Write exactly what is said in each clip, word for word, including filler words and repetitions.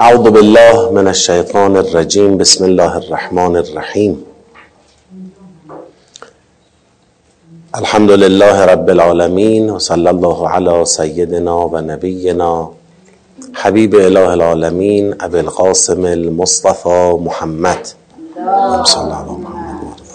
اعوذ بالله من الشیطان الرجیم. بسم الله الرحمن الرحیم. الحمد لله رب العالمین و صلی الله علی سیدنا و نبینا حبیب اله العالمین ابی القاسم المصطفى محمد صلی الله علی محمد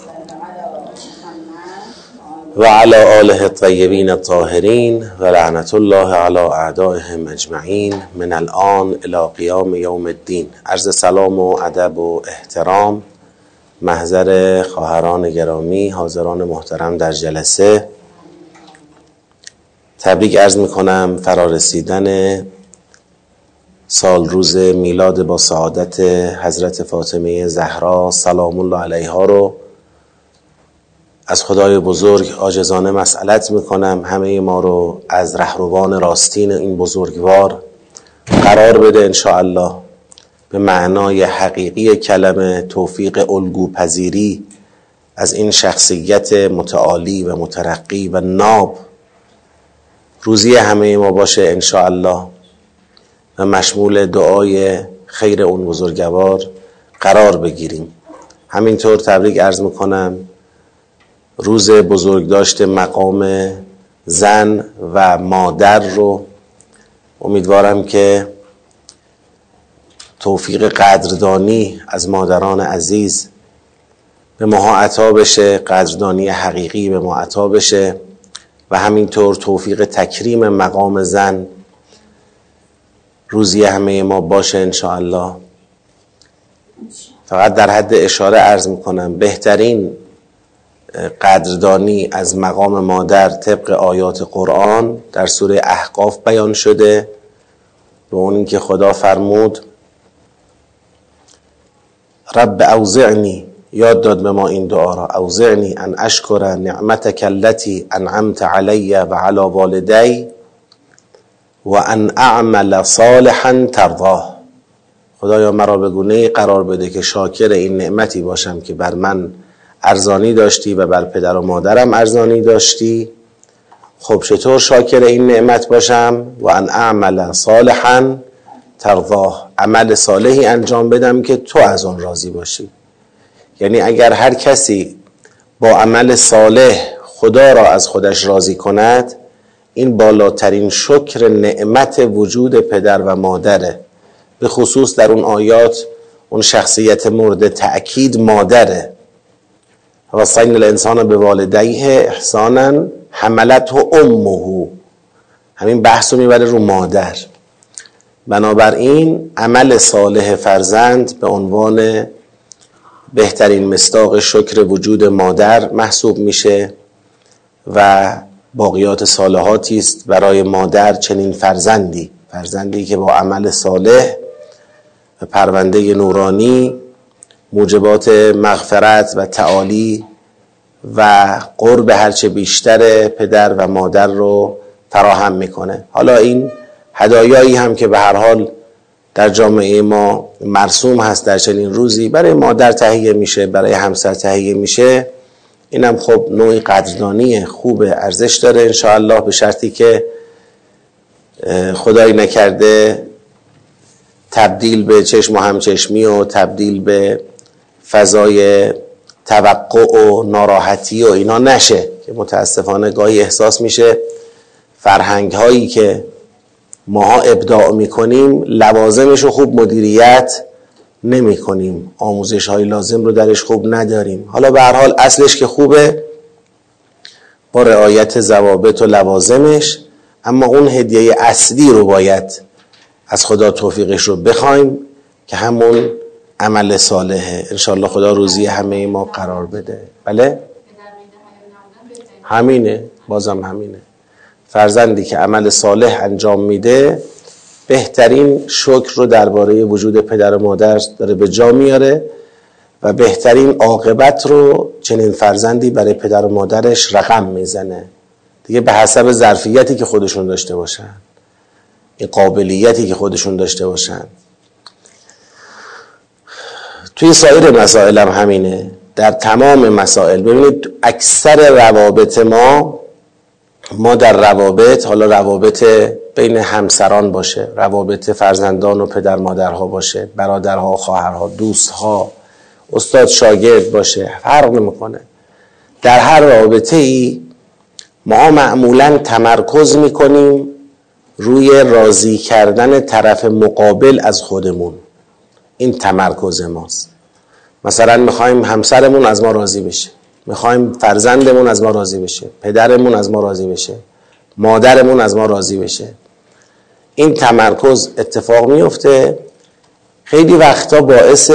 و علی آله الطیبین الطاهرین و لعنت الله علی اعدائهم اجمعین من الان الی قیام یوم الدین. عرض سلام و ادب و احترام محضر خواهران گرامی، حاضران محترم در جلسه. تبریک عرض میکنم فرارسیدن سال روز میلاد با سعادت حضرت فاطمه زهرا سلام الله علیها رو از خدای بزرگ عاجزانه مسئلت میکنم همه ما رو از رهروان راستین این بزرگوار قرار بده انشاءالله، به معنای حقیقی کلمه توفیق الگو پذیری از این شخصیت متعالی و مترقی و ناب روزی همه ما باشه انشاءالله و مشمول دعای خیر اون بزرگوار قرار بگیریم. همینطور تبریک عرض میکنم روز بزرگداشت مقام زن و مادر رو. امیدوارم که توفیق قدردانی از مادران عزیز به ما عطا بشه، قدردانی حقیقی به ما عطا بشه و همینطور توفیق تکریم مقام زن روزی همه ما باشه انشاءالله. فقط در حد اشاره عرض میکنم بهترین قدردانی از مقام مادر طبق آیات قرآن در سوره احقاف بیان شده، به اون این که خدا فرمود رب اوزعنی، یاد داد به ما این دعا را، اوزعنی ان اشکر نعمتک التي انعمت علی و علی والدی و ان اعمل صالحا ترضاه. خدایا مرا به گونه‌ای قرار بده که شاکر این نعمتی باشم که بر من ارزانی داشتی و بر پدر و مادرم ارزانی داشتی. خب چطور شاکر این نعمت باشم؟ و ان اعمل صالحا ترضاه، عمل صالحی انجام بدم که تو از اون راضی باشی. یعنی اگر هر کسی با عمل صالح خدا را از خودش راضی کند، این بالاترین شکر نعمت وجود پدر و مادره. به خصوص در اون آیات اون شخصیت مورد تأکید مادره. وصینا الانسان بوالدیه احسانا حملته امه، همین بحث رو میبره رو مادر. بنابراین عمل صالح فرزند به عنوان بهترین مصداق شکر وجود مادر محسوب میشه و باقیات صالحاتی است برای مادر چنین فرزندی، فرزندی که با عمل صالح و پرونده نورانی موجبات مغفرت و تعالی و قرب هرچه بیشتر پدر و مادر رو فراهم میکنه. حالا این هدایایی هم که به هر حال در جامعه ما مرسوم هست در چنین روزی برای مادر تهیه میشه، برای همسر تهیه میشه، اینم خب نوعی قدردانی خوب ارزش داره انشاءالله، به شرطی که خدایی نکرده تبدیل به چشم و همچشمی و تبدیل به فضای توقع و ناراحتی و اینا نشه، که متاسفانه گاهی احساس میشه فرهنگ هایی که ماها ابداع میکنیم لوازمش رو خوب مدیریت نمی کنیم، آموزش های لازم رو درش خوب نداریم. حالا به هر حال اصلش که خوبه با رعایت ضوابط و لوازمش، اما اون هدیه اصلی رو باید از خدا توفیقش رو بخوایم که همون عمل صالحه. انشاءالله خدا روزی همه ما قرار بده. بله همینه، بازم همینه. فرزندی که عمل صالح انجام میده بهترین شکر رو درباره وجود پدر و مادر داره به جا میاره و بهترین عاقبت رو چنین فرزندی برای پدر و مادرش رقم میزنه دیگه، به حسب ظرفیتی که خودشون داشته باشن، این قابلیتی که خودشون داشته باشن. توی سایر مسائل هم همینه، در تمام مسائل. ببینید اکثر روابط ما ما در روابط، حالا روابط بین همسران باشه، روابط فرزندان و پدر مادرها باشه، برادرها، خواهرها، دوستها، استاد شاگرد باشه، فرق نمیکنه. در هر رابطه ای ما معمولا تمرکز میکنیم روی راضی کردن طرف مقابل از خودمون. این تمرکز ماست. مثلا میخوایم همسرمون از ما راضی بشه، میخوایم فرزندمون از ما راضی بشه، پدرمون از ما راضی بشه، مادرمون از ما راضی بشه. این تمرکز اتفاق میفته، خیلی وقتا باعث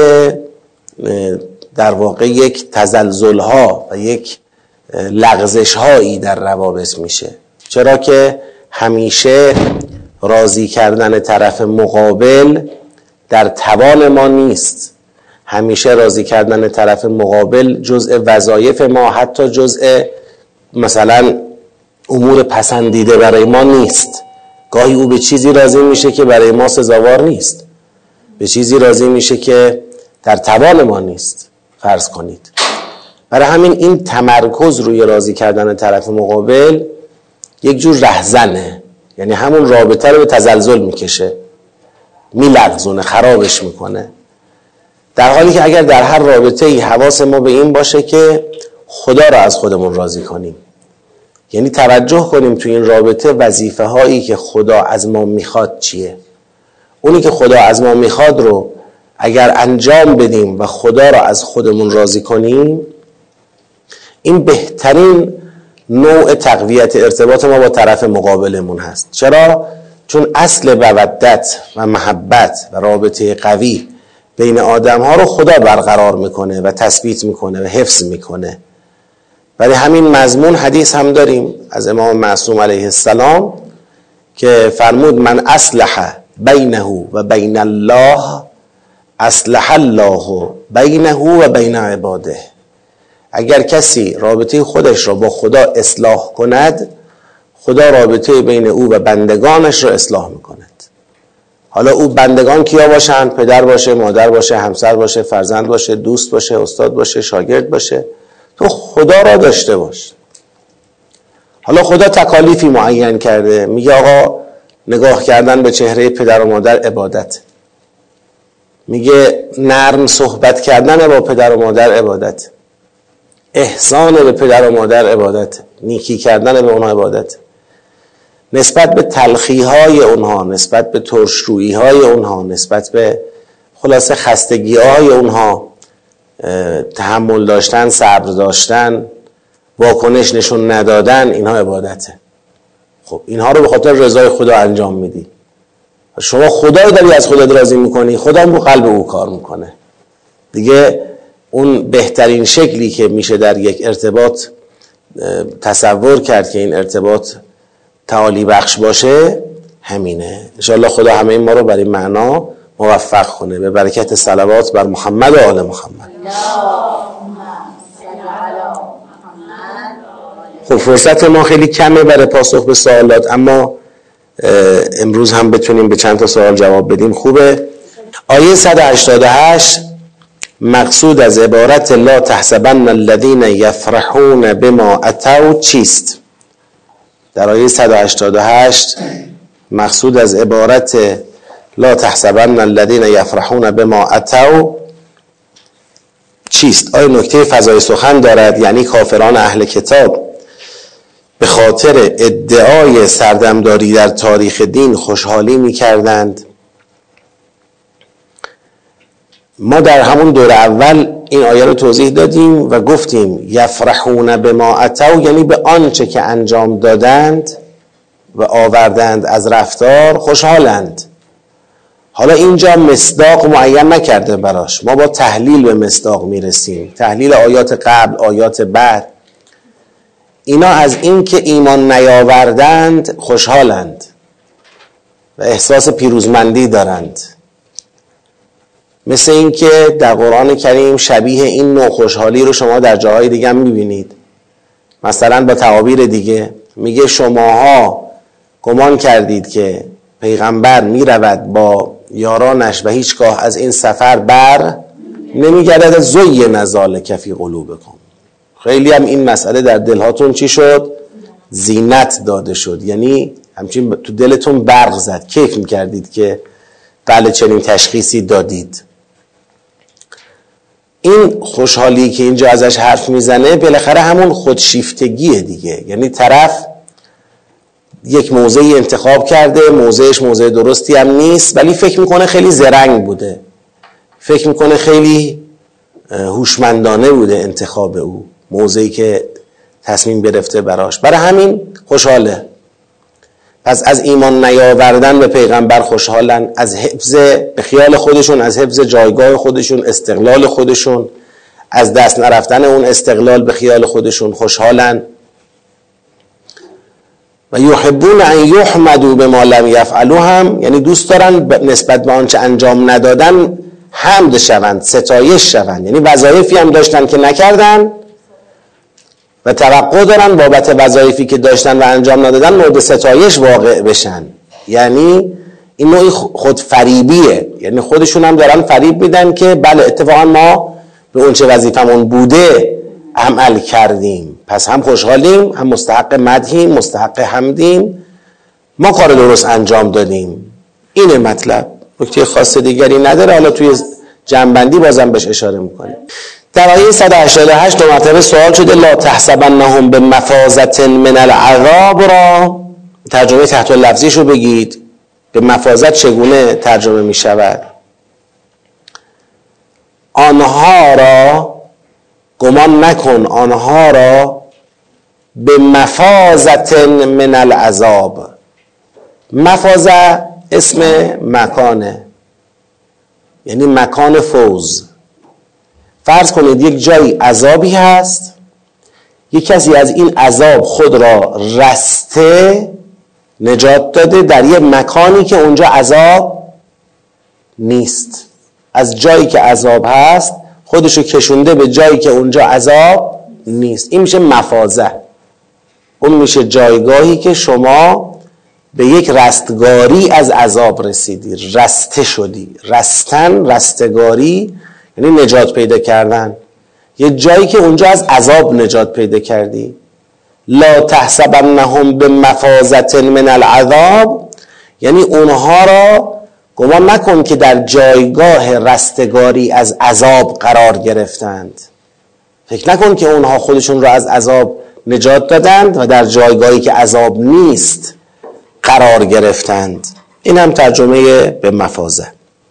در واقع یک تزلزل ها و یک لغزش هایی در روابط میشه. چرا که همیشه راضی کردن طرف مقابل در توان ما نیست. همیشه راضی کردن طرف مقابل جزء وظایف ما، حتی جزء مثلا امور پسندیده برای ما نیست. گاهی او به چیزی راضی میشه که برای ما سزاوار نیست، به چیزی راضی میشه که در توان ما نیست. فرض کنید. برای همین این تمرکز روی راضی کردن طرف مقابل یک جور رهزنه، یعنی همون رابطه رو به تزلزل میکشه، میلغزونه، خرابش میکنه. در حالی که اگر در هر رابطه ای حواس ما به این باشه که خدا رو از خودمون راضی کنیم، یعنی توجه کنیم تو این رابطه وظیفه هایی که خدا از ما میخواد چیه، اونی که خدا از ما میخواد رو اگر انجام بدیم و خدا رو از خودمون راضی کنیم، این بهترین نوع تقویت ارتباط ما با طرف مقابلمون هست. چرا؟ چون اصل مودت و محبت و رابطه قوی بین آدم ها رو خدا برقرار میکنه و تثبیت میکنه و حفظ میکنه. برای همین مضمون حدیث هم داریم از امام معصوم علیه السلام که فرمود من اصلح بینه و بین الله اصلح الله بینه و بین عباده. اگر کسی رابطه خودش را با خدا اصلاح کند، خدا رابطه بین او و بندگانش را اصلاح میکند. حالا او بندگان کیا باشن؟ پدر باشه، مادر باشه، همسر باشه، فرزند باشه، دوست باشه، استاد باشه، شاگرد باشه. تو خدا را داشته باش. حالا خدا تکالیفی معین کرده، میگه آقا نگاه کردن به چهره پدر و مادر عبادت، میگه نرم صحبت کردن با پدر و مادر عبادت، احسان به پدر و مادر عبادت، نیکی کردن به اونها عبادت، نسبت به تلخی های اونها، نسبت به ترشرویی های اونها، نسبت به خلاصه خستگی های اونها تحمل داشتن، صبر داشتن، واکنش نشون ندادن، اینها عبادته. خب اینها رو به خاطر رضای خدا انجام میدی. شما خدای داری از خودت راضی میکنی، خدا هم رو قلب او کار میکنه دیگه. اون بهترین شکلی که میشه در یک ارتباط تصور کرد که این ارتباط تعالی بخش باشه همینه. انشاءالله خدا همه ما رو برای معنا موفق کنه. به برکت صلوات بر محمد و آل محمد. خب فرصت ما خیلی کمه برای پاسخ به سوالات، اما امروز هم بتونیم به چند تا سوال جواب بدیم خوبه. آیه صد و هشتاد و هشت مقصود از عبارت لا تحسبن الذین یفرحون بما اتوا چیست؟ در آیه صد و هشتاد و هشت مقصود از عبارت لا تحسبن الذین یفرحون بما اتوا چیست؟ آیا نکته فضای سخن دارد؟ یعنی کافران اهل کتاب به خاطر ادعای سردمداری در تاریخ دین خوشحالی می کردند؟ ما در همون دور اول این آیه رو توضیح دادیم و گفتیم یفرحون بما اتوا یعنی به آنچه که انجام دادند و آوردند از رفتار خوشحالند. حالا اینجا مصداق معین نکرده براش، ما با تحلیل به مصداق میرسیم، تحلیل آیات قبل، آیات بعد. اینا از این که ایمان نیاوردند خوشحالند و احساس پیروزمندی دارند. مثل این که در قرآن کریم شبیه این نوع خوشحالی رو شما در جاهای دیگه هم میبینید. مثلا با تعابیر دیگه میگه شماها گمان کردید که پیغمبر میرود با یارانش و هیچگاه از این سفر بر نمیگردد، زین ذالک فی قلوبکم. خیلی هم این مسئله در دلهاتون چی شد؟ زینت داده شد، یعنی همچین تو دلتون برق زد، کیف میکردید که بله چنین تشخیصی دادید. این خوشحالی که اینجا ازش حرف میزنه بالاخره همون خودشیفتگیه دیگه، یعنی طرف یک موضعی انتخاب کرده، موضعش موضع درستی هم نیست، ولی فکر میکنه خیلی زرنگ بوده، فکر میکنه خیلی هوشمندانه بوده انتخاب او، موضعی که تصمیم گرفته براش، برای همین خوشحاله. پس از ایمان نیاوردن به پیغمبر خوشحالن، از حفظ به خیال خودشون، از حفظ جایگاه خودشون، استقلال خودشون، از دست نرفتن اون استقلال به خیال خودشون خوشحالن. و یحبون ان یحمدوا بما لم یفعلوا هم یعنی دوست دارن نسبت به آنچه انجام ندادن حمد شوند، ستایش شوند، یعنی وظایفی هم داشتن که نکردن و توقع دارن بابت وظایفی که داشتن و انجام ندادن مورد ستایش واقع بشن. یعنی این نوعی خودفریبیه، یعنی خودشون هم دارن فریب میدن که بله اتفاقا ما به اون چه وظیفمون بوده عمل کردیم، پس هم خوشحالیم، هم مستحق مدحیم، مستحق حمدیم، ما کار درست انجام دادیم. اینه مطلب، نکته خاص دیگری نداره. حالا توی جنبندی بازم بهش اشاره میکنیم. در آیه صد و هشتاد و هشت دو مرتبه سوال شده لا تحسبنهم بمفازة من العذاب را ترجمه تحت لفظیش رو بگید. به مفازت چگونه ترجمه می شود؟ آنها را گمان نکن، آنها را به مفازة من العذاب. مفازه اسم مکانه، یعنی مکان فوز. فرض کنید یک جایی عذابی هست، یک کسی از این عذاب خود را رسته نجات داده در یک مکانی که اونجا عذاب نیست. از جایی که عذاب هست خودشو کشونده به جایی که اونجا عذاب نیست. این میشه مفازه. اون میشه جایگاهی که شما به یک رستگاری از عذاب رسیدی، رسته شدی. رستن، رستگاری یعنی نجات پیدا کردن، یه جایی که اونجا از عذاب نجات پیدا کردی. لا تحسبنهم بمفازة من العذاب یعنی اونها را گمان نکن که در جایگاه رستگاری از عذاب قرار گرفتند. فکر نکن که اونها خودشون را از عذاب نجات دادند و در جایگاهی که عذاب نیست قرار گرفتند. این هم ترجمه به مفازه.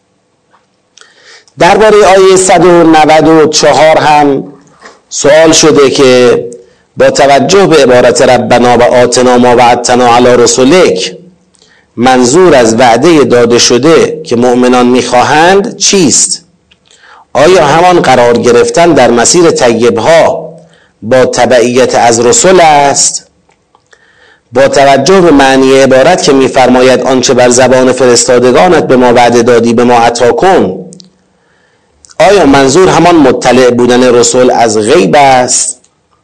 درباره آیه صد و نود و چهار هم سوال شده که با توجه به عبارت ربنا و آتنا ما وعدتنا علی رسولک منظور از وعده داده شده که مؤمنان میخواهند چیست؟ آیا همان قرار گرفتن در مسیر طیبها با تبعیت از رسول است؟ با توجه به معنی عبارت که میفرماید آنچه بر زبان فرستادگانت به ما وعده دادی به ما عطا کن، آیا منظور همان مطلع بودن رسول از غیب است؟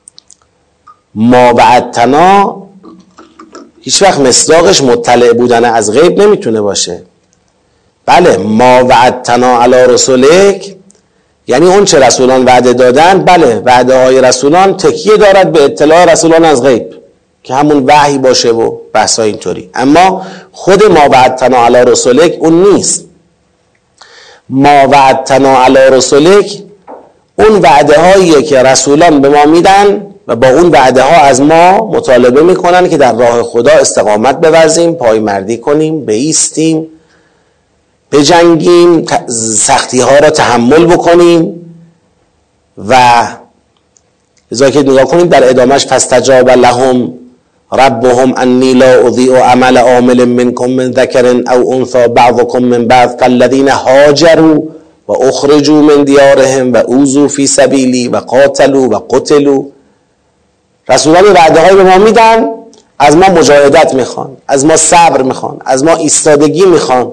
ما وعدتنا هیچ وقت مصداقش مطلع بودن از غیب نمیتونه باشه. بله، ما وعدتنا علی رسولک یعنی اون چه رسولان وعده دادن، بله وعده های رسولان تکیه دارد به اطلاع رسولان از غیب که همون وحی باشه و بحثا اینطوری، اما خود ما وعدتنا علی رسولک اون نیست. ما وعدتنا علی رسولک اون وعده هاییه که رسولان به ما میدن و با اون وعده ها از ما مطالبه میکنن که در راه خدا استقامت بورزیم، پایمردی کنیم، بایستیم، بجنگیم، سختی ها را تحمل بکنیم. و ازا که نگاه کنید در ادامهش فاستجاب لهم ربهم انی لا اضیع عمل عامل منکم من ذکر او انثی بعضکم من بعض فالذین هاجروا و اخرجوا من دیارهم و اوذوا فی سبیلی و قاتلوا و قتلوا. رسولان وعده های به ما میدن، از ما مجاهدت میخوان، از ما صبر میخوان، از ما ایستادگی میخوان.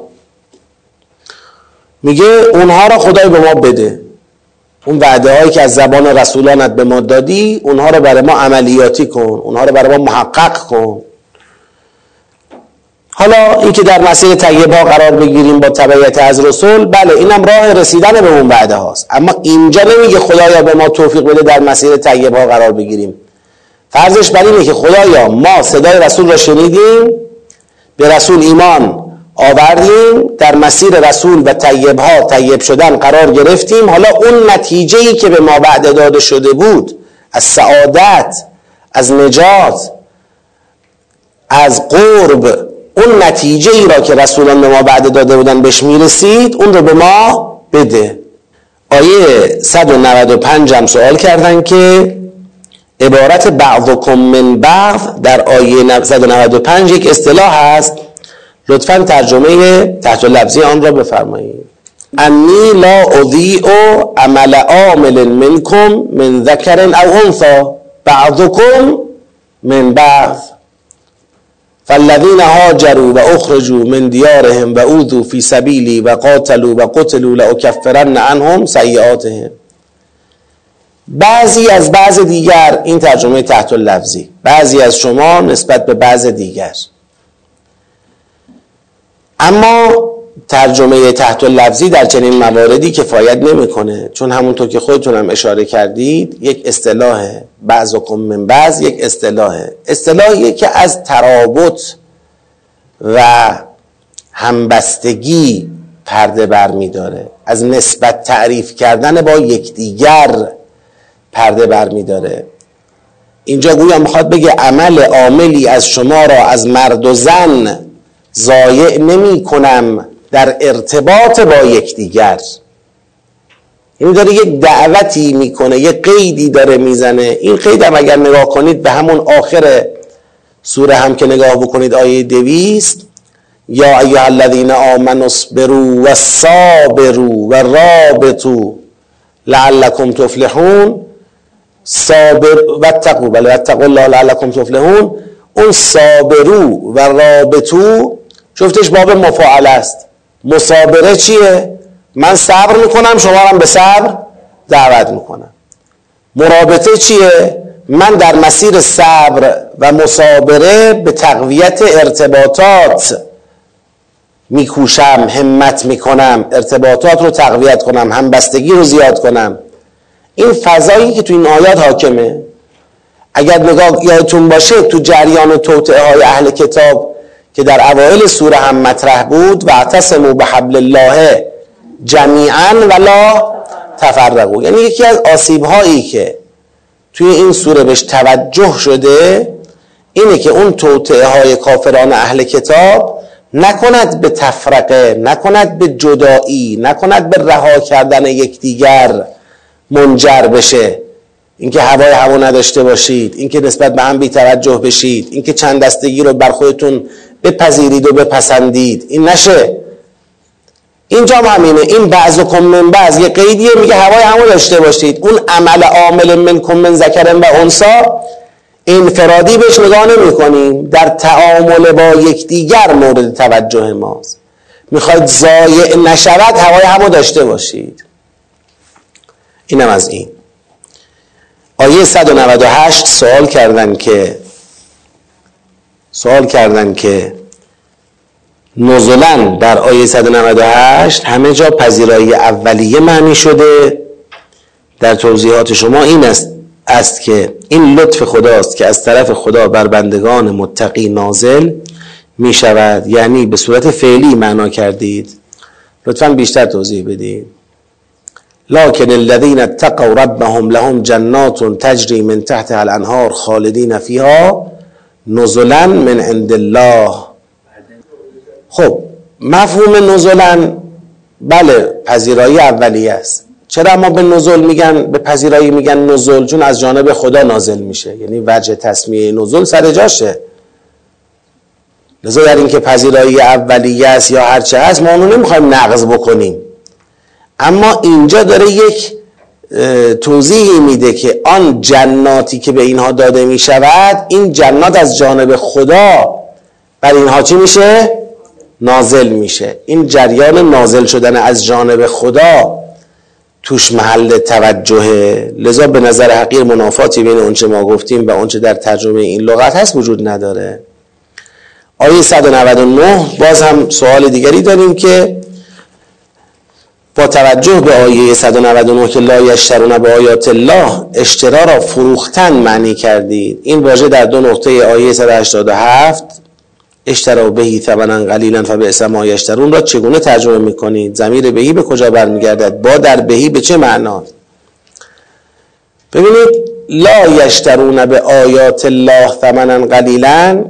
میگه اونها را خدای به ما بده، اون وعده هایی که از زبان رسولانت به ما دادی اونها را برای ما عملیاتی کن، اونها را برای ما محقق کن. حالا این که در مسیر طیبها قرار بگیریم با تبعیت از رسول، بله اینم راه رسیدن به اون وعده هاست، اما اینجا نمیگه خدایا به ما توفیق بده در مسیر طیبها قرار بگیریم. فرضش بر اینه که خدایا ما صدای رسول را شنیدیم، به رسول ایمان آوردیم، در مسیر رسول و طیب ها طیب شدن قرار گرفتیم. حالا اون نتیجه‌ای که به ما بعد داده شده بود از سعادت، از نجات، از قرب، اون نتیجه‌ای را که رسولان به ما بعد داده بودن بهش میرسید، اون رو به ما بده. آیه صد و نود و پنج هم سوال کردن که عبارت بعضکم من بعض در آیه صد و نود و پنج یک اصطلاح هست، لطفاً ترجمه تحت لفظی آن را بفرمایید. انی لا اضیع عمل عامل منکم من ذکر او انثی بعضکم من بعض فالذین هاجروا و اخرجوا من دیارهم و اوذوا فی سبیلی و قاتلوا و قتلوا لأکفرن عنهم سیئاتهم. بعضی از بعض دیگر، این ترجمه تحت لفظی، بعضی از شما نسبت به بعض دیگر. اما ترجمه تحت لفظی در چنین مواردی کفایت نمیکنه، چون همونطور که خودتون هم اشاره کردید یک اصطلاح بعضکم من بعض، یک اصطلاح اصطلاحیه که از ترابط و همبستگی پرده بر می داره، از نسبت تعریف کردن با یکدیگر پرده بر می داره. اینجا گویا میخواد بگه عمل عاملی از شما را از مرد و زن ضایع نمی کنم در ارتباط با یکدیگر. این داره یک دعوتی میکنه، یک قیدی داره میزنه. این قید هم اگر نگاه کنید به همون آخر سوره هم که نگاه بکنید، آیه دویست، یا ایها الذین آمنوا اصبروا و صابروا و رابطوا لعلکم تفلحون، صابر و اتقوا، بله اتقوا الله لعلکم تفلحون. اون صابروا و رابطوا جفتش باب مفاعله است. مصابره چیه؟ من صبر میکنم، شما هم به صبر دعوت میکنم. مرابطه چیه؟ من در مسیر صبر و مصابره به تقویت ارتباطات میکوشم، همت میکنم، ارتباطات رو تقویت کنم، همبستگی رو زیاد کنم. این فضایی که تو این آیات حاکمه. اگر نگاه یادتون باشه تو جریان توطئه های اهل کتاب که در اوایل سوره هم مطرح بود، واعتصموا بحبل الله جمیعا ولا تفرقوا، یعنی یکی از آسیب هایی که توی این سوره بهش توجه شده اینه که اون توطئه های کافران اهل کتاب نکند به تفرقه، نکند به جدایی، نکند به رها کردن یکدیگر منجر بشه. اینکه هوای هوا نداشته باشید، اینکه نسبت به هم بی توجه بشید، اینکه چند دستگی رو بر خودتون بپذیرید و بپسندید، این نشه. اینجا هم همینه. این بعضکم من بعض یه قیدیه، میگه هوای همو داشته باشید. اون عمل عامل منکم من ذکر و انثی انفرادی بهش نگاه نمی کنیم، در تعامل با یکدیگر مورد توجه ماست. میخواید ضایع نشود، هوای همو داشته باشید. اینم از این. آیه صد و نود و هشت سوال کردن که سوال کردن که نزولاً در آیه صد و نود و هشت همه جا پذیرایی اولیه معنی شده. در توضیحات شما این است, است که این لطف خداست که از طرف خدا بر بندگان متقی نازل می شود، یعنی به صورت فعلی معنا کردید. لطفاً بیشتر توضیح بدید. لكن الذين اتقوا ربهم لهم جنات تجري من تحتها الانهار خالدين فيها نزلا من عند الله. خب مفهوم نزلا بله پذیرایی اولیه است. چرا ما به نزول میگن، به پذیرایی میگن نزول؟ چون از جانب خدا نازل میشه، یعنی وجه تسمیه نزول سر جاشه. لذا در این که پذیرایی اولیه است یا هرچه هست ما اونو نمیخوایم نقض بکنیم، اما اینجا داره یک توضیحی میده که آن جناتی که به اینها داده میشود، این جنات از جانب خدا بر اینها چی میشه؟ نازل میشه. این جریان نازل شدن از جانب خدا توش محل توجهه. لذا به نظر حقیر منافاتی بین اونچه ما گفتیم و اونچه در ترجمه این لغت هست وجود نداره. آیه صد و نود و نه باز هم سوال دیگری داریم که با توجه به آیه صد و نود و نه که لا یشترون به آیات الله، اشترا را فروختن معنی کردید. این واژه در دو نقطه آیه صد و هشتاد و هفت اشتروا بهی ثمنا قلیلا فبئس ما یشترون را چگونه ترجمه میکنید؟ ضمیر بهی به کجا برمیگردد؟ با در بهی به چه معنا؟ ببینید لا یشترون به آیات الله ثمنا قلیلا،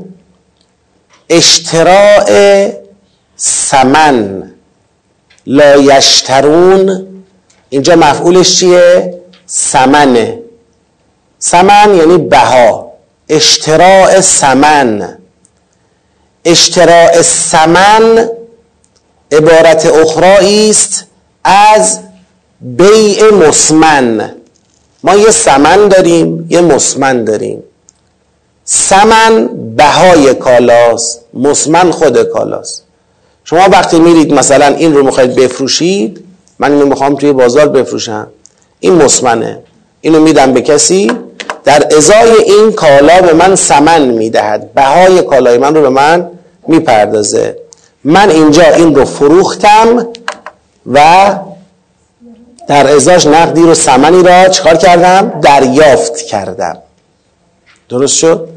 اشتراء ثمن، لا یشترون اینجا مفعولش چیه؟ ثمنه. ثمن یعنی بها، اشتراء ثمن. اشتراء ثمن عبارت اخرایی است از بیع مسمن. ما یه ثمن داریم، یه مسمن داریم. ثمن بهای کالاست، مسمن خود کالاست. شما وقتی میرید مثلا این رو میخواید بفروشید، من اینو میخوام توی بازار بفروشم، این مسمنه، اینو میدم به کسی، در ازای این کالا به من ثمن میدهد، بهای کالای من رو به من میپردازه. من اینجا این رو فروختم و در ازاش نقدی رو، ثمنی را چکار کردم؟ دریافت کردم. درست شد؟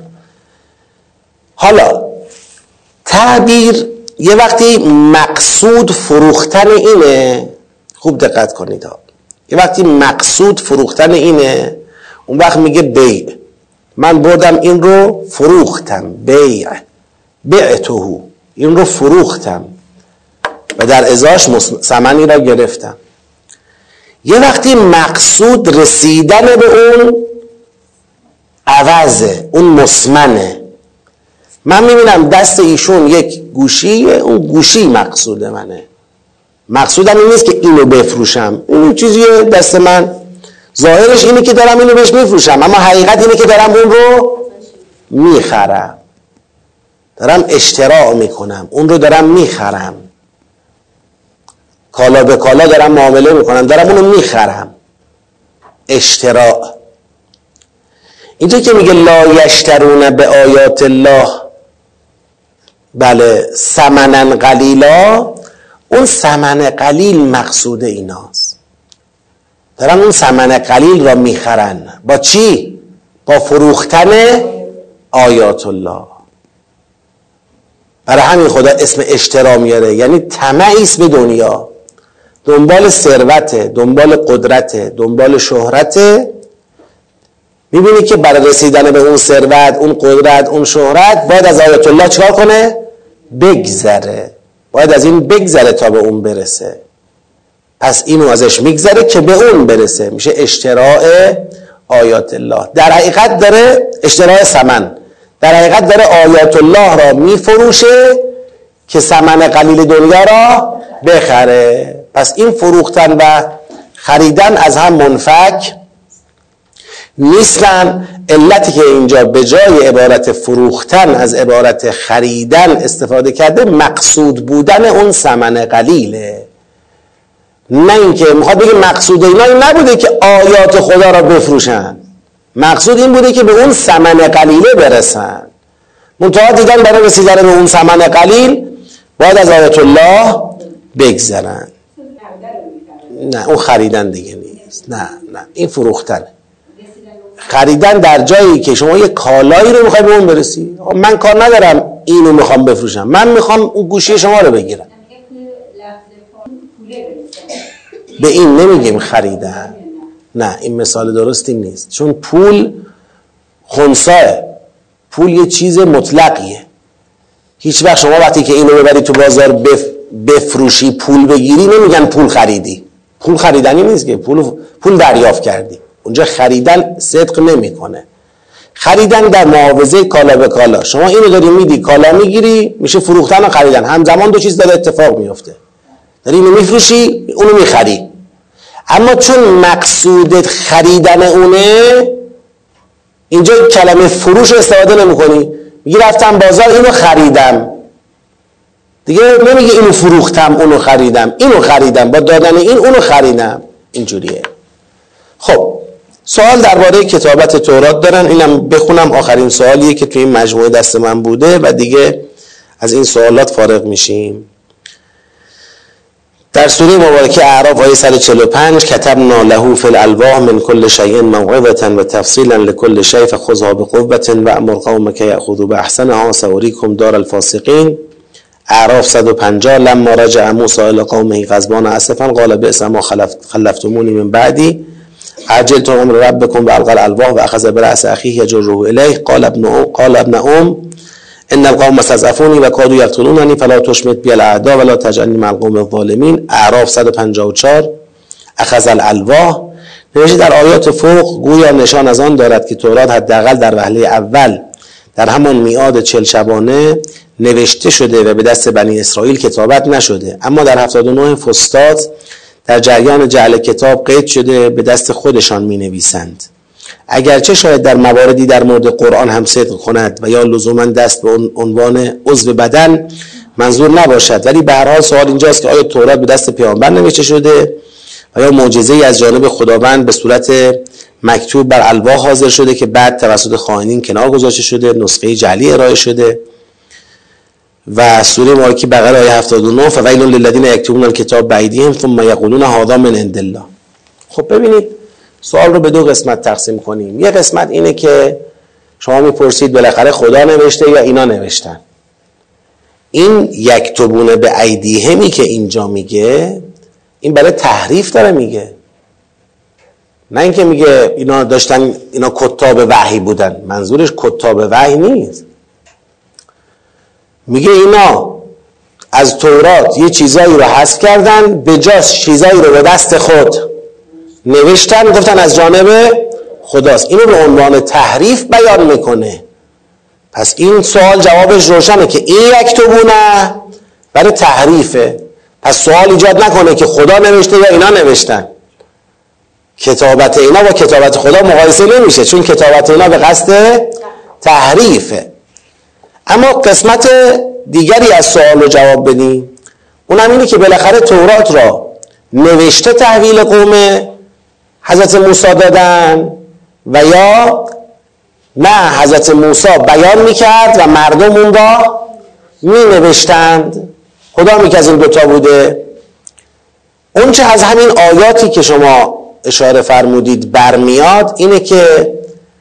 حالا تعبیر یه وقتی مقصود فروختن اینه، خوب دقت کنید ها، یه وقتی مقصود فروختن اینه، اون وقت میگه بیع، من بردم این رو فروختم، بیع، بعتهو، این رو فروختم و در ازاش ثمنی را گرفتم. یه وقتی مقصود رسیدن به اون عوضه، اون مسمنه. من میبینم دست ایشون یک گوشیه، اون گوشی مقصود منه، مقصودم این نیست که اینو بفروشم، این چیزیه دست من، ظاهرش اینه که دارم اینو بهش میفروشم، اما حقیقت اینه که دارم اون رو میخرم، دارم اشتراع میکنم، اون رو دارم میخرم، کالا به کالا دارم معامله میکنم، دارم اونو میخرم. اشتراع. اینجا که میگه لا یشترون به آیات الله، بله، ثمنا قلیلا، اون ثمن قلیل مقصود ایناست، دارن اون ثمن قلیل را میخرن. با چی؟ با فروختن آیات الله. برای همین خدا اسم اشترا میاره، یعنی طمعی است به دنیا، دنبال ثروت، دنبال قدرت، دنبال شهرت. میبینی که برای رسیدن به اون ثروت، اون قدرت، اون شهرت باید از آیات الله چیکار کنه؟ بگذره، باید از این بگذره تا به اون برسه. پس اینو ازش میگذره که به اون برسه، میشه اشتراء آیات الله. در حقیقت داره اشتراء ثمن، در حقیقت داره آیات الله را میفروشه که ثمن قلیل دنیا را بخره. پس این فروختن و خریدن از هم منفک نیستن. علتی که اینجا به جای عبارت فروختن از عبارت خریدن استفاده کرده، مقصود بودن اون ثمن قلیله. نه اینکه میخواد بگه مقصود اینا این نبوده که آیات خدا را بفروشن، مقصود این بوده که به اون ثمن قلیله برسن. منتها دیدن برای رسیدن به اون ثمن قلیل باید از آیات الله بگذرن. نه اون خریدن دیگه نیست، نه نه این فروختن. خریدن در جایی که شما یه کالایی رو میخوای به اون برسی، من کار ندارم اینو میخوام بفروشم، من میخوام اون گوشی شما رو بگیرم. به این نمیگیم خریدن، نه این مثال درستی نیست، چون پول خنثیه، پول یه چیز مطلقیه. هیچ وقت شما وقتی که اینو ببری تو بازار بف... بفروشی پول بگیری نمیگن پول خریدی. پول خریدنی نیست که پول پول دریافت کردی. اونجا خریدن صدق نمیکنه. خریدن در معاوضه کالا به کالا، شما اینو داری میدی کالا میگیری، میشه فروختن و خریدن، همزمان دو چیز داره اتفاق میفته، داری اینو میفروشی اونو میخری. اما چون مقصودت خریدن اونه، اینجا کلمه فروش استفاده نمیکنی، میگی رفتم بازار اینو خریدم، دیگه نمیگه اینو فروختم اونو خریدم، اینو خریدم با دادن این اونو خریدم. اینجوریه. خب سوال درباره کتابت تورات دارن، اینم بخونم، آخرین سوالیه که توی این مجموعه دست من بوده و دیگه از این سوالات فارغ میشیم. در سوره مبارکه اعراف آیه صد و چهل و پنج کتبنا له فی الالواح من کل شیء موعظة و تفصیلا لكل شیء فخذها بقوة وأمر قومك یأخذوا باحسنها سأریکم دار الفاسقین. اعراف صد و پنجاه لما رجع موسی الی قومه غضبان اسفا قال بئس ما خلفتمونی من بعدی عجلتم امر ربکم والقى الالواح واخذ برأس اخیه یجره الیه قال ابن قال ابن ام ان القوم استضعفوني وكادوا يقتلونني فلا تشمت بي الاعداء ولا تجعلني مع القوم الظالمين. اعراف صد و پنجاه و چهار اخذ الالواح. نوشته در آیات فوق گویا نشان از آن دارد که تورات حداقل در وهله اول در همان میعاد چهل شبانه نوشته شده و به دست بنی اسرائیل کتابت نشده، اما در هفتاد و نه فستاد در جریان جعل کتاب قید شده به دست خودشان می نویسند. اگرچه شاید در مواردی در مورد قرآن هم صدق کند و یا لزوما دست به عنوان عضو بدن منظور نباشد، ولی به هر حال سوال اینجاست که آیا تورات به دست پیامبر نوشته شده و یا معجزه‌ای از جانب خداوند به صورت مکتوب بر الواح حاضر شده که بعد توسط خائنین کنار گذاشته شده، نسخه جعلی ارائه شده. و سوره مبارکه بقره آیه هفتاد و نه فویل للذین یکتبون الکتاب بایدیهم ثم یقولون هذا من عند الله. خب ببینید سوال رو به دو قسمت تقسیم کنیم. یه قسمت اینه که شما میپرسید بالاخره خدا نوشته یا اینا نوشتن. این یکتبون به ایدیهمی که اینجا میگه این برای تحریف داره میگه، نه اینکه میگه اینا داشتن اینا کتاب وحی بودن. منظورش کتاب وحی نیست، میگه اینا از تورات یه چیزایی رو حذف کردن، به جاش چیزایی رو به دست خود نوشتن، گفتن از جانب خداست. اینو به عنوان تحریف بیان میکنه. پس این سوال جوابش روشنه که این یکتبونه برای تحریفه. پس سوال ایجاد نکنه که خدا نوشته یا اینا نوشتن. کتابت اینا با کتابت خدا مقایسه نمیشه، چون کتابت اینا به قصد تحریفه. اما قسمت دیگری از سوال رو جواب بدیم، اونم اینه که بالاخره تورات را نوشته تحویل قوم حضرت موسی دادن و یا نه حضرت موسی بیان میکرد و مردم اون را می نوشتند؟ کدامی که از این دوتا بوده؟ اون چه از همین آیاتی که شما اشاره فرمودید برمیاد اینه که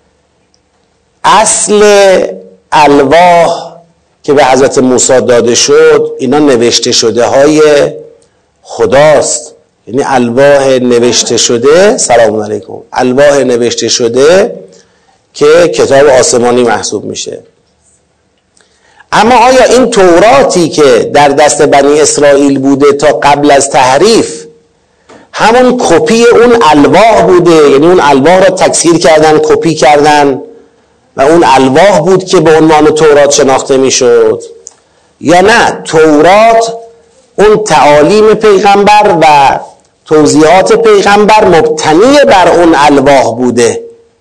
اصل الواح که به حضرت موسی داده شد اینا نوشته شده های خداست. یعنی الواح نوشته شده، سلام علیکم، الواح نوشته شده که کتاب آسمانی محسوب میشه. اما آیا این توراتی که در دست بنی اسرائیل بوده تا قبل از تحریف همون کپی اون الواح بوده؟ یعنی اون الواح را تکثیر کردن، کپی کردن و اون الواح بود که به عنوان تورات شناخته میشد، یا نه تورات اون تعالیم پیغمبر و توضیحات پیغمبر مبتنی بر اون الواح بوده؟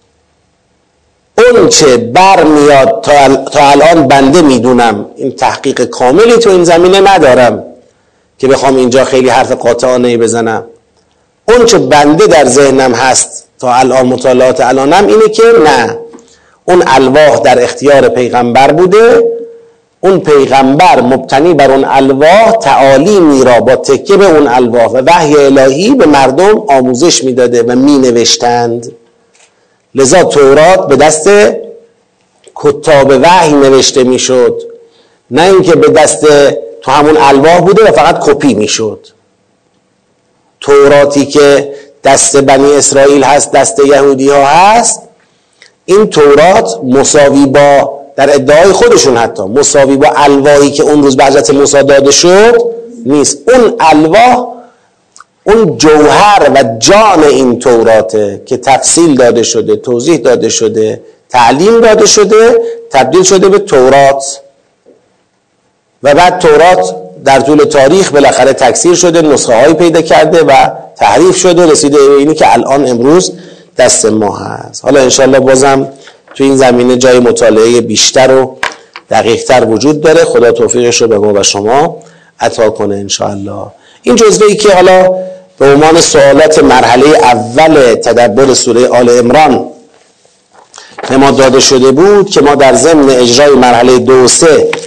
اون چه بر میاد تا, ال... تا الان بنده میدونم، این تحقیق کاملی تو این زمینه ندارم که بخوام اینجا خیلی حرف قاطعانه بزنم. اون چه بنده در ذهنم هست تا الان مطالعات الانم اینه که نه، اون الواح در اختیار پیغمبر بوده، اون پیغمبر مبتنی بر اون الواح تعالیمی را با تکیه به اون الواح و وحی الهی به مردم آموزش میداده و می نوشتند. لذا تورات به دست کتاب وحی نوشته میشد، نه اینکه به دست تو همون الواح بوده و فقط کپی میشد. توراتی که دست بنی اسرائیل هست، دست یهودی ها هست، این تورات مساوی با، در ادعای خودشون حتی مساوی با الواحی که اون روز به حضرت موسی داده شد نیست. اون الواح اون جوهر و جان این توراته که تفصیل داده شده، توضیح داده شده، تعلیم داده شده، تبدیل شده به تورات و بعد تورات در طول تاریخ بالاخره تکثیر شده، نسخه هایی پیدا کرده و تحریف شده، رسیده به اینی که الان امروز دست ما هست. حالا انشالله بازم تو این زمینه جای مطالعه بیشتر و دقیقتر وجود داره. خدا توفیقش رو به ما و شما عطا کنه انشالله. این جزوه‌ای که حالا به عنوان سوالات مرحله اول تدبر سوره آل عمران به ما داده شده بود که ما در ضمن اجرای مرحله دو و سه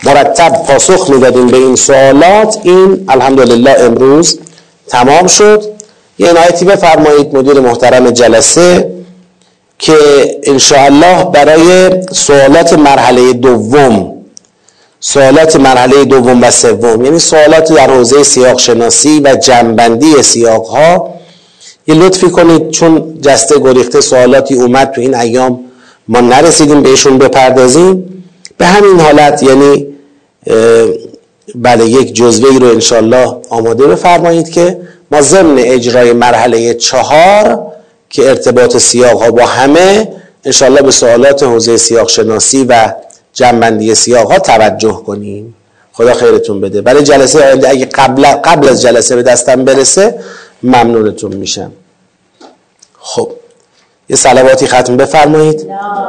مرتب پاسخ میدادیم به این سوالات. این الحمدلله امروز تمام شد. یه عنایتی بفرمایید مدیر محترم جلسه که انشاءالله برای سوالات مرحله دوم سوالات مرحله دوم و سوم، یعنی سوالات در حوزه سیاق شناسی و جمع‌بندی سیاق ها، یه لطفی کنید، چون جسته گریخته سوالاتی اومد تو این ایام ما نرسیدیم بهشون بپردازیم. به همین حالت یعنی بعد یک جزوه‌ای رو انشاءالله آماده بفرمایید که ما ضمن اجرای مرحله چهار که ارتباط سیاق ها با همه، انشاءالله به سوالات حوزه سیاق شناسی و جمع‌بندی سیاق ها توجه کنیم. خدا خیرتون بده. برای جلسه آینده اگه قبل قبل از جلسه به دستم برسه ممنونتون میشم. خب یه صلواتی ختم بفرمایید.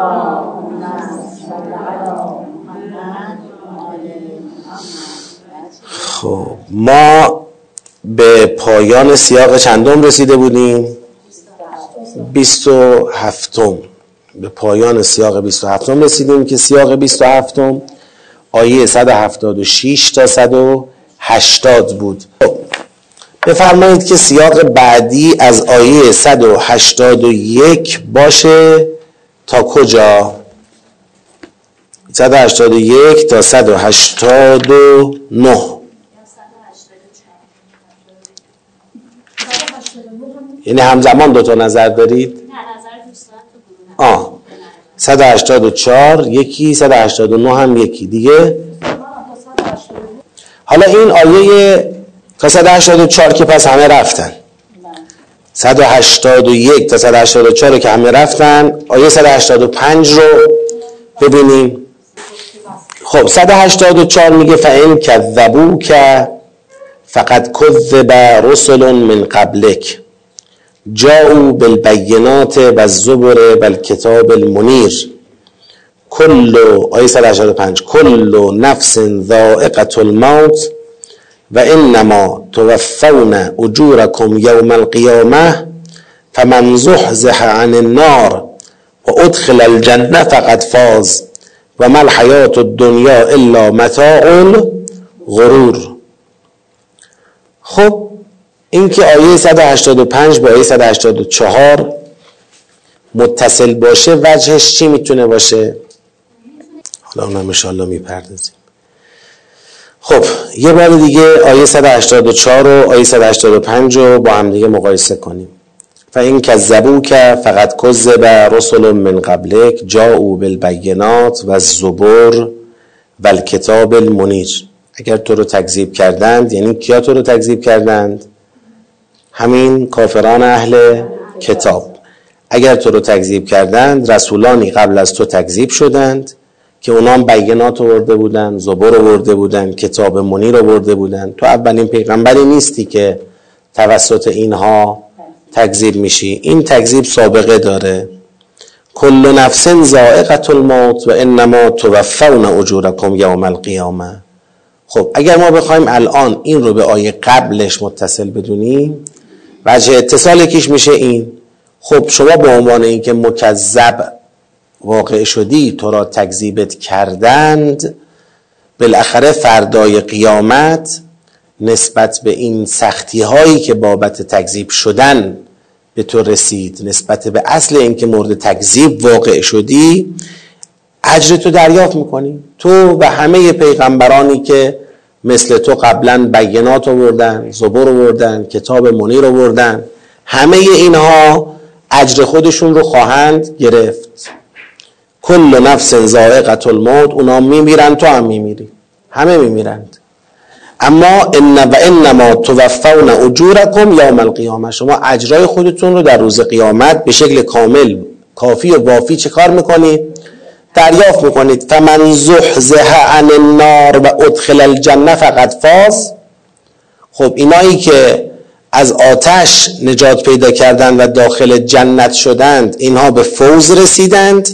خب ما به پایان سیاق چندم رسیده بودیم؟ بیست و هفتم. به پایان سیاق بیست و هفتم رسیدیم که سیاق بیست و هفتم آیه صد و هفتاد و شش تا صد و هشتاد بود. بفرمایید که سیاق بعدی از آیه صد و هشتاد و یک باشه تا کجا؟ صد و هشتاد و یک تا صد و هشتاد و نه. یعنی همزمان دو تا نظر دارید؟ نه، نظر دوستان تو گروه. آه صد و هشتاد و چهار یکی، صد و هشتاد و نه هم یکی دیگه. حالا این آیه تا صد و هشتاد و چهار که پس همه رفتن. صد و هشتاد و یک تا صد و هشتاد و چهار که همه رفتن. آیه صد و هشتاد و پنج رو ببینیم. خب صد و هشتاد و چهار میگه فَإِنْ كَذَّبُوكَ فَقَدْ كُذِّبَ رُسُلٌ مِّن قَبْلِكَ جاءوا بالبينات والزبر والكتاب المنير كل آیه صد و هشتاد و پنج كل نفس ذائقة الموت وإنما توفون أجوركم يوم القيامة فمن زحزح عن النار وأدخل الجنة فقد فاز وما الحياة الدنيا إلا متاع الغرور. خب این که آیه صد و هشتاد و پنج با آیه صد و هشتاد و چهار متصل باشه وجهش چی میتونه باشه؟ حالا اونم انشاءالله میپردازیم. خب یه بار دیگه آیه صد و هشتاد و چهار و آیه صد و هشتاد و پنج رو با هم دیگه مقایسه کنیم. فَإِنْ كَذَّبُوكَ فَقَدْ كُذِّبَ رُسُلٌ مِّن قَبْلِكَ جَاءُوا بِالْبَيِّنَاتِ وَالزُّبُرِ وَالْكِتَابِ الْمُنِيرِ. اگر تو رو تکذیب کردند، یعنی کیا تو رو تکذیب کردند؟ همین کافران اهل کتاب. اگر تو رو تکذیب کردند، رسولانی قبل از تو تکذیب شدند که اونام بینات آورده بودند، زبور آورده بودند، کتاب منیر آورده بودند. تو اولین پیغمبری نیستی که توسط اینها تکذیب میشی. این تکذیب سابقه داره. کل نفس ذائقة الموت و انما توفون اجورکم یوم القیامه. خب اگر ما بخوایم الان این رو به آیه قبلش متصل بدونیم، وجه اتصال یکیش میشه این. خب شما به عنوان این که مکذب واقع شدی، تو را تکذیبت کردند، بالاخره فردای قیامت نسبت به این سختی هایی که بابت تکذیب شدن به تو رسید، نسبت به اصل این که مورد تکذیب واقع شدی، اجر تو دریافت میکنی. تو و همه پیغمبرانی که مثل تو قبلا بینات آوردن، زبور آوردن، کتاب منیر آوردن، همه اینها اجر خودشون رو خواهند گرفت. کل نفس ذائقة الموت، اونا میمیرن، تو هم میمیری، همه میمیرند. اما ان و انما توفون اجورکم یوم القیامه، شما اجرای خودتون رو در روز قیامت به شکل کامل، کافی و وافی چه کار میکنید؟ دریافت میکنید. فمن زحزح عن النار و ادخل الجنه فقد فاز. خب اینایی که از آتش نجات پیدا کردند و داخل جنت شدند، اینها به فوز رسیدند.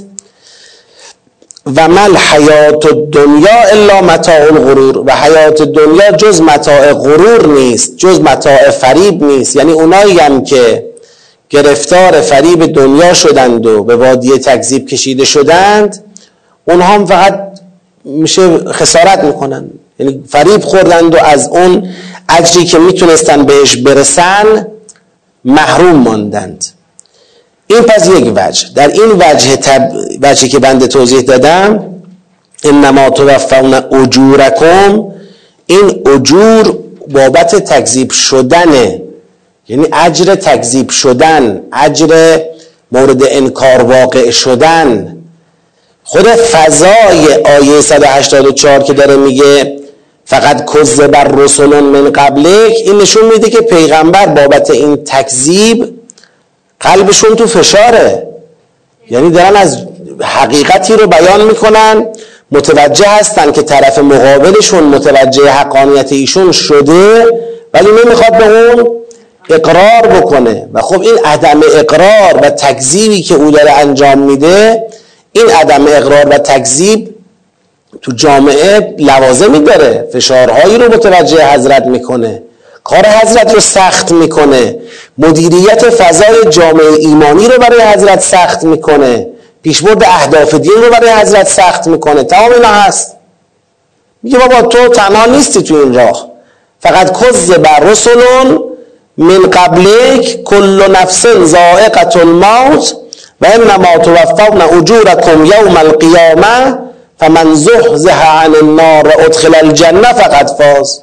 و مل حیات الدنیا الا متاع الغرور، و حیات دنیا جز متاع غرور نیست، جز متاع فریب نیست. یعنی اونایی هم که گرفتار فریب دنیا شدند و به وادی تکذیب کشیده شدند، اونها هم فقط میشه خسارت میکنن، یعنی فریب خوردند و از اون اجری که میتونستن بهش برسن محروم ماندند. این پس یک وجه. در این وجه تب... وجهی که بنده توضیح دادم، انما توفون اجورکم، این اجور بابت تکذیب شدنه، یعنی اجر تکذیب شدن، اجر مورد انکار واقع شدن. خود فضای آیه صد و هشتاد و چهار که داره میگه فقط کذب الرسل من قبلک، این نشون میده که پیغمبر بابت این تکذیب قلبشون تو فشاره، یعنی دارن از حقیقتی رو بیان میکنن، متوجه هستن که طرف مقابلشون متوجه حقانیت ایشون شده ولی نمیخواد به اون اقرار بکنه. و خب این عدم اقرار و تکذیبی که او داره انجام میده، این عدم اقرار و تکذیب تو جامعه لوازمی داره، فشارهایی رو متوجه حضرت میکنه، کار حضرت رو سخت میکنه، مدیریت فضای جامعه ایمانی رو برای حضرت سخت میکنه، پیشبرد اهداف دین رو برای حضرت سخت میکنه. تمام اینا هست. میگه بابا تو تنها نیستی تو این راه، فقط کذب رسل من قبلک کل نفس ذائقة الموت و انما توفون اجورکم یوم القیامه فمن زحزح عن النار و ادخل الجنه فقد فاز.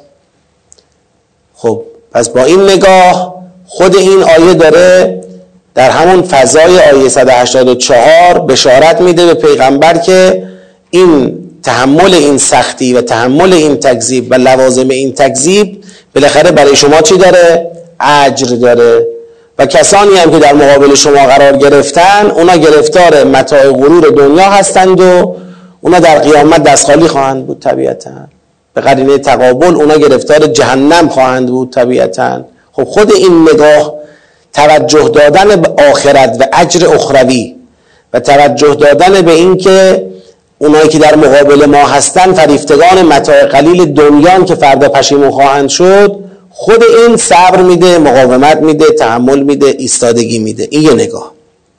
خب پس با این نگاه خود این آیه داره در همون فضای آیه صد و هشتاد و چهار بشارت میده به پیغمبر که این تحمل این سختی و تحمل این تکذیب و لوازم این تکذیب بالاخره برای شما چی داره؟ اجر داره. و کسانی هم که در مقابل شما قرار گرفتن، اونا گرفتار متاع غرور دنیا هستند و اونا در قیامت دست خالی خواهند بود طبیعتاً. به قرینه تقابل اونا گرفتار جهنم خواهند بود طبیعتاً. خب خود این نگاه، توجه دادن به آخرت و اجر اخروی و توجه دادن به این که اونایی که در مقابل ما هستن فریفتگان متاع قلیل دنیان که فردا پشیمون خواهند شد، خود این صبر میده، مقاومت میده، تحمل میده، ایستادگی میده. این یه نگاه.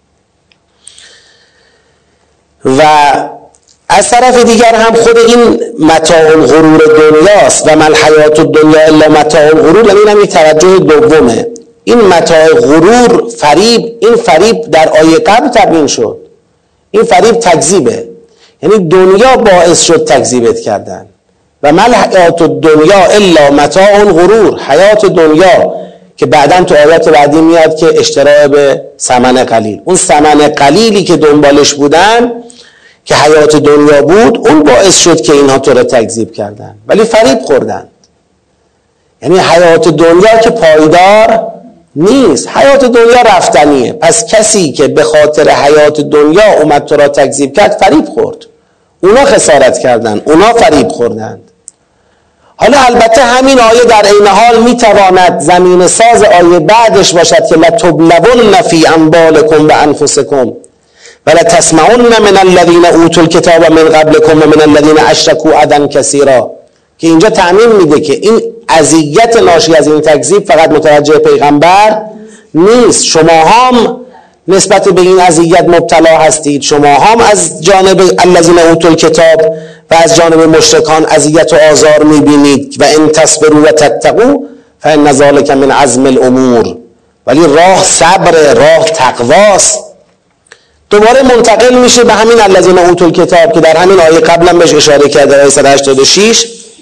و از طرف دیگر هم خود این متاع الغرور دنیاست و مل حیات الدنیا الا متاع الغرور، یعنی این هم یک توجه دومه. این متاع غرور، فریب، این فریب در آیه قبل تبیین شد. این فریب تکذیبه، یعنی دنیا باعث شد تکذیبت کردن. و مل حیات الدنیا الا متاع الغرور، حیات دنیا که بعداً تو آیات بعدی میاد که اشتراع به ثمن قلیل، اون ثمن قلیلی که دنبالش بودن که حیات دنیا بود، اون باعث شد که اینها تو را تکذیب کردن، ولی فریب خوردن. یعنی حیات دنیا که پایدار نیست، حیات دنیا رفتنیه. پس کسی که به خاطر حیات دنیا اومد تو را تکذیب کرد فریب خورد، اونا خسارت کردن، اونا فریب خوردند. حالا البته همین آیه در عین حال میتواند زمین ساز آیه بعدش باشد که لتبلون فی اموالکم و انفسکم ولتسمعن من الذین اوتوا الکتاب من قبلکم و من الذین اشرکوا اذی کثیرا، که اینجا تعمیم میده که این اذیت ناشی از این تکذیب فقط متوجه پیغمبر نیست، شما هم نسبت به این اذیت مبتلا هستید، شما هم از جانب الذین اوتوا الکتاب و از جانب مشرکان اذیت و آزار میبینید. و ان تصبروا و تتقوا فان ذلک من عزم الامور، ولی راه صبر، راه تقواست. دوباره منتقل میشه به همین الذین اوتوا الکتاب که در همین آیه قبلا بهش اشاره کرده، آیه صد و هشتاد و شش،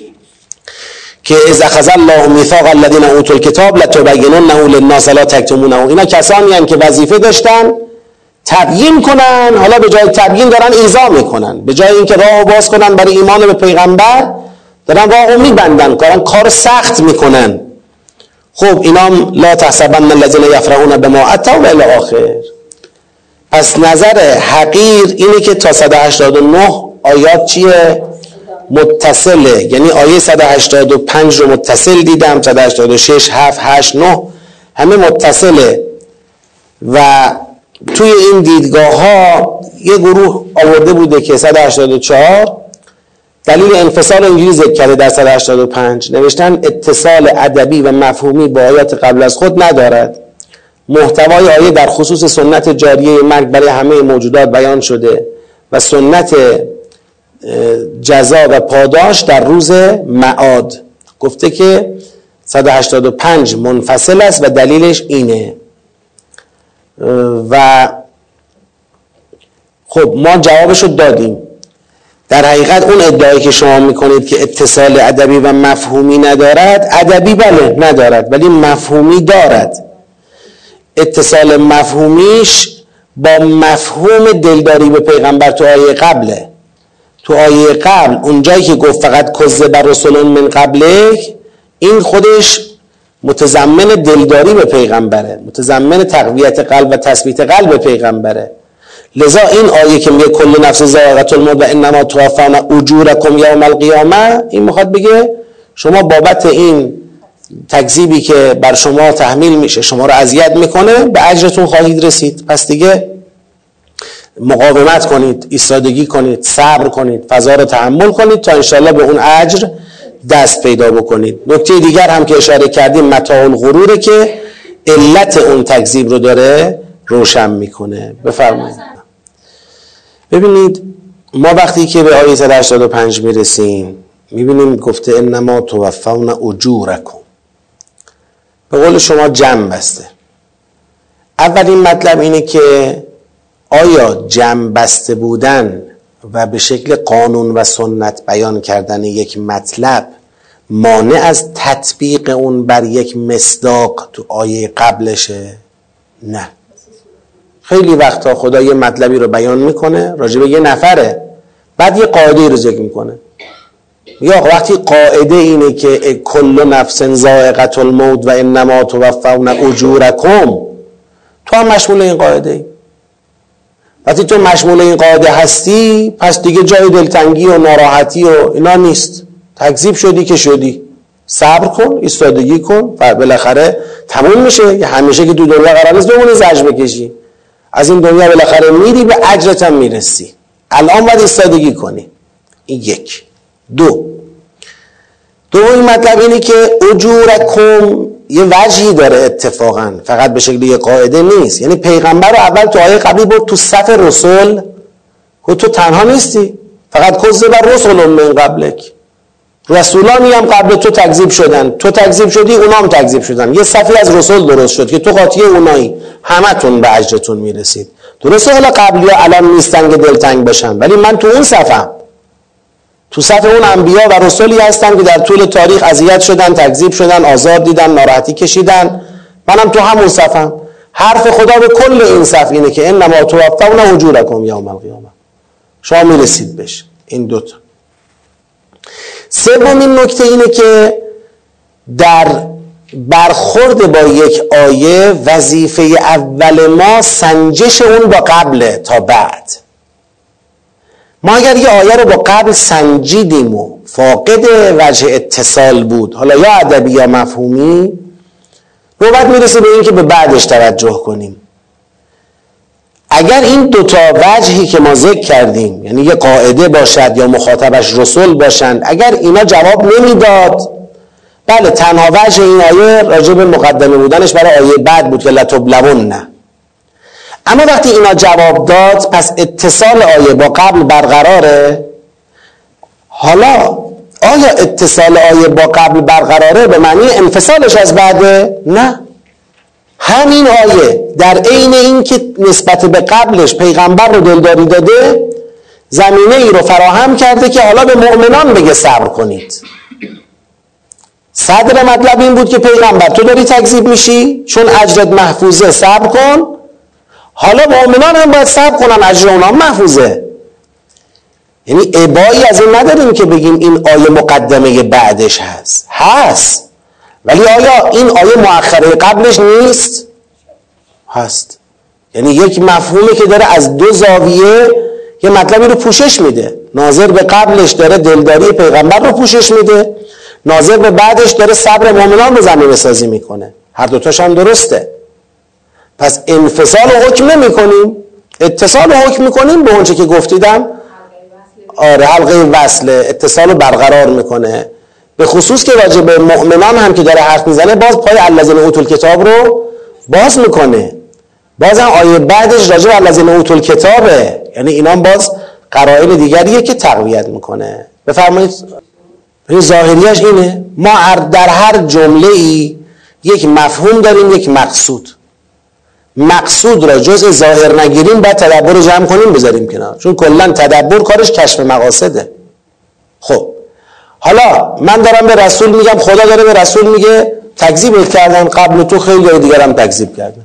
که اذ اخذ الله میثاق الذین اوتوا الکتاب لتبیننه للناس لا تکتمونه. اینا کسانی هستند که وظیفه داشتن تبیین کنن، حالا به جای تبیین دارن ایذا میکنن، به جای اینکه راهو باز کنن برای ایمان به پیغمبر دارن راهو میبندن، دارن کار سخت میکنن. خب اینام لا تحسبن الذین یفرحون بما اتوا الی آخر. پس نظر حقیر اینه که تا صد و هشتاد و نه آیات چیه؟ متصله، یعنی آیه صد و هشتاد و پنج رو متصل دیدم، صد و هشتاد و شش، هفت، هشت، نه همه متصله. و توی این دیدگاه ها یه گروه آورده بوده که صد و هشتاد و چهار دلیل انفصال اینجوری ذکر کرده در صد و هشتاد و پنج، نوشتن اتصال ادبی و مفهومی با آیات قبل از خود ندارد، محتوای آیه در خصوص سنت جاریه مرگ برای همه موجودات بیان شده و سنت جزا و پاداش در روز معاد. گفته که صد و هشتاد و پنج منفصل است و دلیلش اینه. و خب ما جوابشو دادیم. در حقیقت اون ادعایی که شما میکنید که اتصال ادبی و مفهومی ندارد، ادبی بله ندارد ولی مفهومی دارد. اتصال مفهومیش با مفهوم دلداری به پیغمبر تو آیه قبله. تو آیه قبل اونجایی که گفت فقط کذب رسول من قبلک، این خودش متضمن دلداری به پیغمبره، متضمن تقویت قلب و تثبیت قلب پیغمبره. لذا این آیه که میگه کل نفس ذائقة الموت و انما توفون اجورکم یوم القیامه، این میخواد بگه شما بابت این تکذیبی که بر شما تحمیل میشه، شما رو اذیت میکنه، به اجرتون خواهید رسید. پس دیگه مقاومت کنید، ایستادگی کنید، صبر کنید، فضا رو تحمل کنید تا انشالله به اون اجر دست پیدا بکنید. نکته دیگر هم که اشاره کردیم متاع الغروره که علت اون تکذیب رو داره روشن میکنه. بفرمایید. ببینید ما وقتی که به آیه صد و هشتاد و پنج میرسیم میبینیم گفته انما توفون اجورکم، به قول شما جمع بسته. اولین مطلب اینه که آیا جمع بسته بودن و به شکل قانون و سنت بیان کردن یک مطلب مانع از تطبیق اون بر یک مصداق تو آیه قبلشه؟ نه. خیلی وقتا خدا یه مطلبی رو بیان میکنه راجع به یه نفره، بعد یه قاعده رو ذکر میکنه. یا وقتی قاعده اینه که کل نفس ذائقة الموت و انما توفون اجورکم، تو هم مشمول این قاعده ای. وقتی تو مشمول این قاعده هستی پس دیگه جای دلتنگی و ناراحتی و اینا نیست. تکذیب شدی که شدی، صبر کن، ایستادگی کن و بالاخره تموم میشه. همیشه که تو دنیا قرار نیست بمونی زجر بکشی، از این دنیا بالاخره میری به اجرت هم میرسی. الان باید ایستادگی کنی. این یک. دو دومین مطلب اینه که اجورکم یه وجهی داره اتفاقا، فقط به شکل یه قاعده نیست. یعنی پیغمبر رو اول تو آیه قبلی برد تو صف رسول، که تو تنها نیستی، فقط کذب رسول من قبلک، رسولانی هم قبل تو تکذیب شدن، تو تکذیب شدی اونا هم تکذیب شدن، یه صفی از رسول درست شد که تو قاطی اونایی، همتون به اجرتون میرسید. درسته حالا قبلی ها الان نیستن که دلتنگ باشن، ولی من تو اون صفم، تو صف اون انبیا و رسولی هستن که در طول تاریخ اذیت شدن، تکذیب شدن، آزار دیدن، ناراحتی کشیدن. منم تو همون صفم. حرف خدا به کل این صف اینه که انما توفون اجورکم یوم القیامه، شما میرسید بهش. این دوتا. سومین نکته اینه که در برخورد با یک آیه وظیفه اول ما سنجش اون با قبله تا بعد. ما اگر یه آیه رو با قبل سنجیدیم و فاقد وجه اتصال بود، حالا یا ادبی یا مفهومی، نوبت میرسه به این که به بعدش توجه کنیم. اگر این دوتا وجهی که ما ذکر کردیم، یعنی یه قاعده باشد یا مخاطبش رسول باشند، اگر اینا جواب نمیداد، بله تنها وجه این آیه راجع به مقدمه بودنش برای آیه بعد بود که لتبلون نه. اما وقتی اینا جواب داد پس اتصال آیه با قبل برقراره. حالا آیا اتصال آیه با قبل برقراره به معنی انفصالش از بعده؟ نه. همین آیه در عین این که نسبت به قبلش پیغمبر رو دلداری داده، زمینه ای رو فراهم کرده که حالا به مؤمنان بگه صبر کنید. صدر مطلب این بود که پیغمبر تو داری تکذیب میشی، چون اجرت محفوظه صبر کن. حالا مؤمنان هم باید صبر کنن، اجر اونها محفوظه. یعنی ابایی از این نداریم که بگیم این آیه مقدمه بعدش هست. هست، ولی آیا این آیه مؤخره قبلش نیست؟ هست. یعنی یک مفهومی که داره از دو زاویه یه مطلبی رو پوشش میده. ناظر به قبلش داره دلداری پیغمبر رو پوشش میده، ناظر به بعدش داره صبر مؤمنان رو زمینه سازی میکنه. هر دوتاش هم درسته. پس انفصال رو حکم نمی کنیم، اتصال رو حکم میکنیم به اونچه که گفتیدم. آره، حلقه وصله اتصال رو برقرار میکنه. به خصوص که راجع به مؤمنان هم که داره حرف میزنه باز پای الذین اوتوا الکتاب رو باز میکنه. باز هم آیه بعدش راجع به الذین اوتوا الکتابه، یعنی اینا باز قرائن دیگریه که تقویت میکنه. بفرمایید. ظاهریش اینه ما در هر جمله ای یک مفهوم داریم، یک مقصود. مقصود را جزء ظاهر نگیریم، بعد تدبر رو جمع کنیم بذاریم کنار، چون کلا تدبر کارش کشف مقاصده. خب حالا من دارم به رسول میگم، خدا داره به رسول میگه تکذیب کردن قبل تو، خیلی دیگرم تکذیب کردن.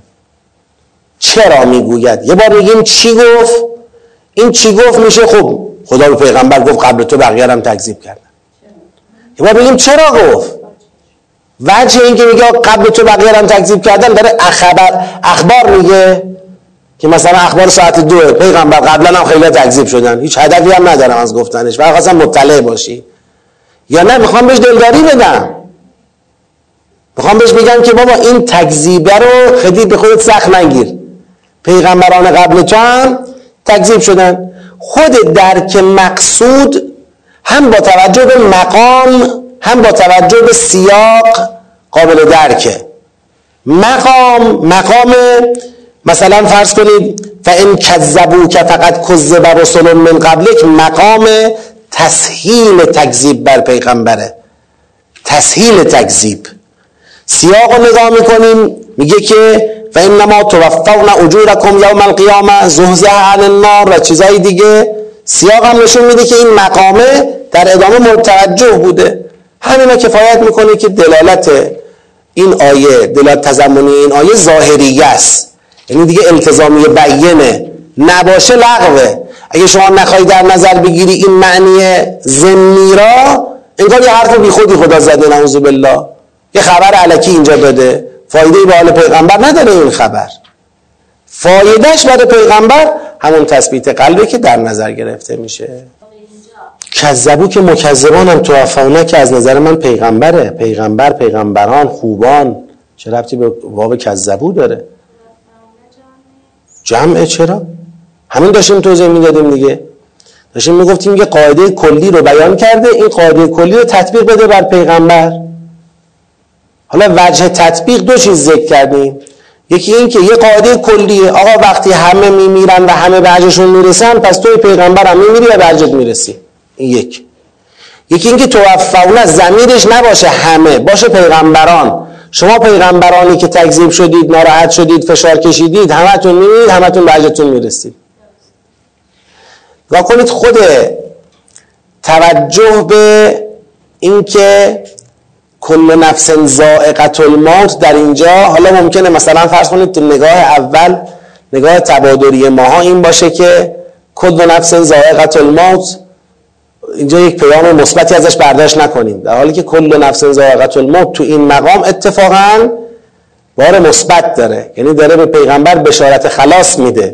چرا میگوید؟ یه بار میگیم چی گفت، این چی گفت میشه خب خدا به پیغمبر گفت قبل تو بقیه هم تکذیب کردن. یه بار میگیم چرا گفت، وجه این که میگه قبل تو بقیه هم تکذیب کردن داره اخبار اخبار میگه که مثلا اخبار ساعت دو پیغمبر قبلا هم خیلی تکذیب شدن، هیچ هدفی هم ندارم از گفتنش، فقط خواستم مطلع باشی. یا نه میخوام بهش دلداری بدم، میخوام بهش بگم که بابا این تکذیبه رو خیلی به خودت سخت نگیر، پیغمبران قبل تو هم تکذیب شدن. خود درک مقصود هم با توجه به مقام هم با توجه به سیاق قابل درکه. مقام مقام مثلا فرض کنید فَإِنْ كَذَّبُوكَ فَقَدْ كُذِّبَ رُسُلٌ مِّن قَبْلِكَ، مقام تسهیل تکذیب بر پیغمبره، تسهیل تکذیب. سیاق رو نگاه میکنیم میگه که فَإِنَّمَا تُوَفَّوْنَ أُجُورَكُمْ يَوْمَ الْقِيَامَةِ زُحْزِحَ عَنِ النَّارِ و چیزای دیگه. سیاق هم نشون میده که این مقامه در ادامه متوجه بوده. همینا کفایت میکنه که دلالت این آیه، دلالت تضمنی این آیه ظاهریه است، یعنی دیگه التزامی بیینه، نباشه لغوه. اگه شما نخواهی در نظر بگیری این معنی ضمنی را، انگار یه حرف بی خودی خدا زده، نعوذ بالله، یه خبر الکی اینجا داده، فایده‌ای به حال پیغمبر نداره. این خبر فایدهش برای پیغمبر همون تثبیت قلبه که در نظر گرفته میشه. کذبو که مکذبان هم توفونه که از نظر من پیغمبره، پیغمبر، پیغمبران، خوبان، چه ربطی به باب کذبو داره؟ جمعه. چرا؟ همین داشتیم توضیح میدادیم دیگه، داشتیم میگفتیم که قاعده کلی رو بیان کرده، این قاعده کلی رو تطبیق بده بر پیغمبر. حالا وجه تطبیق دو چیز ذکر کردیم، یکی این که یه قاعده کلیه، آقا وقتی همه میمیرن و همه به اجرشون میرسن، پس توی پیغمبر هم میمیری و به اجرت میرسی. این یک. یکی این که توفونه ضمیرش نباشه همه، باشه پیغمبران. شما پیغمبرانی که تکذیب شدید، ناراحت شدید، فشار کشیدید، همتون میمیرید، همتون به اجرتون میرسید. نگاه کنید خود توجه به این که کل نفس ذائقة الموت در اینجا، حالا ممکنه مثلا فرض کنید تو نگاه اول، نگاه تبادری ماها این باشه که کل نفس ذائقة الموت، اینجا یک پیام مثبتی ازش برداشت نکنیم، در حالی که کل نفس ذائقة الموت تو این مقام اتفاقا بار مثبت داره، یعنی داره به پیغمبر بشارت خلاص میده.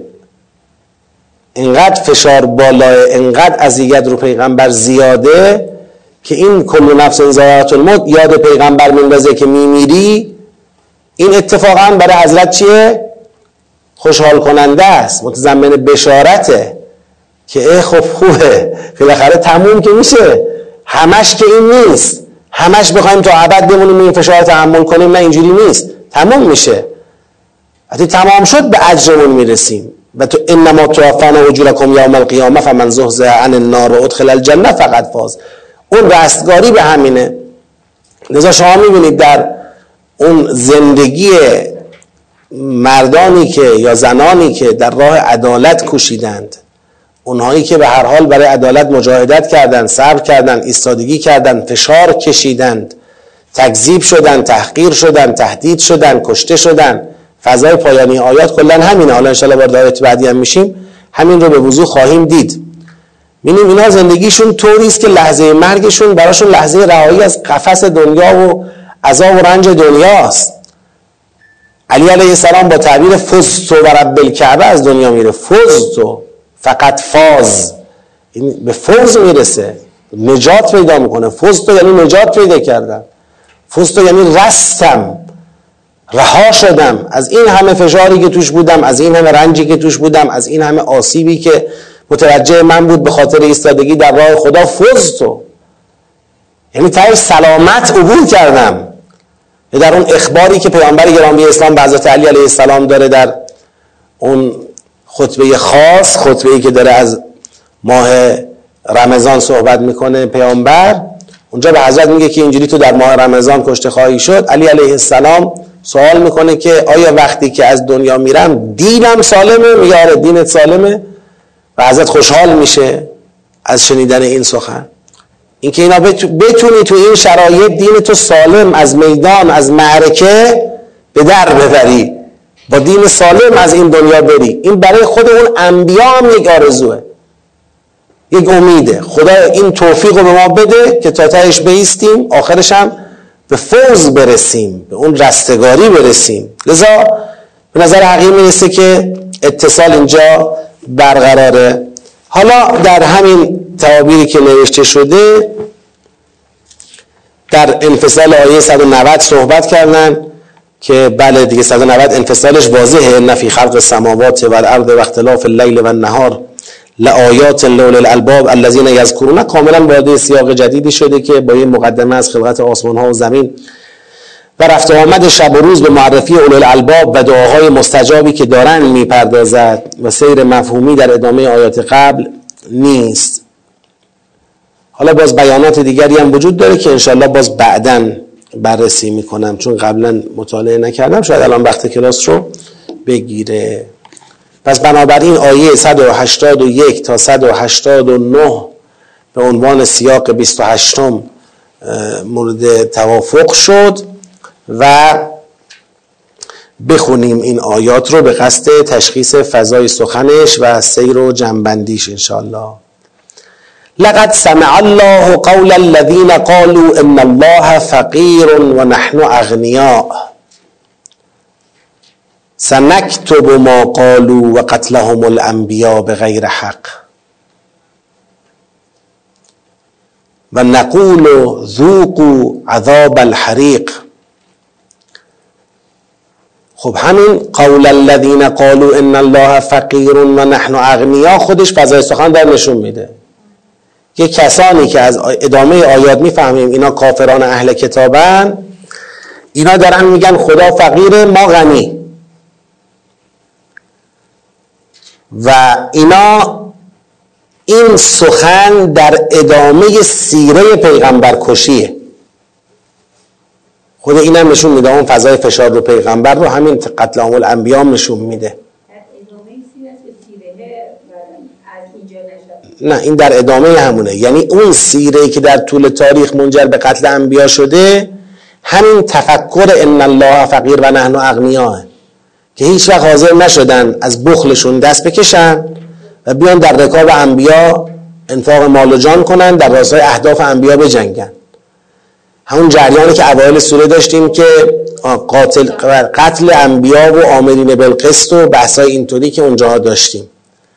اینقدر فشار بالاه، اینقدر اذیت رو پیغمبر زیاده که این کل نفس ذائقة الموت یاد پیغمبر میندازه که میمیری. این اتفاقا برای حضرت چیه؟ خوشحال کننده است، متضمن بشارته که ای خب خوبه، بالاخره تموم که میشه، همش که این نیست، همش بخوایم تا ابد بمونیم این فشار تحمل کنیم، نه اینجوری نیست، تموم میشه. وقتی تمام شد به اجرمون میرسیم. و تو انما توفون اجورکم یوم القیامه فمن زحزح عن النار و ادخل الجنه فقد فاز. اون رستگاری به همینه. لذا شما میبینید در اون زندگی مردانی که یا زنانی که در راه عدالت کوشیدند، اونهایی که به هر حال برای عدالت مجاهدت کردند، صبر کردند، ایستادگی کردند، فشار کشیدند، تکذیب شدند، تحقیر شدند، تهدید شدند، کشته شدند، فضای پایانی آیات کلا همینه. حالا انشالله بار دعایت بعدی هم میشیم همین رو به وضوح خواهیم دید. می‌بینیم اینا زندگیشون طوری است که لحظه مرگشون براشون لحظه رهایی از قفس دنیا و عذاب و رنج دنیاست. علی علیه السلام با تعبیر فزت و رب الکعبه از دنیا میره. فزت، فقط فاز، این به فوز میرسه، نجات پیدا میکنه. فزت یعنی نجات پیدا کردن، فزت یعنی رستم، رها شدم از این همه فشاری که توش بودم، از این همه رنجی که توش بودم، از این همه آسیبی که متوجه من بود به خاطر ایستادگی در راه خدا. فزتو یعنی تاش سلامت عبور کردم. در اون اخباری که پیامبر گرامی اسلام به حضرت علی علیه السلام داره در اون خطبه خاص، خطبه‌ای که داره از ماه رمضان صحبت میکنه پیامبر، اونجا به حضرت میگه که اینجوری تو در ماه رمضان کشته خواهی شد. علی علیه السلام سوال میکنه که آیا وقتی که از دنیا میرم دینم سالمه؟ میگه آره دینت سالمه. و حضرت خوشحال میشه از شنیدن این سخن، اینکه اینا بتونی تو این شرایط دین تو سالم از میدان، از معرکه به در ببری، با دین سالم از این دنیا بری. این برای خود اون انبیا هم یک آرزوه، یک امیده. خدا این توفیق رو به ما بده که تا تهش بایستیم، آخرش هم به فوز برسیم، به اون رستگاری برسیم. لذا به نظر حقیقی میرسه که اتصال اینجا برقراره. حالا در همین تعابیری که نوشته شده در انفصال آیه صد و نود صحبت کردن که بله دیگه صد و نود انفصالش واضحه. ان فی خلق السماوات والارض واختلاف اللیل والنهار لآیات لأولی الالباب الذین یذکرون، کاملا وارد سیاق جدیدی شده که با این مقدمه از خلقت آسمان ها و زمین و رفت آمد شب و روز به معرفی اولی الالباب و دعاهای مستجابی که دارن میپردازد و سیر مفهومی در ادامه آیات قبل نیست. حالا باز بیانات دیگری هم وجود داره که انشاءالله باز بعداً بررسی میکنم، چون قبلا مطالعه نکردم، شاید الان وقت کلاس رو بگیره. پس بنابراین آیه صد و هشتاد و یک تا صد و هشتاد و نه به عنوان سیاق بیست و هشتم مورد توافق شد و بخونیم این آیات رو به قصد تشخیص فضای سخنش و سیر و جنبندیش انشاءالله. لقد سمع الله قول الذين قالوا ان الله فقير ونحن اغنياء سنكتب ما قالوا وقتلهم الانبياء بغير حق ونقول ذوقوا عذاب الحريق. خب همین قول الذين قالوا ان الله فقير ونحن اغنياء خودش فضای سخن در نشون میده که کسانی که از ادامه آیات میفهمیم اینا کافران اهل کتابن، اینا دارن میگن خدا فقیره ما غنی، و اینا این سخن در ادامه سیره پیغمبر کشیه. خود این هم نشون میده، اون فضای فشار رو پیغمبر رو همین قتل عام الانبیا نشون میده. نه این در ادامه همونه، یعنی اون سیره که در طول تاریخ منجر به قتل انبیا شده همین تفکر ان الله فقیر و نحن اغنیاء، که هیچ وقت حاضر نشدن از بخلشون دست بکشن و بیان در رکاب انبیا انفاق مال و جان کنن، در راستای اهداف انبیا بجنگن. همون جریانی که اوایل سوره داشتیم که قاتل قتل انبیا و آمرین بالقسط و بحثای اینطوری که اونجاها داشتیم.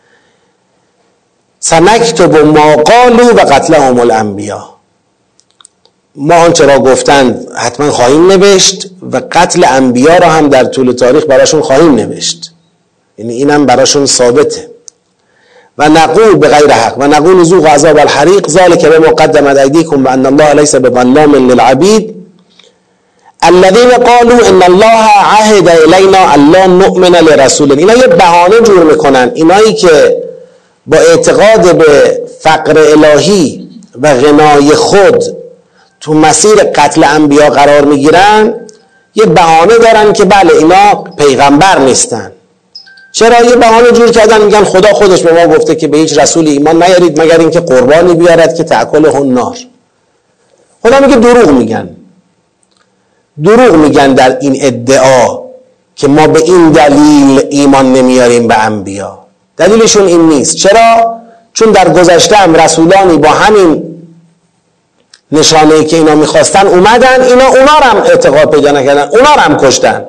سنکتب ما قالوا و قتلهم الانبیا، ما آنچه را گفتند حتما خواهیم نوشت و قتل انبیا را هم در طول تاریخ براشون خواهیم نوشت، یعنی اینم براشون ثابته. و نقول به غیر حق و نقول ذوقوا عذاب الحریق ذلک بما قدمت ایدیکم وان الله لیس بظلام للعبید الذين قالوا ان الله عهد الینا الا نؤمن لرسول. اینا یه بهانه جور میکنن، اینایی که با اعتقاد به فقر الهی و غنای خود تو مسیر قتل انبیا قرار میگیرن، یه بهانه دارن که بله اینا پیغمبر نیستن. چرا یه بهانه جور کردن؟ میگن خدا خودش به ما گفته که به هیچ رسول ایمان نیارید مگر اینکه قربانی بیارد که تأکله النار. خدا میگه دروغ میگن، دروغ میگن در این ادعا که ما به این دلیل ایمان نمیاریم به انبیا. دلیلشون این نیست. چرا؟ چون در گذشته هم رسولانی با همین نشانه‌ای که اینا میخواستن اومدن، اینا اونا رو هم اعتقاد پیدا نکردن، اونا رو هم کشتن.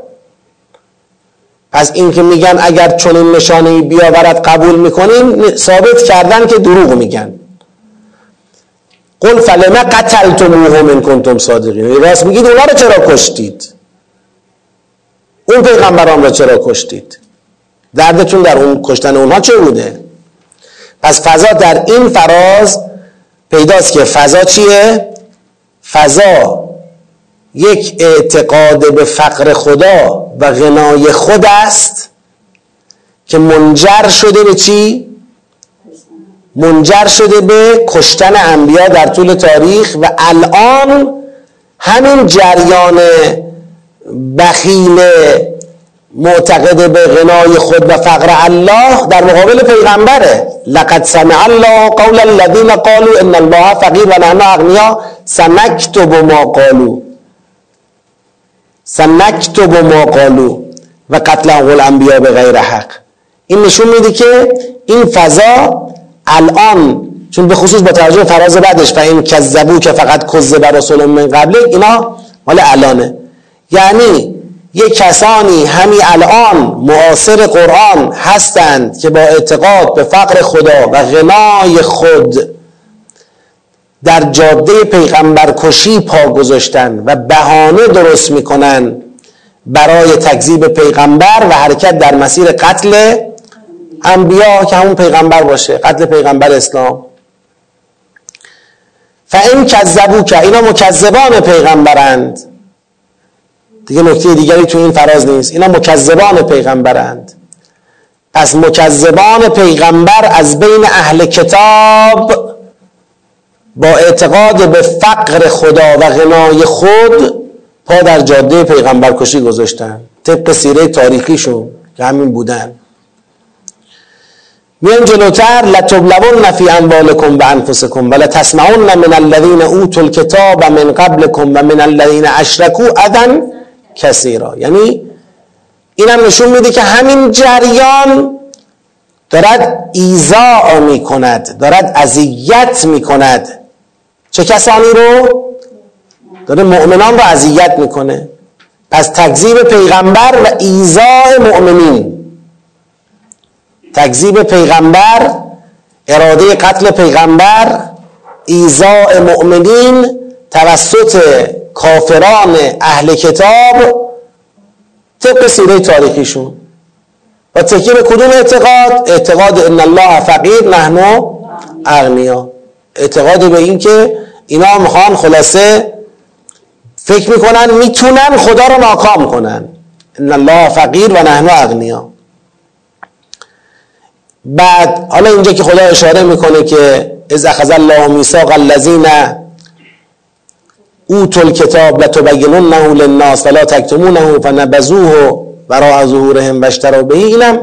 پس این که میگن اگر چنین نشانه‌ای بیاورد قبول میکنیم، ثابت کردن که دروغ میگن. قل فلما قتلتموهم ان کنتم صادقین، راست میگید اونا رو چرا کشتید؟ اون پیغمبران رو چرا کشتید؟ دردتون در اون کشتن اونها چه بوده؟ پس فضا در این فراز پیداست که فضا چیه؟ فضا یک اعتقاد به فقر خدا و غنای خود است که منجر شده به چی؟ منجر شده به کشتن انبیا در طول تاریخ و الان همین جریان بخیل معتقد به غنای خود و فقر الله در مقابل پیغمبره. لقد سمع الله قول الذين قالوا ان الله فقیر و نحن اغنیا سنکتب ما قالوا سنکتب ما قالوا و قتلهم الانبیاء بغیر حق. این نشون میده که این فضا الان، چون به خصوص با توجه فراز بعدش فإن کذبوک فقط کذب رسول من قبلک، اینا مال الانه. یعنی یک کسانی همین الان معاصر قرآن هستند که با اعتقاد به فقر خدا و غنای خود در جاده پیغمبر کشی پا گذاشتن و بهانه درست میکنن برای تکذیب پیغمبر و حرکت در مسیر قتل انبیا که همون پیغمبر باشه، قتل پیغمبر اسلام. فإن کذبوک، اینا مکذبان پیغمبرند. دیگه نکته دیگری تو این فراز نیست، اینا مکذبان پیغمبرند. پس مکذبان پیغمبر از بین اهل کتاب با اعتقاد به فقر خدا و غنای خود پا در جاده پیغمبر کشی گذاشتن طبق سیره تاریخیشون که همین بودن. میان جلوتر لتبلون فی اموالکم و انفسکم ولتسمعن من الذین اوتوا الکتاب من قبلکم و من الذین اشرکوا اذى کثیرا. یعنی اینم نشون میده که همین جریان دارد ایذاء میکند، دارد اذیت میکند. چه کسانی رو؟ داره مؤمنان رو اذیت میکنه. پس تکذیب پیغمبر و ایذاء مؤمنین، تکذیب پیغمبر، اراده قتل پیغمبر، ایذاء مؤمنین توسط کافران اهل کتاب طبق سیره تاریخیشون. و تکیه به کدوم اعتقاد؟ اعتقاد ان الله فقیر نحن اغنیا. اعتقاد به این که اینا میخوان خلاصه فکر میکنن میتونن خدا رو ناکام کنن. ان الله فقیر و نحن اغنیا. بعد حالا اینجا که خدا اشاره میکنه که اذ اخذ الله میثاق الذین اوتوا الکتاب لتبیننه للناس ولا تکتمونه فنبذوه وراء ظهورهم واشتروا به، اینم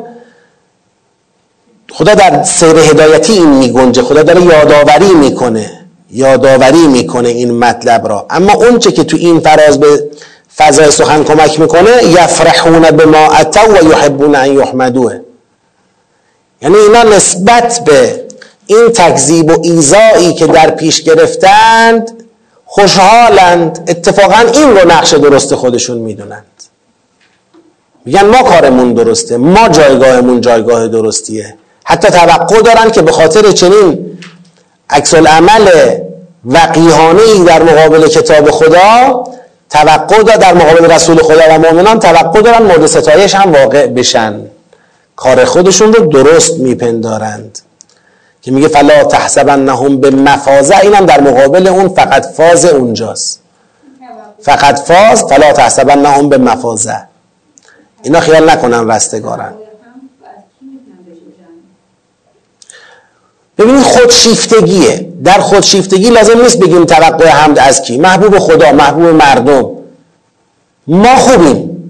خدا در سیر هدایتی این میگنجه. خدا داره یادآوری میکنه یادآوری میکنه این مطلب را. اما اون چه که تو این فراز به فضای سخن کمک میکنه یفرحون بما اتوا و یحبون ان یحمدوه، یعنی اینا نسبت به این تکذیب و ایذایی که در پیش گرفتند خوشحالند. اتفاقا این رو نقش درست خودشون میدونند. میگن ما کارمون درسته، ما جایگاهمون جایگاه درستیه. حتی توقع دارن که به خاطر چنین عکس العمل وقیحانه‌ای در مقابل کتاب خدا توقع دارن، در مقابل رسول خدا و مؤمنان توقع دارن مورد ستایش هم واقع بشن. کار خودشون رو درست میپندارند که میگه فلا تحسبنهم بمفازه. اینم در مقابل اون فقط فاز اونجاست. فقط فاز فلا تحسبنهم بمفازه. اینا خیال نکنن رستگارن. ببینید خودشیفتگیه. در خودشیفتگی لازم نیست بگیم توقع حمد از کی؟ محبوب خدا، محبوب مردم. ما خوبیم.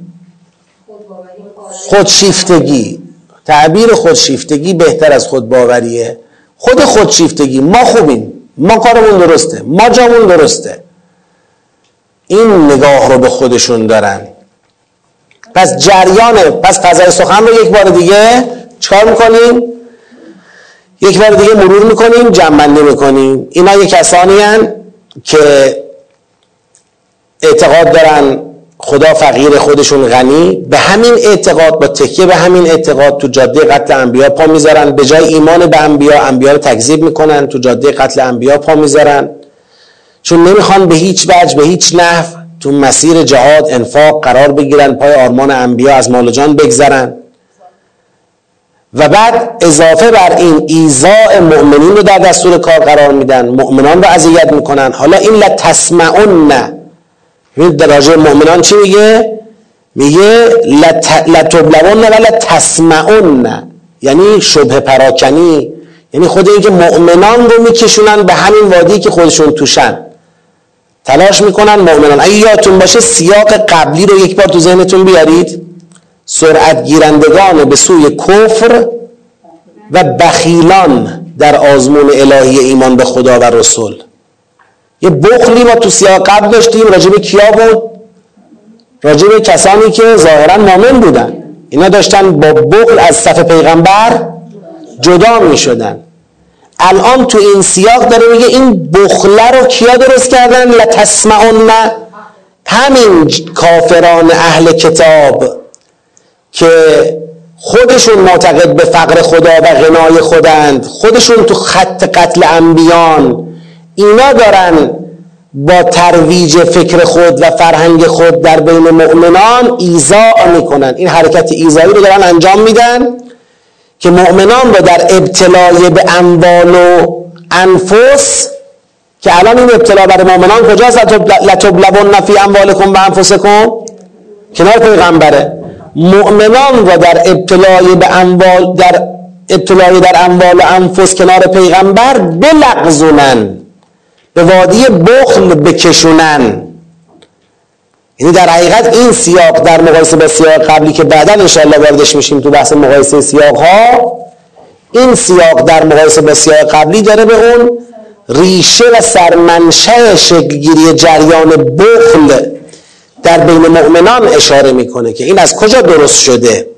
خودشیفتگی، تعبیر خودشیفتگی بهتر از خودباوریه. خود خودشیفتگی، ما خوبیم، ما کارمون درسته، ما جامون درسته. این نگاه رو به خودشون دارن. پس جریانه. پس فضای سخن رو یک بار دیگه چکار میکنیم؟ یک بار دیگه مرور میکنیم، جمع‌بندی میکنیم. اینا یک کسانی هستند که اعتقاد دارن خدا فقیر، خودشون غنی. به همین اعتقاد، با تکیه به همین اعتقاد تو جاده قتل انبیا پا میذارن. به جای ایمان به انبیا، انبیا رو تکذیب میکنن، تو جاده قتل انبیا پا میذارن. چون نمیخوان به هیچ وجه، به هیچ نحو تو مسیر جهاد انفاق قرار بگیرن، پای آرمان انبیا از مال و جان بگذرن. و بعد اضافه بر این ایذاء مؤمنین رو در دستور کار قرار میدن، مؤمنان رو اذیت میکنن. حالا این لتسمعن، در راجع مؤمنان چی میگه؟ میگه لتبلون و لتسمعن، یعنی شبه پراکنی یعنی خود این که مؤمنان رو میکشونن به همین وادی که خودشون توشن، تلاش میکنن مؤمنان. اگه یادتون باشه سیاق قبلی رو یک بار تو ذهنتون بیارید، سرعت گیرندگان به سوی کفر و بخیلان در آزمون الهی ایمان به خدا و رسول. یه بخلی ما تو سیاق قبل داشتیم، راجب کیا بود؟ راجب کسانی که ظاهرا مؤمن بودن، اینا داشتن با بخل از صف پیغمبر جدا می شدن. الان تو این سیاق داره میگه این بخله رو کیا درست کردن؟ لتسمعن، همین کافران اهل کتاب که خودشون معتقد به فقر خدا و غنای خودند، خودشون تو خط قتل انبیان، اینا دارن با ترویج فکر خود و فرهنگ خود در بین مؤمنان ایذا میکنن. این حرکت ایذایی رو دارن انجام میدن که مؤمنان رو در ابتلای به اموال و انفس، که الان این ابتلا برای مؤمنان کجاست؟ لتبلون فی اموالکم و انفسکم، کنار پیغمبره. مؤمنان رو در ابتلای به اموال، در ابتلای در اموال و انفس کنار پیغمبر بلغزونن، به وادی بخل بکشونن. یعنی در حقیقت این سیاق در مقایسه با سیاق قبلی که بعدا انشاءالله واردش میشیم تو بحث مقایسه سیاق ها، این سیاق در مقایسه با سیاق قبلی داره به اون ریشه و سرمنشأ شکلگیری جریان بخل در بین مؤمنان اشاره میکنه که این از کجا درست شده.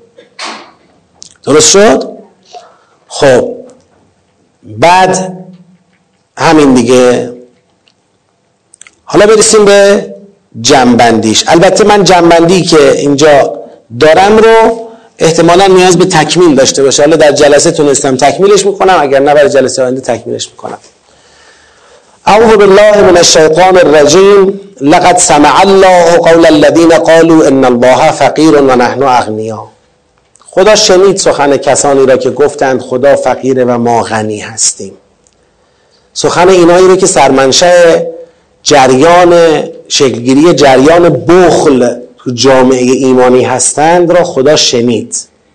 درست شد؟ خب بعد همین دیگه. حالا برسیم به جنبندیش. البته من جنبندی که اینجا دارم رو احتمالا نیاز به تکمیل داشته باشه، حالا در جلسه تونستم تکمیلش میکنم، اگر نه برای جلسه آینده تکمیلش میکنم. اعوذ بالله من الشیطان الرجیم. لقد سمع الله قول الذين قالوا ان الله فقیر و نحن اغنیا. خدا شنید سخن کسانی را که گفتند خدا فقیره و ما غنی هستیم. سخن اینایی رو که سرمنشأ جریان شکلگیری جریان بخل تو جامعه ایمانی هستند را خدا شنید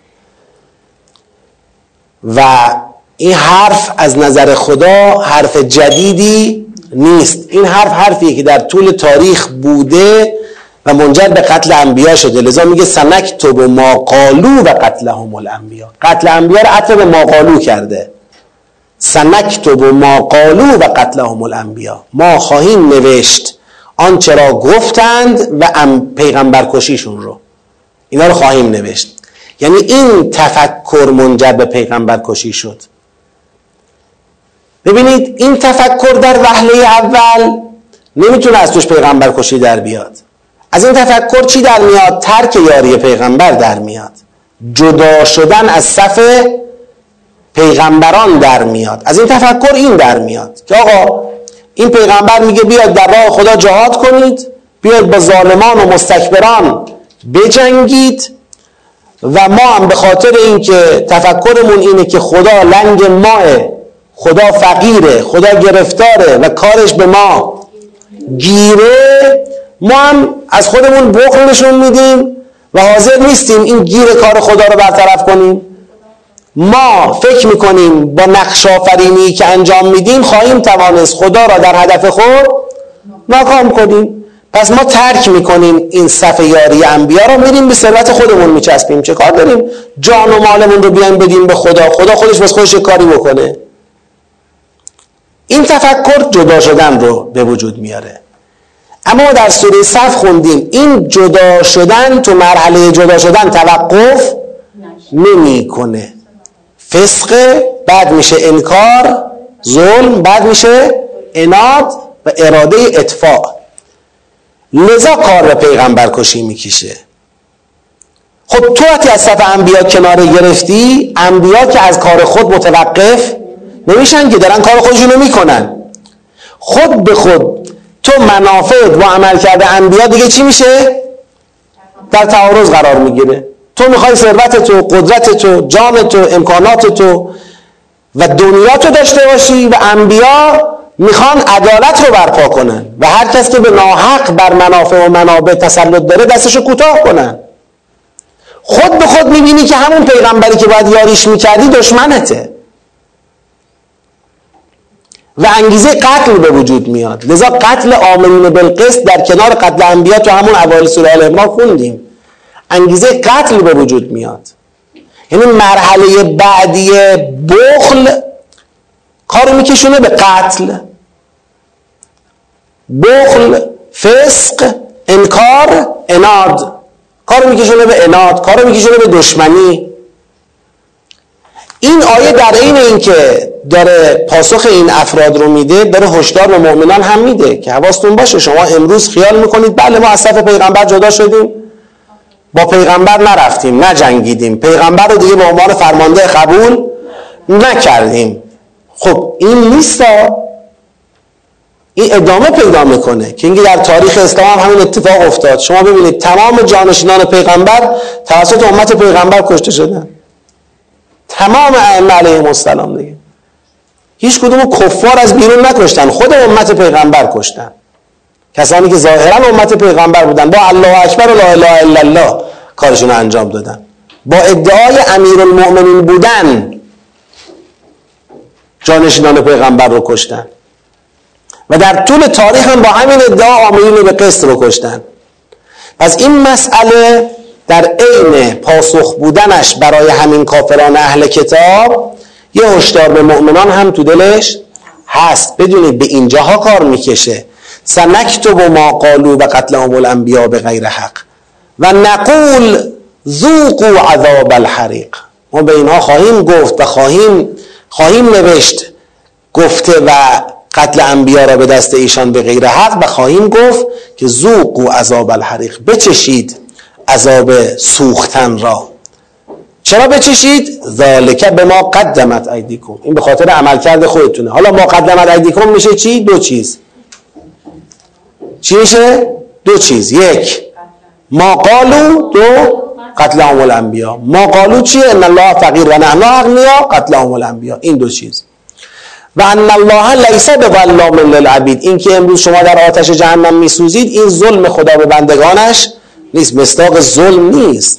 و این حرف از نظر خدا حرف جدیدی نیست. این حرف حرفیه که در طول تاریخ بوده و منجر به قتل انبیا شده. لذا میگه سنکتب ما قالوا و قتلهم الانبیا. قتل انبیا رو عطف به ما قالوا کرده. سنکتب ما قالوا و قتلهم الانبیا. ما خواهیم نوشت آنچه را گفتند و پیغمبر کشیشون رو، اینا رو خواهیم نوشت. یعنی این تفکر منجر به پیغمبر کشی شد. ببینید این تفکر در وهله اول نمیتونه از توش پیغمبر کشی در بیاد. از این تفکر چی در میاد؟ ترک یاری پیغمبر در میاد، جدا شدن از صف پیغمبران در میاد. از این تفکر این در میاد که آقا این پیغمبر میگه بیاید در راه خدا جهاد کنید، بیاید با ظالمان و مستکبران بجنگید و ما هم به خاطر اینکه تفکرمون اینه که خدا لنگ ماه، خدا فقیره، خدا گرفتاره و کارش به ما گیره، ما هم از خودمون بخل نشون میدیم و حاضر نیستیم این گیر کار خدا رو برطرف کنیم. ما فکر میکنیم با نقش آفرینی که انجام میدیم خواهیم توانست خدا را در هدف خود ناکام کنیم. پس ما ترک میکنیم این صف یاری انبیا رو، میریم به ثروت خودمون میچسبیم. چه کار داریم جان و مالمون رو بیایم بدیم به خدا، خدا خودش بس خودش کاری بکنه. این تفکر جدا شدن رو به وجود میاره. اما در سوره صف خوندیم این جدا شدن تو مرحله جدا شدن توقف نمیکنه. فسق، بعد میشه انکار، ظلم، بعد میشه عناد و اراده اطفاء. لذا کار به پیغمبر کشی میکشه. خب تو وقتی از صف انبیا کناره گرفتی، انبیا که از کار خود متوقف نمیشن که دارن کار خودشونو میکنن. خود به خود تو منافعت با عمل کرده انبیا دیگه چی میشه؟ در تعارض قرار میگیره. تو میخوای ثروت تو، قدرت تو، جان تو، امکانات تو و دنیا تو داشته باشی و انبیا میخوان عدالت رو برپا کنن و هر کس که به ناحق بر منافع و منابع تسلط داره دستشو کوتاه کنن. خود به خود میبینی که همون پیغمبری که باید یاریش میکردی دشمنته. و انگیزه قتل به وجود میاد. لذا قتل آمرین بالقسط در کنار قتل انبیا تو همون اوایل سوره آل عمران خوندیم، انگیزه قتل به وجود میاد. یعنی مرحله بعدی بخل کارو میکشونه به قتل. بخل، فسق، انکار، عناد کارو میکشونه به عناد، کارو میکشونه به دشمنی. این آیه در عین اینکه داره پاسخ این افراد رو میده، داره هشدار به مؤمنان هم میده که حواستون باشه شما امروز خیال میکنید بله ما از صف پیغمبر جدا شدیم، با پیغمبر نرفتیم، نجنگیدیم، پیغمبر رو دیگه به عنوان فرمانده قبول نکردیم. خب این نیستا، این ادامه پیدا میکنه که اینکه در تاریخ اسلام هم همین اتفاق افتاد. شما ببینید تمام جانشینان پیغمبر توسط امت پیغمبر کشته شدن، تمام ائمه علیهم السلام دیگه. هیچ کدوم کفار از بیرون نکشتن، خود امت پیغمبر کشتن. کسانی که ظاهرا امت پیغمبر بودن با الله اکبر و لا اله الا الله کارشون رو انجام دادن، با ادعای امیرالمؤمنین بودن جانشینان پیغمبر رو کشتن و در طول تاریخ هم با همین ادعا آمرین به قسط رو کشتن. پس این مسئله در عین پاسخ بودنش برای همین کافران اهل کتاب یه هشدار به مؤمنان هم تو دلش هست. بدونید به اینجاها کار میکشه. سنکتب ما قالوا و قتلهم الانبیاء به غیر حق و نقول ذوقوا عذاب الحریق. ما به اینها خواهیم گفت و خواهیم خواهیم نوشت گفته و قتل انبیا را به دست ایشان به غیر حق و خواهیم گفت که ذوقوا عذاب الحریق، بچشید عذاب سوختن را. چرا بچشید؟ ذالک بما قدمت ایدیکم، این به خاطر عملکرد خودتونه. حالا ما قدمت ایدیکم میشه چی؟ دو چیز. چی میشه؟ دو چیز. یک ما قالو، دو قتلهم الانبیا. ما قالو چیه؟ ان الله فقیر و نحن اغنیا، قتلهم الانبیا. این دو چیز. و ان الله لیس بظلام للعبید، این که امروز شما در آتش جهنم میسوزید این ظلم خدا به بندگانش نیست، مصداق ظلم نیست.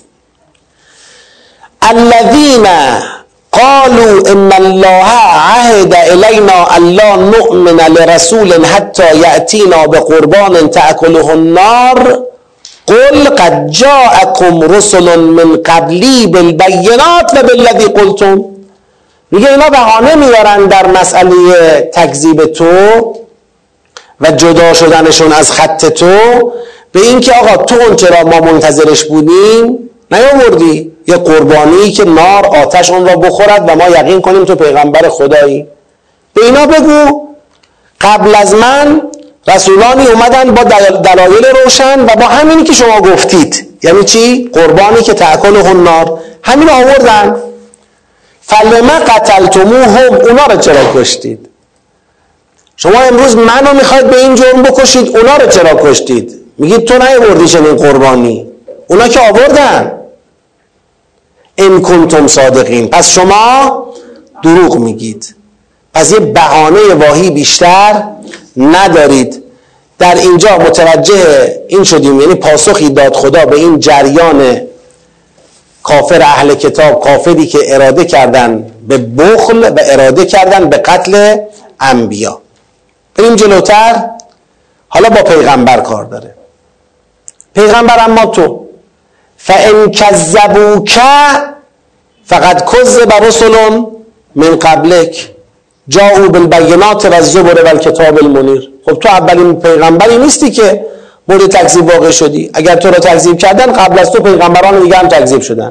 الذين قالوا ان الله عهد الینا الا نؤمن لرسول حتى یأتینا بقربان تأکله النار قل قد جاءكم رسل من قبلی بالبینات و بالذی قلتم. میگه اینا بهانه میارن در مسئله تکذیب تو و جدا شدنشون از خط تو به این که آقا تو اون چرا ما منتظرش بودیم نیاوردی یه قربانی که نار آتش اون را بخورد و ما یقین کنیم تو پیغمبر خدایی. به اینا بگو قبل از من رسولانی اومدن با دلایل روشن و با همینی که شما گفتید. یعنی چی؟ قربانی که تأکله النار، همین آوردن. فلما قتلتموهم، اونا رو چرا کشتید؟ شما امروز منو میخواید به این جرم بکشید، اونا رو چرا کشتید؟ میگید تو نیاوردی چنین قربانی، اونا که آوردن. ان کنتم صادقین، پس شما دروغ میگید. پس یه بهانه واهی بیشتر ندارید. در اینجا متوجه این شدیم، یعنی پاسخی داد خدا به این جریان کافر اهل کتاب، کافری که اراده کردن به بخل و اراده کردن به قتل انبیا. بریم جلوتر. حالا با پیغمبر کار داره. پیغمبر اما تو فَإِنْ كَذَّبُوكَ فَقَدْ كُذِّبَ رُسُلٌ من قبلک جاءوا بالبینات و الزبر و الکتاب المنیر. خب تو اولین پیغمبری نیستی که مورد تکذیب واقع شدی. اگر تو رو تکذیب کردن قبل از تو پیغمبران دیگه هم تکذیب شدن.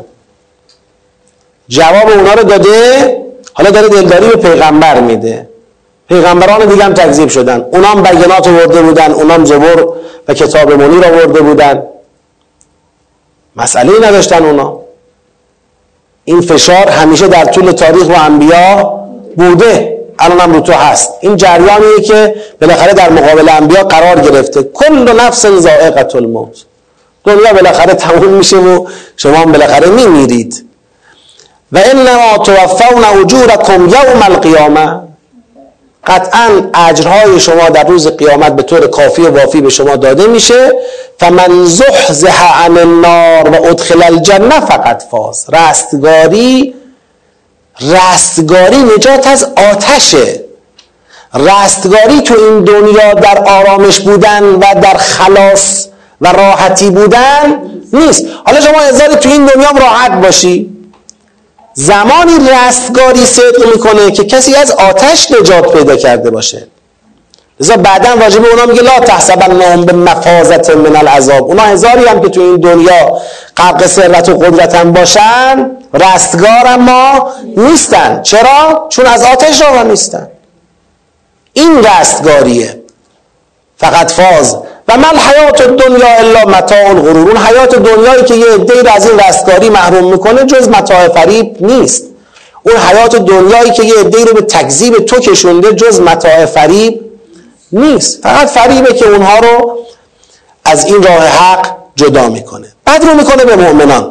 جواب اونا رو داده، حالا داره دلداری به پیغمبر میده. پیغمبران دیگه هم تکذیب شدن، اونا هم بینات آورده بودن، اونا هم زبر و کتاب منیر آورده بودن، مسئله‌ای نداشتن اونا. این فشار همیشه در طول تاریخ و انبیا بوده، الان هم رو تو هست. این جریانیه که بالاخره در مقابل انبیا قرار گرفته. کل نفس ذائقة الموت، دنیا بالاخره تموم میشه و شما هم بالاخره میمیرید. و انما توفون اجورکم یوم القیامه، قطعا اجرهای شما در روز قیامت به طور کافی و وافی به شما داده میشه. فمن زحزح عن النار و ادخل الجنه فقط فاز. رستگاری رستگاری نجات از آتشه رستگاری تو این دنیا در آرامش بودن و در خلاص و راحتی بودن نیست. حالا شما هزاری تو این دنیا راحت باشی، زمانی رستگاری صدق میکنه که کسی از آتش نجات پیدا کرده باشه. لذا بعداً واجبه اونا میگه لا تحسبنهم بمفازة من العذاب. اونا هزاری هم که تو این دنیا غرق ثروت و قدرت هم باشن رستگار اما نیستن. چرا؟ چون از آتش راه نیستن. این رستگاریه. فقط فاز و ما الحیات الدنیا الا متاع الغرور. اون حیات دنیایی که یه عده‌ای رو از این رستگاری محروم میکنه جز متاع فریب نیست. اون حیات دنیایی که یه عده‌ای رو به تکذیب تو کشونده جز متاع فریب نیست. فقط فریبه که اونها رو از این راه حق جدا میکنه. بعد رو میکنه به مؤمنان.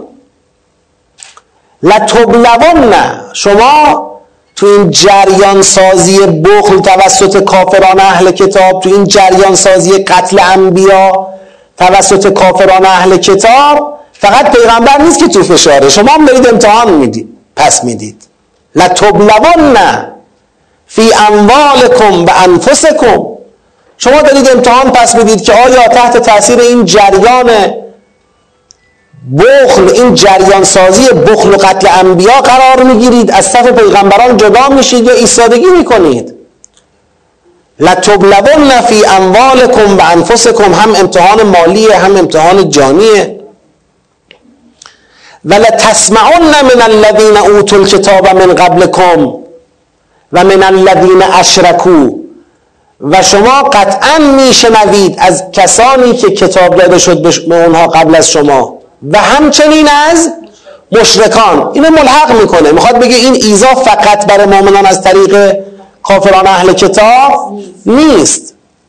لتبلون، شما تو این جریان سازی بخل توسط کافران اهل کتاب، تو این جریان سازی قتل انبیا توسط کافران اهل کتاب، فقط پیغمبر نیست که تو فشاره، شما هم برید امتحان میدید، پس میدید. لتبلون فی اموالکم و انفسکم، شما دارید امتحان پس میدید که آیا تحت تاثیر این جریان بخل، این جریان سازی بخل و قتل انبیا قرار میگیرید، از صف پیغمبران جدا میشید یا ایستادگی میکنید. لتبلون فی اموالکم و انفسکم، هم امتحان مالیه هم امتحان جانیه. ولتسمعن من الذین اوتوا الکتاب من قبلکم و من الذین اشرکوا، و شما قطعا میشنوید از کسانی که کتاب داده شد به اونها قبل از شما و همچنین از مشرکان. اینو ملحق میکنه، میخواد بگه این ایذا فقط برای مؤمنان از طریق کافران اهل کتاب نیست.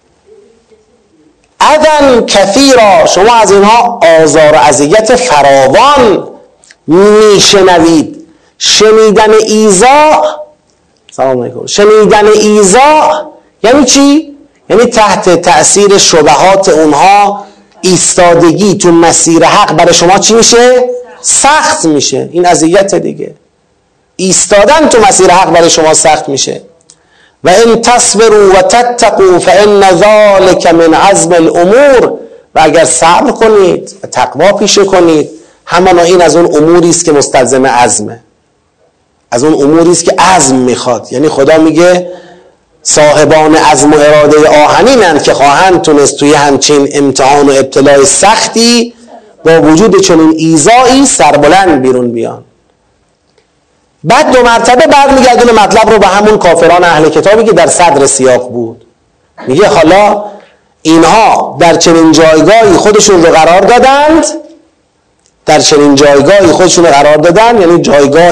اذن کثیرا، شما از اینها آزار و اذیت فراوان میشنوید. شنیدن ایذا، سلام علیکم، شنیدن ایذا یعنی چی؟ یعنی تحت تأثیر شبهات اونها ایستادگی تو مسیر حق برای شما چی میشه؟ سخت میشه. این اذیت دیگه، ایستادن تو مسیر حق برای شما سخت میشه. و ان تصبروا و تتقوا فان ذلک من عزم الامور، و اگر صبر کنید و تقوا پیشه کنید، همانا این از اون اموری است که مستلزم عزمه، از اون اموری است که عزم میخواد. یعنی خدا میگه صاحبان عزم و اراده آهنینند که خواهند تونست توی همچین امتحان و ابتلای سختی با وجود چنین ایذایی سربلند بیرون بیان. بعد دو مرتبه برمیگردونه مطلب رو به همون کافران اهل کتابی که در صدر سیاق بود. میگه حالا اینها در چنین جایگاهی خودشون رو قرار دادند، در چنین جایگاهی خودشون رو قرار دادن، یعنی جایگاه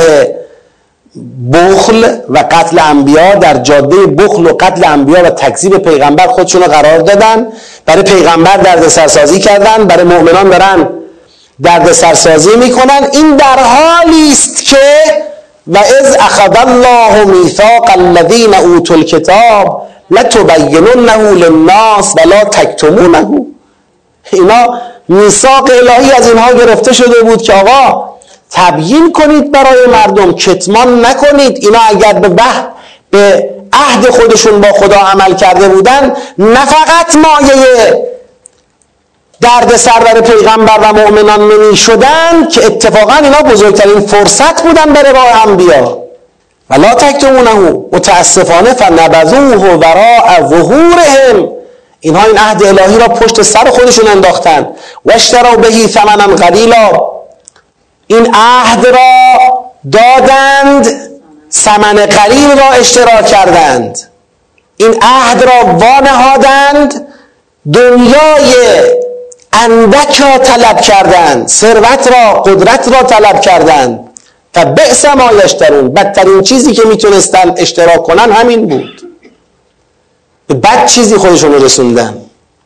بخل و قتل انبیا، در جاده بخل و قتل انبیا و تکذیب پیغمبر خودشون رو قرار دادن، برای پیغمبر درد سرسازی کردن، برای مؤمنان دارن درد سرسازی میکنن. این در حالی است که و اذ اخذ الله میثاق الذین اوتوا الکتاب لتبیننه للناس ولا تکتمونه. اینا میثاق الهی از اینها گرفته شده بود که آقا تبیین کنید برای مردم، کتمان نکنید. اینا اگر به به به عهد خودشون با خدا عمل کرده بودن، نه فقط مایه درد سر بر پیغمبر و مؤمنان نمی شدن، که اتفاقا اینا بزرگترین فرصت بودن برای راه انبیا. ولا تکتمونه، متاسفانه فنبذوه وراء ظهورهم، اینها این عهد الهی را پشت سر خودشون انداختن. و اشتروا به ثمنا قلیلا، این عهد را دادند، ثمن قلیل را اشترا کردند، این عهد را وانهادند، دنیای اندک را طلب کردند، ثروت را، قدرت را طلب کردند. فبئس ما یشترون، بدترین چیزی که میتونستن اشتراک کنن همین بود. به بد چیزی خودشون رو رسوندن.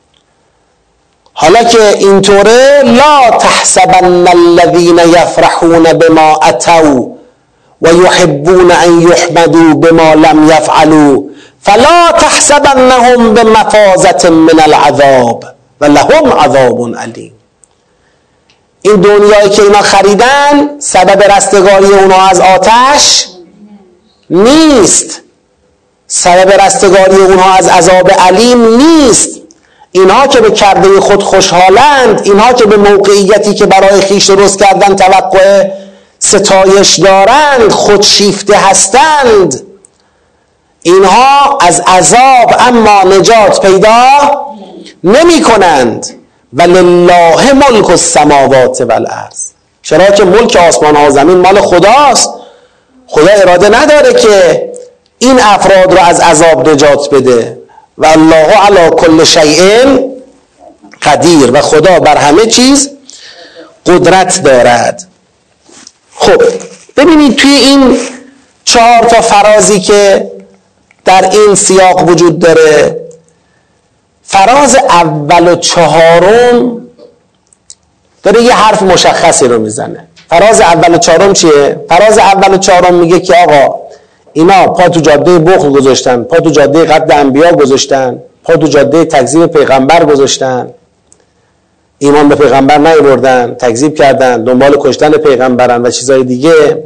حالا که اینطوره، لا تحسبن الذین یفرحون بما اتوا و یحبون ان یحمدوا بما لم یفعلوا فلا تحسبنهم بمفازة من العذاب و لهم عذاب علیم. این دنیایی که اینا خریدن سبب رستگاری اونا از آتش نیست. سبب رستگاری اونها از عذاب علیم نیست. اینها که به کرده خود خوشحالند، اینها که به موقعیتی که برای خویش درست کردن توقع ستایش دارند خودشیفته هستند، اینها از عذاب اما نجات پیدا نمی کنند. ولله ملک السماوات والارض. چرا که ملک آسمان ها و زمین مال خداست. خدا اراده نداره که این افراد رو از عذاب نجات بده. و الله علی کل شیء قدیر، و خدا بر همه چیز قدرت دارد. خب ببینید توی این چهار تا فرازی که در این سیاق وجود داره، فراز اول و چهارم داره یه حرف مشخصی رو میزنه. فراز اول و چهارم چیه؟ فراز اول و چهارم میگه که آقا اینا پا تو جاده بخل گذاشتن، پا تو جاده قتل انبیا گذاشتن، پا تو جاده تکذیب پیغمبر گذاشتن، ایمان به پیغمبر نیاوردن، تکذیب کردن، دنبال کشتن پیغمبرن و چیزهای دیگه.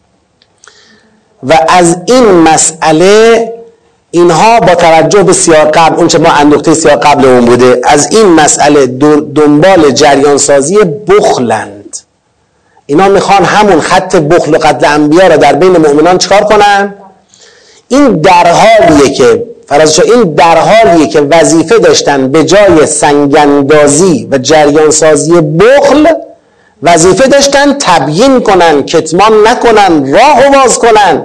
و از این مسئله اینها با توجه به سیاق قبل، اون چه ما اندوخته سیاق قبل اون بوده، از این مسئله دنبال جریان سازی بخلند. اینا میخوان همون خط بخل و قتل انبیا را در بین مؤمنان چکار کنن؟ این در حالیه که فرازشو این در حالیه که وظیفه داشتن به جای سنگاندازی و جریان سازی بخل، وظیفه داشتن تبیین کنن، کتمان نکنن، راه باز کنن.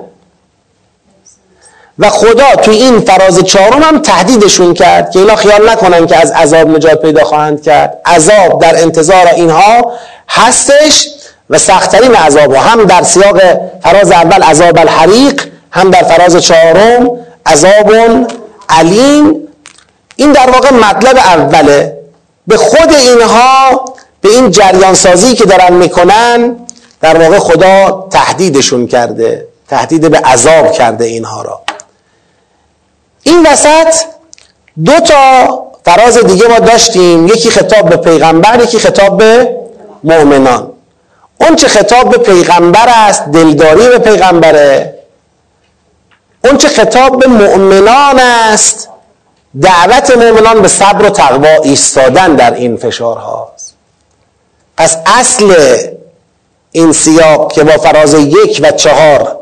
و خدا توی این فراز چهارم هم تهدیدشون کرد که اینا خیال نکنن که از عذاب نجات پیدا خواهند کرد. عذاب در انتظار اینها هستش و سخت‌ترین عذاب ها، هم در سیاق فراز اول عذاب الحریق، هم در فراز چهارم عذاب علیم. این در واقع مطلب اوله. به خود اینها، به این جریان سازی که دارن میکنن، در واقع خدا تهدیدشون کرده، تهدید به عذاب کرده اینها را. این وسط دو تا فراز دیگه ما داشتیم، یکی خطاب به پیغمبر، یکی خطاب به مؤمنان. اون چه خطاب به پیغمبر است دلداری به پیغمبره، اون چه خطاب به مؤمنان است دعوت مؤمنان به صبر و تقوا ایستادن در این فشارهاست. پس اصل این سیاق که با فراز یک و چهار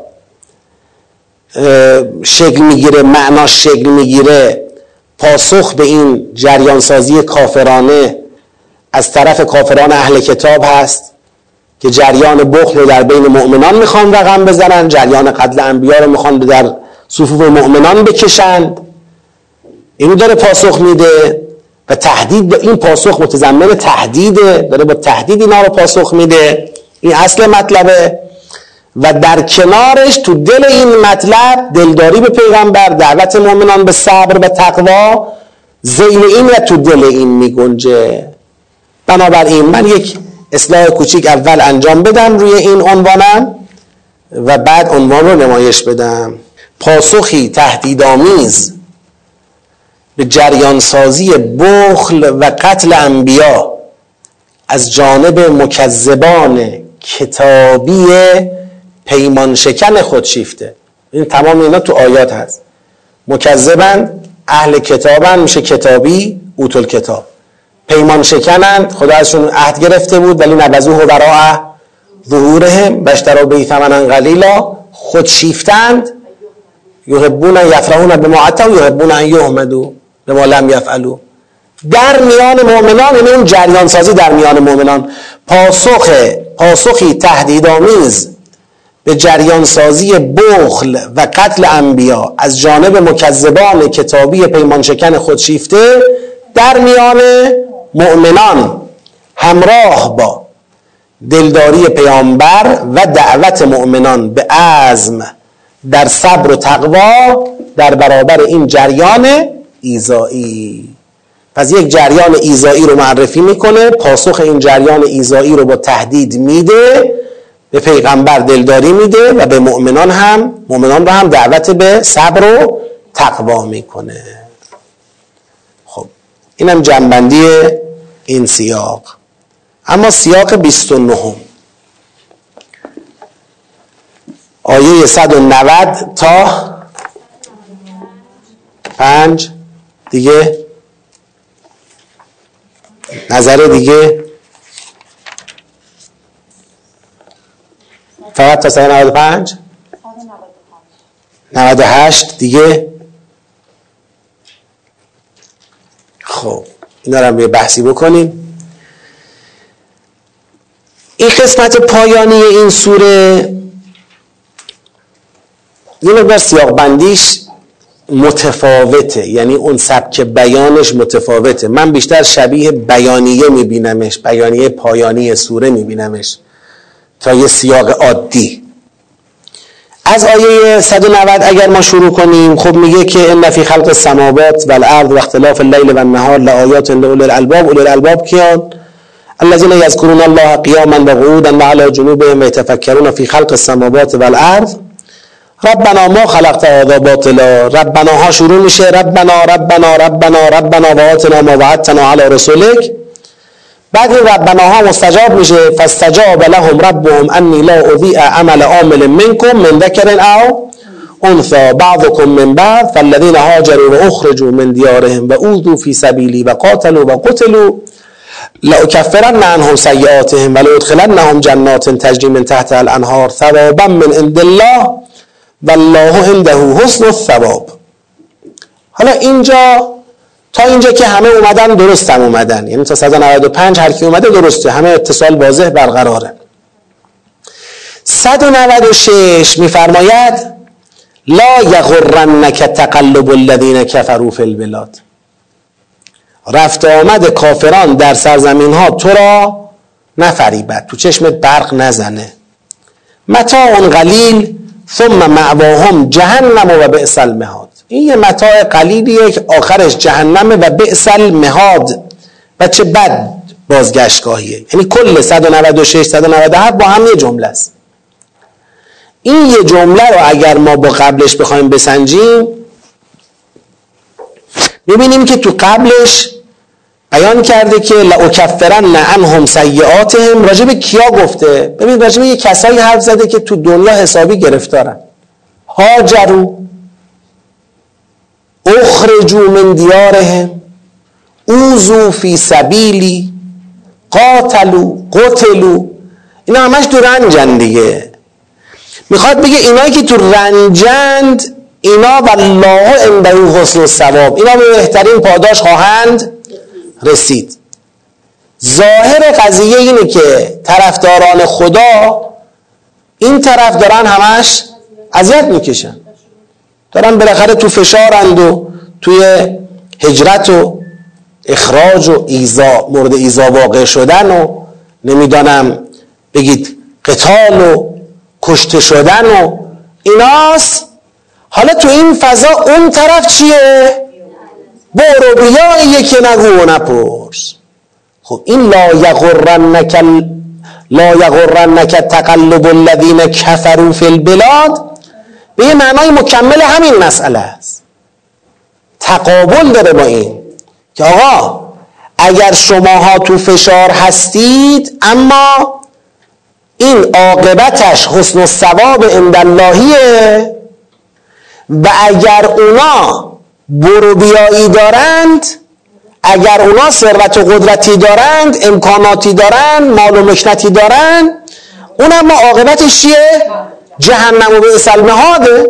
شکل میگیره، معناش شکل میگیره، پاسخ به این جریانسازی کافرانه از طرف کافران اهل کتاب هست که جریان بخل رو در بین مؤمنان میخوان رقم بزنن، جریان قتل انبیا رو میخوان در صفوف مؤمنان بکشند. اینو داره پاسخ میده و تهدید به این پاسخ متضمن تهدیده، داره با تهدید اینا رو پاسخ میده. این اصل مطلبه. و در کنارش تو دل این مطلب دلداری به پیغمبر، دعوت مؤمنان به صبر و تقوا ذیل این و تو دل این میگنجه. بنابراین من یک اصلاح کوچیک اول انجام بدم روی این عنوانم و بعد عنوان رو نمایش بدم. پاسخی تهدیدآمیز به جریانسازی بخل و قتل انبیا از جانب مکذبان کتابی پیمان شکن خودشیفته. این تمام اینا تو آیات هست. مکذبن، اهل کتابن، میشه کتابی، اوتل کتاب. پیمان شکنند، خدا ازشون عهد گرفته بود ولی نبذوه وراء ظهورهم بشتروا به ثمنا قلیلا. خودشیفتند، یحبون یفرحون بما اتوا یحبون ان یحمدوا بما لم یفعلوا. در میان مؤمنان، یعنی اون جریان سازی در میان مؤمنان، پاسخ پاسخی تهدیدآمیز به جریان سازی بخل و قتل انبیا از جانب مکذبان کتابی پیمان شکن خودشیفته در میان مؤمنان، همراه با دلداری پیامبر و دعوت مؤمنان به عزم در صبر و تقوا در برابر این جریان ایذایی. پس یک جریان ایذایی رو معرفی میکنه، پاسخ این جریان ایذایی رو با تهدید میده، به پیغمبر دلداری میده و به مؤمنان هم مؤمنان رو هم دعوت به صبر و تقوا میکنه. خب اینم جنبندی این سیاق. اما سیاق بیست و نه آیه صد و نود تا پنج دیگه نظر دیگه فقط تا صد و نود و پنج نود و هشت دیگه. خب اینا رو هم یه بحثی بکنیم. این قسمت پایانی این سوره یه مقدار سیاق بندیش متفاوته، یعنی اون سبک بیانش متفاوته. من بیشتر شبیه بیانیه میبینمش، بیانیه پایانی سوره میبینمش تا یه سیاق عادی. از آیه صد و نود اگر ما شروع کنیم، خب میگه که ان فی خلق السماوات والارض و اختلاف اللیل و النهار لآیات لأولی الالباب. اولی الالباب کیان؟ الذین یذکرون الله قیاما و قعودا و علی جنوبهم و یتفکرون فی خلق السماوات والارض ربنا ما خلقت هذا باطلا. ربنا ها شروع میشه ربنا ربنا ربنا ربنا و آتنا ما وعدتنا علی رسولک. بعد این ربنا ها مستجاب میشه فاستجاب لهم ربهم انی لا اضیع عمل عامل منکم من ذکر او انثی بعضکم من بعض فالذین هاجروا و اخرجوا من دیارهم و اوذوا فی سبیلی و قاتلوا و قتلوا لأکفرن عنهم سیئاتهم و لأدخلنهم جنات تجری من تحتها الانهار ثوابا من عند الله والله عنده حسن الثواب. حالا اینجا تا اینجا که همه اومدن درست هم اومدن، یعنی تا صد و نود و پنج هر کی اومده درسته، همه اتصال واضح برقراره. صد و نود و شش میفرماید لا یغرنک تقلب الذین کفروا فی البلاد. رفت آمد کافران در سرزمین ها تو را نفریبد، تو چشمت برق نزنه. متاع قلیل ثم مأواهم جهنم و بئس المهاد. این یه متاع قلیلیه که آخرش جهنمه و بئس المهاد، و چه بد بازگشتگاهیه. یعنی کل صد و نود و شش صد و نود و هفت با هم یه جمله است. این یه جمله رو اگر ما با قبلش بخوایم بسنجیم میبینیم که تو قبلش بیان کرده که لأکفرن عنهم سیئاتهم. راجع به کیا گفته؟ ببین راجع به یه کسایی حرف زده که تو دنیا حسابی گرفتارن. هاجروا اخرجوا من دیارهم اوذوا فی سبیلی قاتلوا قتلوا. اینا همش تو رنجن دیگه. میخواد بگه اینایی که تو رنجند اینا والله عنده حسن الثواب، اینا به بهترین پاداش خواهند رسید. ظاهر قضیه اینه که طرفداران خدا این طرف دارن همش اذیت میکشن، دارن بالاخره تو فشارند و توی هجرت و اخراج و ایذا، مورد ایذا واقع شدن و نمیدانم بگید قتال و کشته شدن و ایناست. حالا تو این فضا اون طرف چیه؟ برو بیاییه که نگو و نپرس. خب این لا یغرنک لا یغرنک تقلب الذین کفروا فی البلاد به یه معنای مکمل همین مسئله است. تقابل داره با این که آقا اگر شماها تو فشار هستید اما این عاقبتش حسن الثواب عند اللهیه، و اگر اونا برو بیایی دارند، اگر اونا ثروت و قدرتی دارند، امکاناتی دارند، مال و مکنتی دارند، اون اما عاقبتش چیه؟ جهنم و بئس المهاده.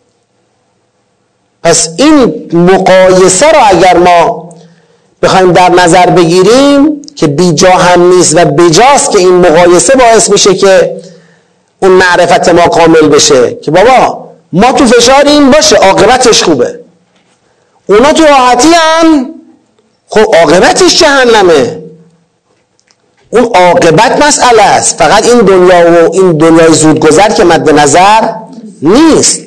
پس این مقایسه رو اگر ما بخوایم در نظر بگیریم که بیجا هم نیست و بجاست که این مقایسه باعث میشه که اون معرفت ما کامل بشه که بابا ما تو فشاریم باشه عاقبتش خوبه، اونا تو راحتی هم خب عاقبتش جهنمه. اون عاقبت مسئله است، فقط این دنیا و این دنیای زودگذر که مد نظر نیست.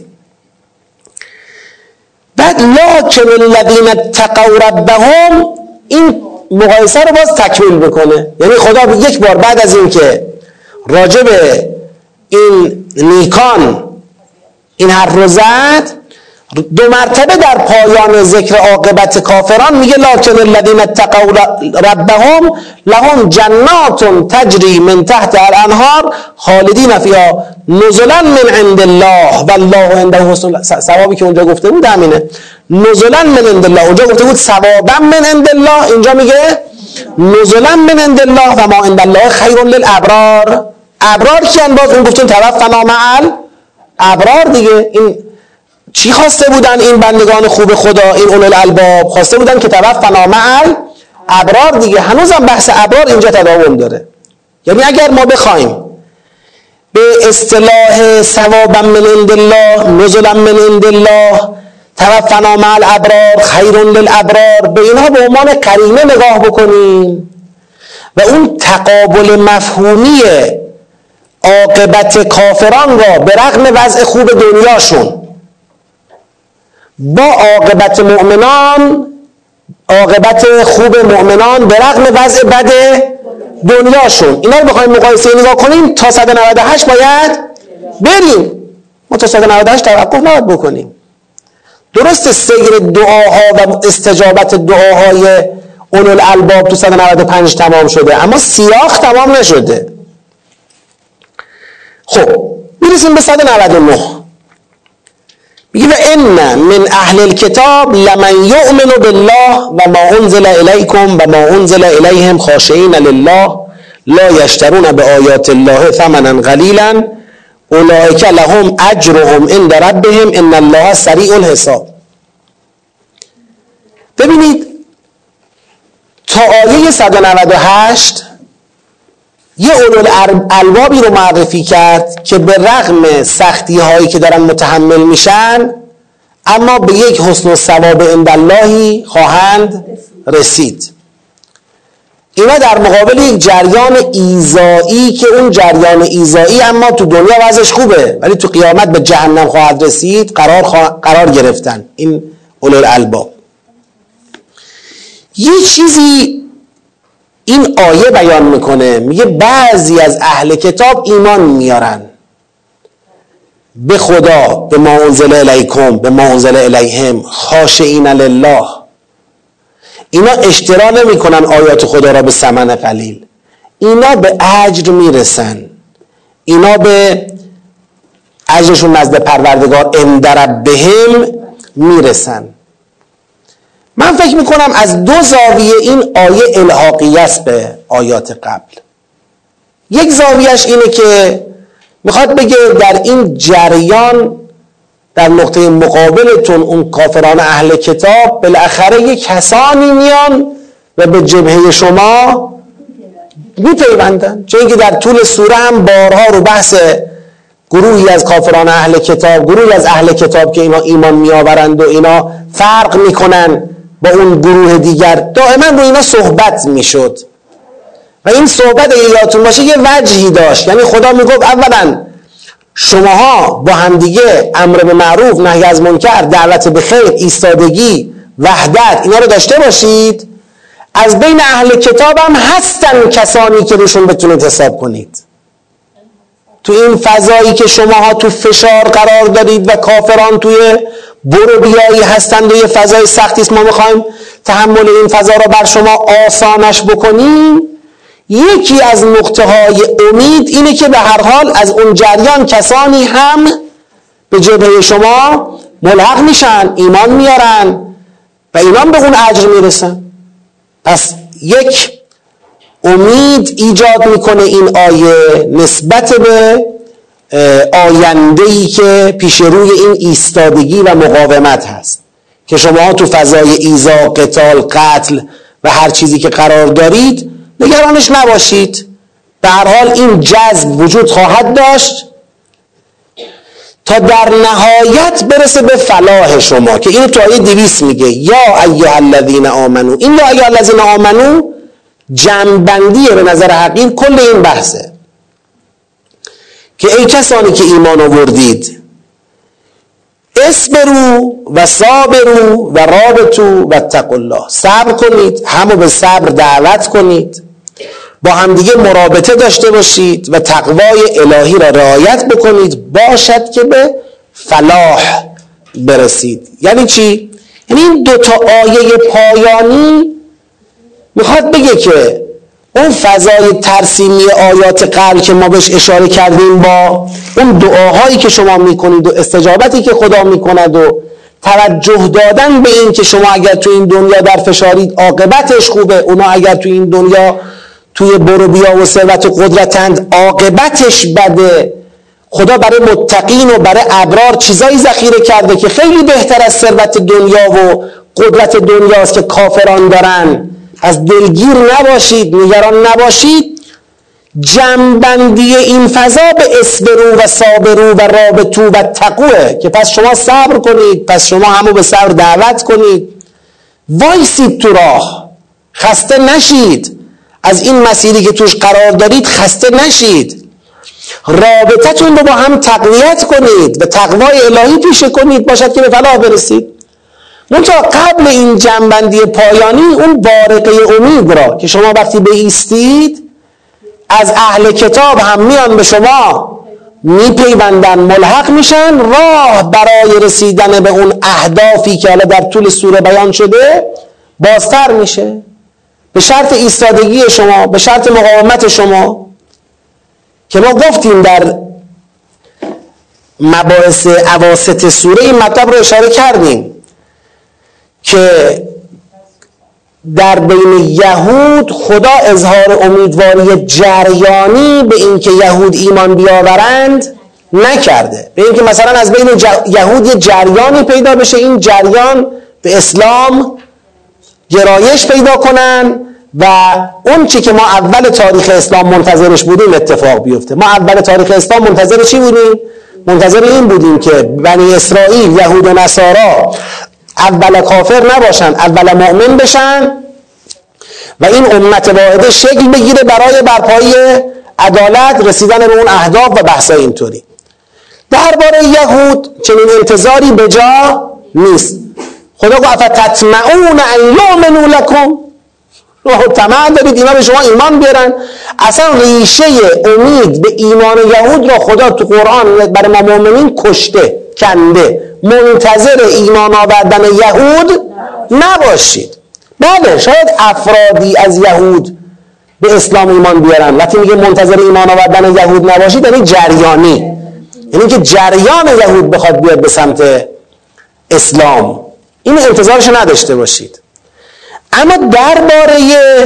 بعد لکن الذین اتقوا ربهم، این مقایسه رو باز تکمیل بکنه. یعنی خدا یک بار بعد از این که راجع به این نیکان این حرف رو زد، دو مرتبه در پایان ذکر عاقبت کافران میگه لکن الذین اتقوا ربهم لهم جنات تجری من تحت الانهار خالدین فیها نزلا من عند الله والله عنده حسن. ثوابی که اونجا گفته بود همینه، نزلا من عند الله. اونجا گفته بود ثوابا من عند الله، اینجا میگه نزلا من عند الله و ما عند الله خیر للابرار. ابرار کیان؟ باز اون گفتیم توفنا مع الابرار دیگه. این چی خواسته بودن این بندگان خوب خدا، این اولو الالباب؟ خواسته بودن که توفنا مع الابرار دیگه. هنوزم بحث ابرار اینجا تداوم داره. یعنی اگر ما بخوایم به اصطلاح ثوابا من عند الله، نزلا من عند الله، توفنا مع الابرار، خیر للابرار، به اینها به عنوان قرینه نگاه بکنیم و اون تقابل مفهومی عاقبت کافران را به رغم وضع خوب دنیاشون با عاقبت مؤمنان، عاقبت خوب مؤمنان به رغم وضع بد دنیاشون، اینا رو بخوایم مقایسه نگاه کنیم تا صد و نود و هشت باید بریم. ما تا صد و نود و هشت توقف نباید بکنیم. درست سیر دعاها و استجابت دعاهای اولوالالباب تو صد و نود و پنج تمام شده، اما سیاق تمام نشده. خب میرسیم به صد و نود و نه. میگه و ان من اهل الكتاب لمن یؤمن بالله و ما انزل الیکم و ما انزل الیهم خاشعین لله لا یشترون بآیات الله ثمنا قلیلا اولئک لهم اجرهم عند ربهم ان الله سریع الحساب. ببینید تا آیه صد و نود و هشت یه اولوالالبابی رو معرفی کرد که به رغم سختی هایی که دارن متحمل میشن اما به یک حسن و ثواب عند اللهی خواهند رسید. اینا در مقابل یک جریان ایذایی که اون جریان ایذایی اما تو دنیا وضعش خوبه ولی تو قیامت به جهنم خواهد رسید قرار, خوا... قرار گرفتن این اولوالالباب. یه چیزی این آیه بیان میکنه، میگه بعضی از اهل کتاب ایمان میارن به خدا، به ما انزل الیکم، به ما انزل الیهم خاشعین لله. اینا اشترا نمیکنن آیات خدا را به ثمن قلیل، اینا به اجر میرسن، اینا به اجرشون نزد پروردگار عند ربهم میرسن. من فکر میکنم از دو زاویه این آیه الحاقیه است به آیات قبل. یک زاویهش اینه که میخواد بگه در این جریان در نقطه مقابلتون اون کافران اهل کتاب بالاخره یک کسانی میان و به جبهه شما میپیوندن، چون اینکه در طول سوره هم بارها رو بحث گروهی از کافران اهل کتاب، گروهی از اهل کتاب که اینا ایمان میآورند و اینا فرق میکنن با اون گروه دیگر، دائما رو اینا صحبت میشد و این صحبت اگه یادتون باشه یه وجهی داشت. یعنی خدا میگفت اولا شماها با همدیگه امر به معروف نهی از منکر، دعوت به خیر، ایستادگی، وحدت اینا رو داشته باشید. از بین اهل کتاب هم هستن کسانی که روشون بتونید حساب کنید. تو این فضایی که شماها تو فشار قرار دارید و کافران توی برو بیایی هستند و یه فضای سختی است، ما میخوایم تحمل این فضا رو بر شما آسانش بکنیم. یکی از نقطه های امید اینه که به هر حال از اون جریان کسانی هم به جبهه شما ملحق میشن، ایمان میارن و ایمان به اون اجر میرسن. پس یک امید ایجاد میکنه این آیه نسبت به آینده‌ای که پیش روی این ایستادگی و مقاومت هست که شما تو فضای ایذا، قتال، قتل و هر چیزی که قرار دارید نگرانش نباشید. به هر حال این جذب وجود خواهد داشت تا در نهایت برسه به فلاح شما که اینو تو آیه دویست میگه یا ایها الذین آمنو. این یا ایها الذین آمنو جمع‌بندیه به نظر حقیر کل این بحثه که ای کسانی که ایمان آوردید اصبروا و صابروا و رابطوا و اتقوا الله، صبر کنید، همو به صبر دعوت کنید، با همدیگه مرابطه داشته باشید و تقوای الهی را رعایت بکنید باشد که به فلاح برسید. یعنی چی؟ یعنی این دوتا آیه پایانی میخواد بگه که اون فضای ترسیمی آیات قبل که ما بهش اشاره کردیم با اون دعاهایی که شما میکنید و استجابتی که خدا میکند و توجه دادن به این که شما اگر تو این دنیا در فشارید عاقبتش خوبه، اونا اگر تو این دنیا توی برو بیا و ثروت و قدرتند عاقبتش بده. خدا برای متقین و برای ابرار چیزایی ذخیره کرده که خیلی بهتر از ثروت دنیا و قدرت دنیاست که کافران دارن. از دلگیر نباشید، نگران نباشید. جمع‌بندی این فضا به اصبروا و صابروا و رابطوا و تقوه که پس شما صبر کنید، پس شما همو به صبر دعوت کنید، وایسید تو راه، خسته نشید، از این مسیری که توش قرار دارید خسته نشید، رابطتون رو با هم تقویت کنید، به تقوای الهی پیشه کنید، باشد که به فلاح برسید. منتها قبل این جنبندی پایانی اون بارقه امید را که شما وقتی بایستید از اهل کتاب هم میان به شما میپیوندن، ملحق میشن، راه برای رسیدن به اون اهدافی که حالا در طول سوره بیان شده بازتر میشه، به شرط ایستادگی شما، به شرط مقاومت شما. که ما گفتیم در مباحث اواسط سوره این مطلب رو اشاره کردیم که در بین یهود خدا اظهار امیدواری جریانی به اینکه یهود ایمان بیاورند نکرده، به اینکه مثلا از بین یهود یه جریانی پیدا بشه، این جریان به اسلام گرایش پیدا کنن و اون چی که ما اول تاریخ اسلام منتظرش بودیم اتفاق بیفته. ما اول تاریخ اسلام منتظر چی بودیم؟ منتظر این بودیم که بنی اسرائیل، یهود و نصارا اول کافر نباشن، اول مؤمن بشن و این امت واحده شکل بگیره برای برپایی عدالت، رسیدن به اون اهداف و بحثای اینطوری. درباره یهود چنین انتظاری به جا نیست. خدا گفت افتطمعون ان یؤمنوا لکم، طمع دارید اینا به شما ایمان بیارن. اصلا ریشه امید به ایمان یهود را خدا تو قرآن برای ما مؤمنین کشته، کنده. منتظر ایمان آوردن یهود نباشید. بله شاید افرادی از یهود به اسلام ایمان بیارن، وقتی میگه منتظر ایمان آوردن یهود نباشید یعنی جریانی، یعنی که جریان یهود بخواد بیاد به سمت اسلام، این انتظارش نداشته باشید. اما درباره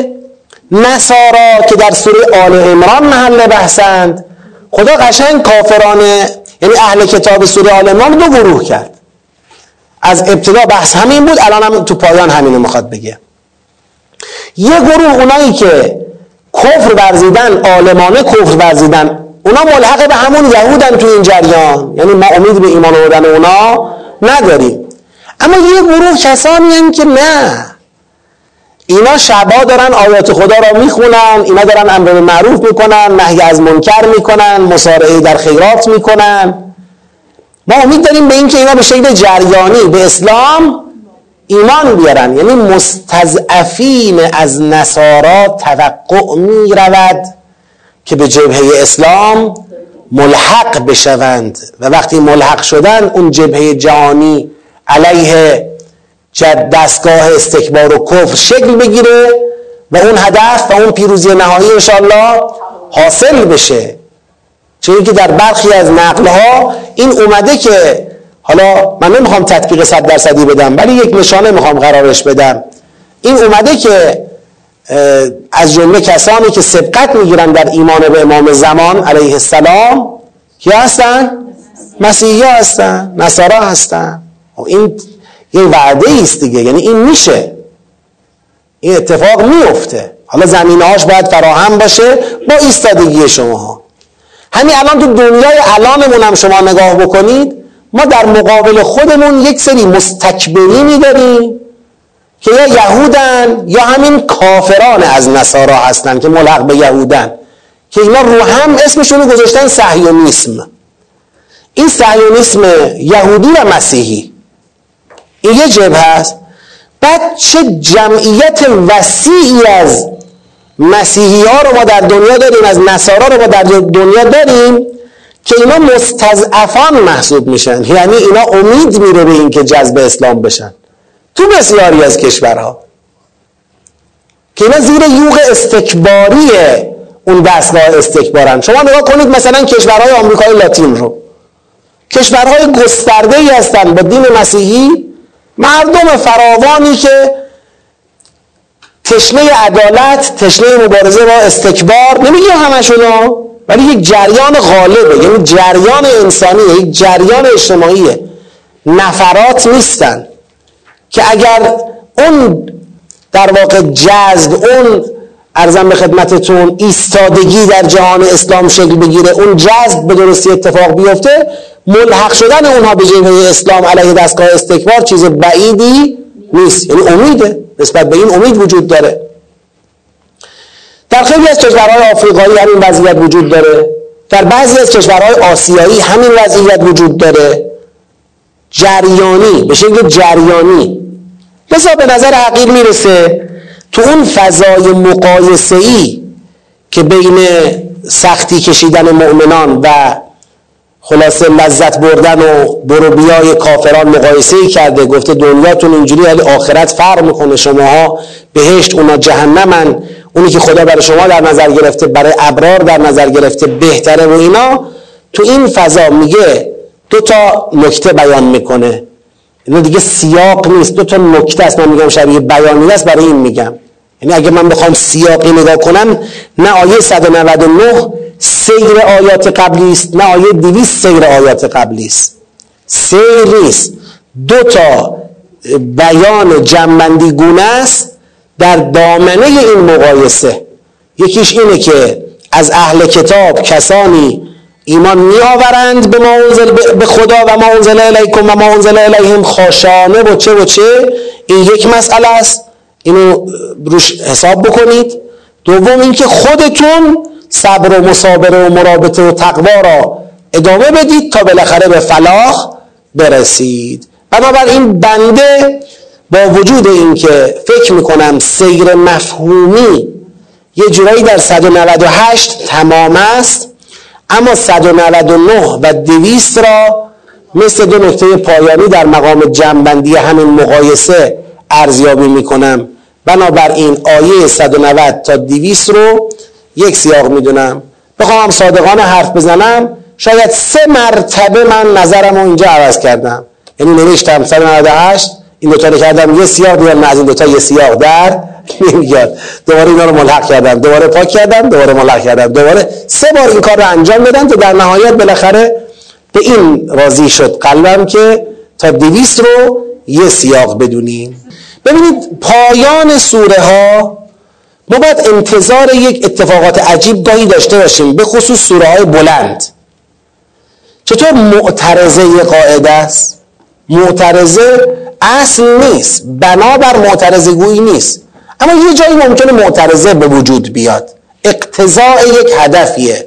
نصارا که در سوره آل عمران محل بحثند، خدا قشنگ کافران یعنی اهل کتاب سوره آل عمران دو گروه کرد. از ابتدا بحث همین بود، الان هم تو پایان همینو میخواد بگه. یه گروه اونایی که کفر ورزیدن، عالمانه کفر ورزیدن، اونا ملحق به همون یهودن تو این جریان، یعنی ما امید به ایمان آوردن اونا نداریم. اما یه گروه کسانی هستند که نه، اینا شبا دارن آیات خدا را میخونن، اینا دارن امر معروف میکنن، نهی از منکر میکنن، مسارعه در خیرات میکنن. ما امید داریم به این که اینا به شکل جریانی به اسلام ایمان بیارن. یعنی مستضعفین از نصارا توقع میرود که به جبهه اسلام ملحق بشوند و وقتی ملحق شدن اون جبهه جهانی علیه دستگاه استکبار و کفر شکل بگیره و اون هدف و اون پیروزی نهایی انشاءالله حاصل بشه. چون که در برخی از نقلها این اومده که حالا من نمیخوام تطبیق صد درصدی بدم ولی یک نشانه میخوام قرارش بدم. این اومده که از جمله کسانی که سبقت میگیرن در ایمان به امام زمان علیه السلام کیا هستن؟ مسیحی هستن، نصارا هستن. این یه وعده ایست دیگه، یعنی این میشه، این اتفاق میفته. حالا زمینه‌هاش باید فراهم باشه با ایستادگی شماها. همین الان تو دنیای الانمون هم شما نگاه بکنید، ما در مقابل خودمون یک سری مستکبرینی داریم که یا یهودن یا همین کافران از نصارا هستن که ملحق به یهودن، که اینا رو هم اسمشونو گذاشتن صهیونیسم. این صهیونیسم یهودی و مسیحی این یه جبهه است. بعد چه جمعیت وسیعی از مسیحی ها رو ما در دنیا داریم، از نصارا رو ما در دنیا داریم که اینا مستضعفان محسوب میشن. یعنی اینا امید میره به این که جذب اسلام بشن تو بسیاری از کشورها، که اینا زیر یوغ استکباری اون دستگاه استکبارن. شما نگاه کنید مثلا کشورهای آمریکای لاتین رو، کشورهای گسترده‌ای هستند با دین مسیحی، مردم فراوانی که تشنه عدالت، تشنه مبارزه با استکبار، نمیگیم همشونا، ولی یک جریان غالبه، یعنی جریان انسانیه، یک جریان اجتماعیه، نفرات نیستن که اگر اون در واقع جذب، اون عرضم به خدمتتون ایستادگی در جهان اسلام شکل بگیره، اون جذب به درستی اتفاق بیفته، ملحق شدن اونها به جبهه اسلام علیه دستگاه استکبار چیز بعیدی نیست، یعنی امیده، نسبت به این امید وجود داره. در خیلی از کشورهای آفریقایی همین وضعیت وجود داره، در بعضی از کشورهای آسیایی همین وضعیت وجود داره، جریانی، به شکل جریانی. مثلا به نظر حقیر میرسه تو اون فضای مقایسه‌ای که بین سختی کشیدن مؤمنان و خلاصه لذت بردن و بروبیای کافران مقایسه‌ای کرده، گفته دنیاتون اینجوری ولی آخرت فرق میکنه، شماها بهشت اونا جهنمن، اونی که خدا برای شما در نظر گرفته برای ابرار در نظر گرفته بهتره و اینا. تو این فضا میگه دو تا نکته بیان میکنه، اینا دیگه سیاق نیست، دو تا نکته است. من میگم شبیه بیانیه است، برای این میگم. یعنی اگه من بخوام سیاقی نگاه کنم، نه آیه صد و نود و نه سیر آیات قبلی است، نه آیه دویست سیر آیات قبلی است. سیر نیست، دو تا بیان جنبندی گونه است در دامنه این مقایسه. یکیش اینه که از اهل کتاب کسانی ایمان می آورند به ما انزل به خدا و ما انزل الیکم و ما انزل الیهم خاشعانه و چه و چه. این یک مسئله است، اینو روش حساب بکنید. دوم اینکه خودتون صبر و مصابره و مرابطه و تقوا را ادامه بدید تا بالاخره به فلاح برسید. بنابراین بنده با وجود اینکه فکر میکنم سیر مفهومی یه جورایی در صد و نود و هشت تمام است، اما صد و نود و نه و دویست را مثل دو نکته پایانی در مقام جمع‌بندی همین مقایسه ارزیابی میکنم. بنابراین آیه صد و نود تا دویست رو یک سیاق میدونم. بخوام صادقانه حرف بزنم، شاید سه مرتبه من نظرم رو اینجا عوض کردم. یعنی نوشتم صد و نود و هشت، این دوتا رو کردم یه سیاق، دیدم نه از این دوتا یه سیاق در نمیاد، دوباره اینا رو ملحق کردم، دوباره پاک کردم، دوباره ملحق کردم، دوباره سه بار این کار رو انجام دادم تا در نهایت بالاخره به این راضی شد قلبم که تا دویست رو یه سیاق بدونیم. ببینید پایان سوره ها ما باید انتظار یک اتفاقات عجیب گاهی داشته باشیم، به خصوص سوره های بلند. چطور معترضه یه قاعده است؟ معترضه اصل نیست، بنابر معترضه گویی نیست، اما یه جایی ممکنه معترضه به وجود بیاد، اقتضاء یک هدفیه.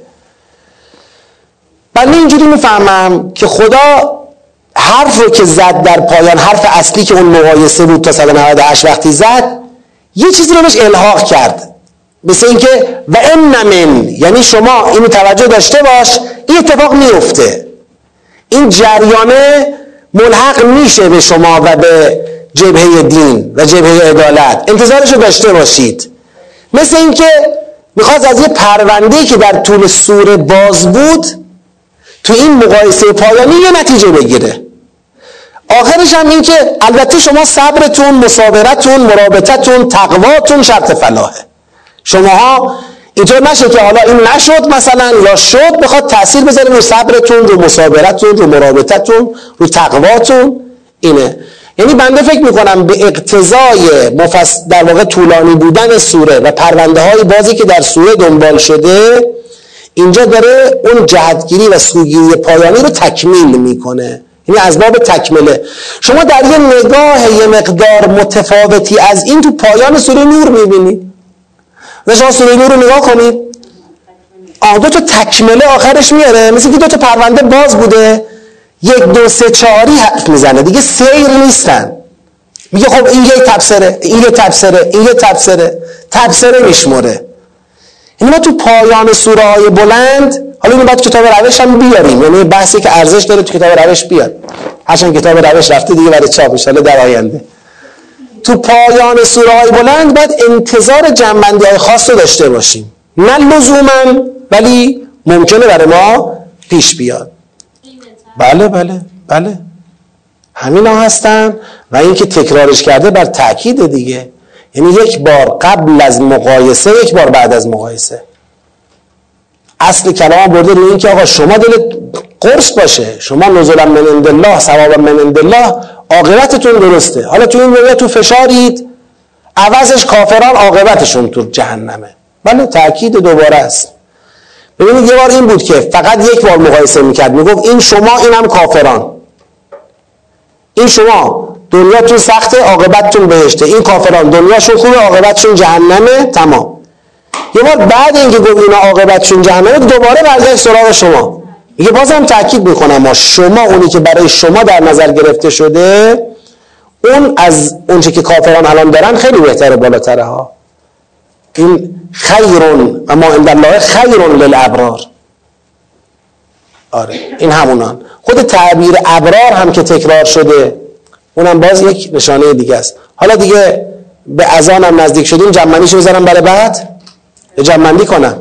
من اینجوری میفهمم که خدا حرف رو که زد در پایان، حرف اصلی که اون مقایسه بود تا صد و نود و هشت وقتی زد، یه چیزی رو بهش الحاق کرد، مثل اینکه و ان من، یعنی شما اینو توجه داشته باش، این اتفاق میفته، این جریانه ملحق میشه به شما و به جبهه دین و جبهه عدالت، انتظارشو داشته باشید. مثل اینکه میخواست از یه پرونده‌ای که در طول سوره باز بود تو این مقایسه پایانی یه نتیجه بگیره. آخرش هم این که البته شما صبرتون، مصابرتون، مرابطتون، تقواتون شرط فلاحه. شماها اینطور نشه که حالا این نشد مثلا یا شد بخواد تأثیر بذاره رو صبرتون، رو مصابرتون، رو مرابطتون، رو تقواتون. اینه یعنی بنده فکر میکنم به اقتضای مفصل در واقع طولانی بودن سوره و پرونده های بازی که در سوره دنبال شده، اینجا داره اون جهتگیری و سوگیری پایانی رو تکمیل میکنه، یعنی از باب تکمله. شما در یه نگاه یه مقدار متفاوتی از این تو پایان سوره نور میبینید. و شما سوره نور رو نگاه کنید، آه دو تا تکمله آخرش میاره، مثل که دو تا پرونده باز بوده، یک دو سه چهاری حرف میزنه، دیگه سیر نیستن. میگه خب این یه تبصره، این یه تبصره، این یه تبصره، تبصره میشموره. یعنی ما تو پایان سوره های بلند، حالا اینو باید کتاب روش هم بیاریم، یعنی بحثی که ارزش داره تو کتاب روش بیاد، هرچند کتاب روش رفته دیگه برای چاپ ان شاءالله در آینده. تو پایان سوره های بلند باید انتظار جنبندی های خاص رو داشته باشیم، نه لزوما ولی ممکنه برای ما پیش بیاد. بله بله بله همینا هستن و این که تکرارش کرده بر تأکید دیگه، یعنی یک بار قبل از مقایسه، یک بار بعد از مقایسه. اصل کلام برده روی این که آقا شما دلت قرص باشه، شما نزولا من عند الله ثوابا من عند الله، عاقبتتون درسته. حالا تو این دنیا تو فشارید، عوضش کافران عاقبتشون تو جهنمه. بله تأکید دوباره است. ببینید یه بار این بود که فقط یک بار مقایسه میکرد، میگفت این شما اینم کافران، این شما دنیاتون سخته عاقبتتون بهشته، این کافران دنیاشون خوبه عاقبتشون جهنمه، تمام. یه بار بعد اینکه گفت اینا عاقبتشون جهنمه دوباره برگشت سراغ شما، میگه بازم تاکید میکنم ما شما اونی که برای شما در نظر گرفته شده اون از اونچه که کافران الان دارن خیلی بهتره، بالاتره ها. این خیرون و ما عند الله خیرون للابرار. آره این همونان. خود تعبیر ابرار هم که تکرار شده اونم باز یک نشانه دیگه است. حالا دیگه به اذان هم نزدیک شدیم، جمعنیشو بذارم برای بعد یا جمعندی کنم؟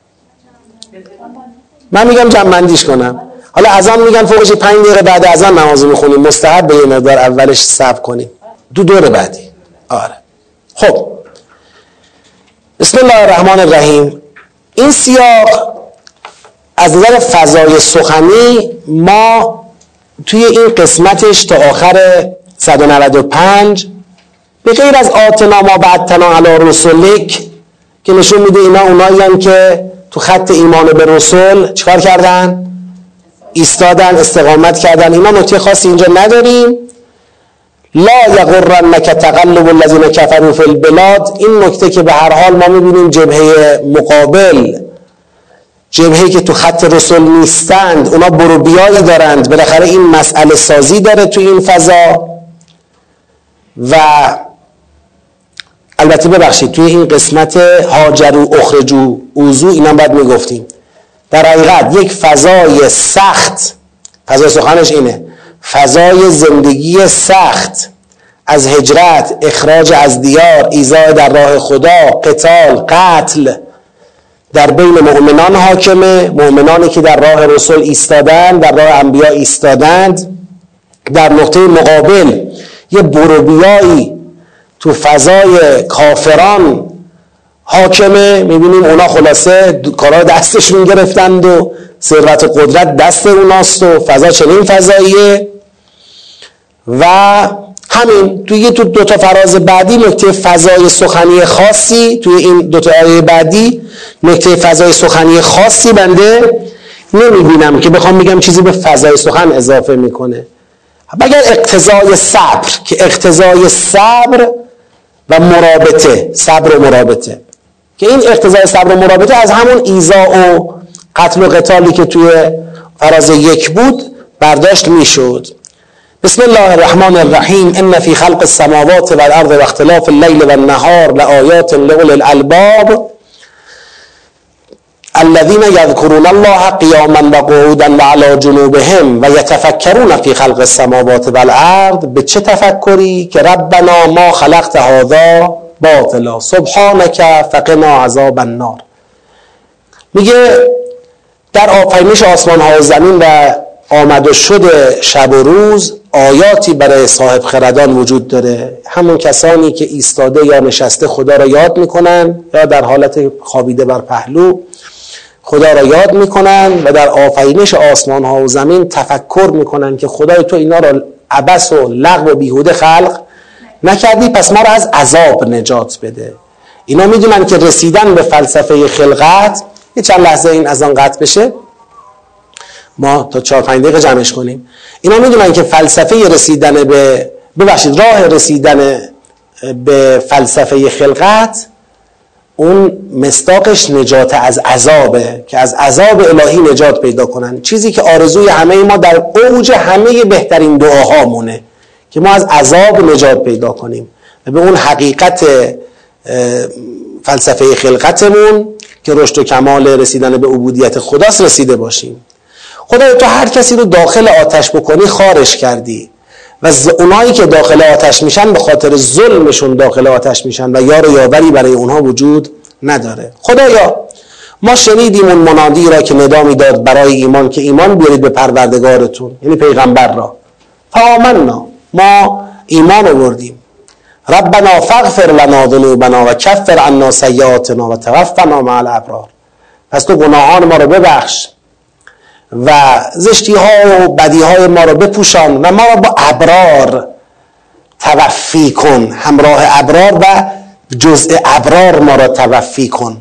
من میگم جمعندیش کنم. حالا اذان میگن فوقش پنج دقیقه بعد اذان نماز میخونیم، مستحب به یه مقدار اولش صبر کنیم دو دور بعدی. آره خب بسم الله الرحمن الرحیم. این سیاق از نظر فضای سخنی ما توی این قسمتش تا آخر صد و نود و پنج به غیر از آتنا ما بعدتنا علی رسولک که نشون میده اینا اونایین که تو خط ایمان به رسول چیکار کردن؟ ایستادن، استقامت کردن. اینا نکته خاصی اینجا نداریم. لا یغرنک تقلب الذین کفروا فی البلاد، این نکته که به هر حال ما میبینیم جبهه مقابل، جبهه‌ای که تو خط رسول نیستند، اونا برو بیایی دارند، بالاخره این مسئله سازی داره تو این فضا. و البته ببخشید توی این قسمت هاجروا اخرجوا اوذوا اینم باید میگفتیم. در حقیقت یک فضای سخت، فضای سخنش اینه، فضای زندگی سخت از هجرت، اخراج از دیار، ایذاء در راه خدا، قتال، قتل در بین مؤمنان حاکمه. مؤمنانی که در راه رسول ایستادند، در راه انبیا ایستادند. در نقطه مقابل یه بروبیایی تو فضای کافران حاکمه. میبینیم اونا خلاصه کارا دستشون گرفتند و ثروت و قدرت دست اوناست و فضا چنین فضاییه. و همین توی تو دو تا فراز بعدی نکته فضای سخنی خاصی، توی این دو تا آیه بعدی نکته فضای سخنی خاصی بنده نمیبینم که بخوام بگم چیزی به فضای سخن اضافه میکنه، مگر اقتضای صبر، که اقتضای صبر و مرابطه، صبر و مرابطه، که این اقتضای صبر و مرابطه از همون ایذاء و قتل و قتالی که توی فراز یک بود برداشت میشد. بسم الله الرحمن الرحیم. ان فی خلق السماوات والارض واختلاف الليل والنهار لآیات لأولی الالباب الذين يذكرون الله قیاما وقعودا وعلى جنوبهم و یتفکرون فی خلق السماوات والارض. به چه تفکری؟ که ربنا ما خلقت هذا باطلا سبحانك فقنا عذاب النار. میگه در آفرینش آسمان ها و زمین و آمد و شد شب و روز آیاتی برای صاحب خردان وجود داره، همون کسانی که ایستاده یا نشسته خدا را یاد میکنن یا در حالت خوابیده بر پهلو خدا را یاد میکنن و در آفرینش آسمان ها و زمین تفکر میکنن که خدای تو اینا را عبث و لغو و بیهوده خلق نکردی، پس ما را از عذاب نجات بده. اینا میدونن که رسیدن به فلسفه خلقت، یه چند لحظه این از آن قطع بشه ما تا چهار پنج دقیقه جمعش کنیم. اینا میدونن که فلسفه رسیدن به ببخشید راه رسیدن به فلسفه خلقت اون مصداقش نجات از عذابه، که از عذاب الهی نجات پیدا کنن. چیزی که آرزوی همه ما در اوج همه بهترین دعاهامونه که ما از عذاب نجات پیدا کنیم و به اون حقیقت فلسفه خلقتمون که رشد و کمال رسیدن به عبودیت خداست رسیده باشیم. خدای تو هر کسی رو داخل آتش بکنی خارش کردی و اونایی که داخل آتش میشن به خاطر ظلمشون داخل آتش میشن و یار و یاوری برای اونها وجود نداره. خدایا ما شنیدیم اون منادی را که ندا میداد برای ایمان که ایمان بیارید به پروردگارتون، یعنی پیغمبر را. فآمنا، ما ایمان آوردیم. ربنا فاغفر لنا ذنوبنا و کفر عنا سیئاتنا و توفنا مع الابرار. پس تو گناهان ما را ببخش و زشتی ها و بدی های ما را بپوشان و ما را با ابرار توفی کن، همراه ابرار و جزء ابرار ما را توفی کن.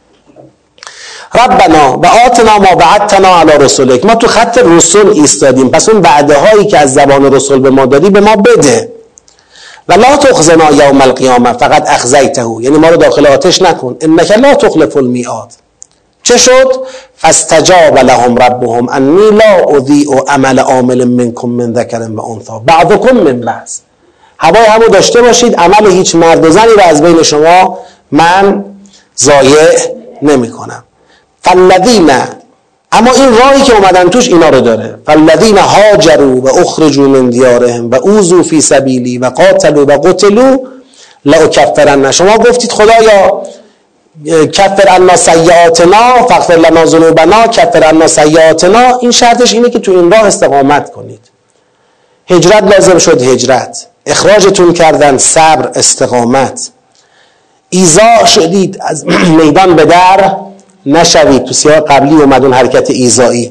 ربنا و آتنا ما وعدتنا علی رسولک، ما تو خط رسول ایستادیم، پس اون وعده هایی که از زبان رسول به ما دادی به ما بده. و لا تخزنا یوم القیامه فقد اخزیته، یعنی ما رو داخل آتش نکن، انک لا تخلف المیعاد. چه شد؟ فاستجاب لهم ربهم انی لا اضیع عمل عامل منکم من ذکر و انثی بعضکم من بعض. هوای همو داشته باشید، عمل هیچ مرد و زنی رو از بین شما من ضایع نمی کنم. فالذین، اما این راهی که اومدن توش اینا رو داره. فالذین هاجروا و اخرجوا من دیارهم و اوذوا فی سبیلی و قاتلوا و قتلوا لاکفرن. شما گفتید خدایا کفر عنا سیئاتنا فاغفر لنا ذنوبنا کفر عنا سیئاتنا. این شرطش اینه که تو این راه استقامت کنید. هجرت لازم شد، هجرت. اخراجتون کردن، صبر، استقامت. ایذا شدید، از میدان به در نشوید. تو سیاق قبلی اومد اون حرکت ایذایی.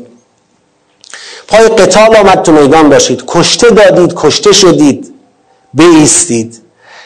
پای قتال آمد تو میدان باشید. کشته دادید، کشته شدید، بایستید.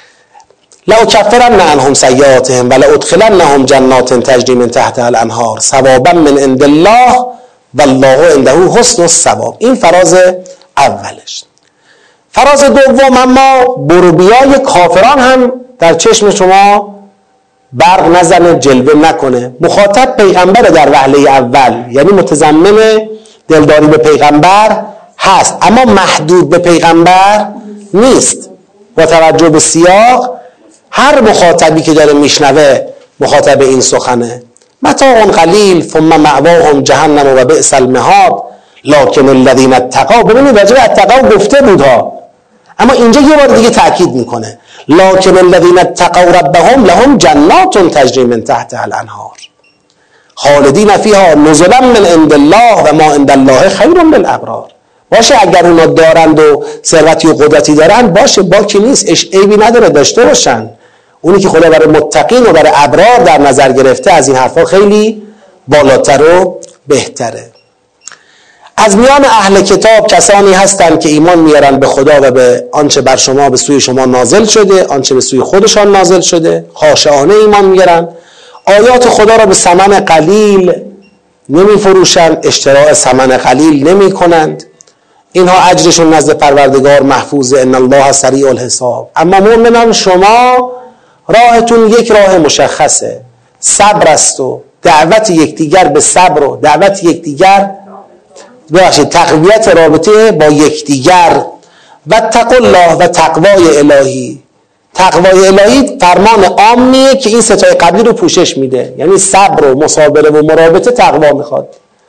لأکفرن عنهم سیئاتهم و لأدخلنهم جنات تجری من تحتها الانهار ثوابا من عند الله والله عنده حسن الثواب. این فراز اولش. فراز دوم، اما بروبیای کافران هم در چشم شما برق نزنه، جلوه نکنه. مخاطب پیغمبر در وهله اول، یعنی متضمن دلداری به پیغمبر هست، اما محدود به پیغمبر نیست. با توجه به سیاق هر مخاطبی که داره میشنوه مخاطب این سخنه. متاع قلیل ثم مأواهم جهنم و بئس المهاد لکن الذین اتقوا. ببینید راجع به اتقوا گفته بود ها، اما اینجا یه بار دیگه تاکید میکنه لکن الذین اتقوا ربهم لهم جنات تجری من تحتها الانهار خالدین فیها نزلا من عند الله و ما عند الله خیر للابرار. باشه اگر اونا دارند و ثروتی و قدرتی دارند، باشه، باکی نیست، عیبی نداره، داشته باشن. اونی که خدا برای متقین و برای ابرار در نظر گرفته از این حرفا خیلی بالاتر و بهتره. از میان اهل کتاب کسانی هستند که ایمان میارن به خدا و به آنچه بر شما به سوی شما نازل شده، آنچه به سوی خودشان نازل شده، خاشعانه ایمان میارن. آیات خدا را به ثمن قلیل نمی فروشند، اشتراء ثمن قلیل نمی کنند. اینها اجرشون نزد پروردگار محفوظه، ان الله سریع الحساب. اما مؤمنان شما راهتون یک راه مشخصه، صبر است و دعوت یکدیگر به صبر و دعوت یکدیگر ببخشید تقویت رابطه با یکدیگر و تقوا الله و تقوای الهی. تقوای الهی فرمان عامیه که این ستای قبلی رو پوشش میده، یعنی صبر و مصابره و مرابطه تقوا میخواد.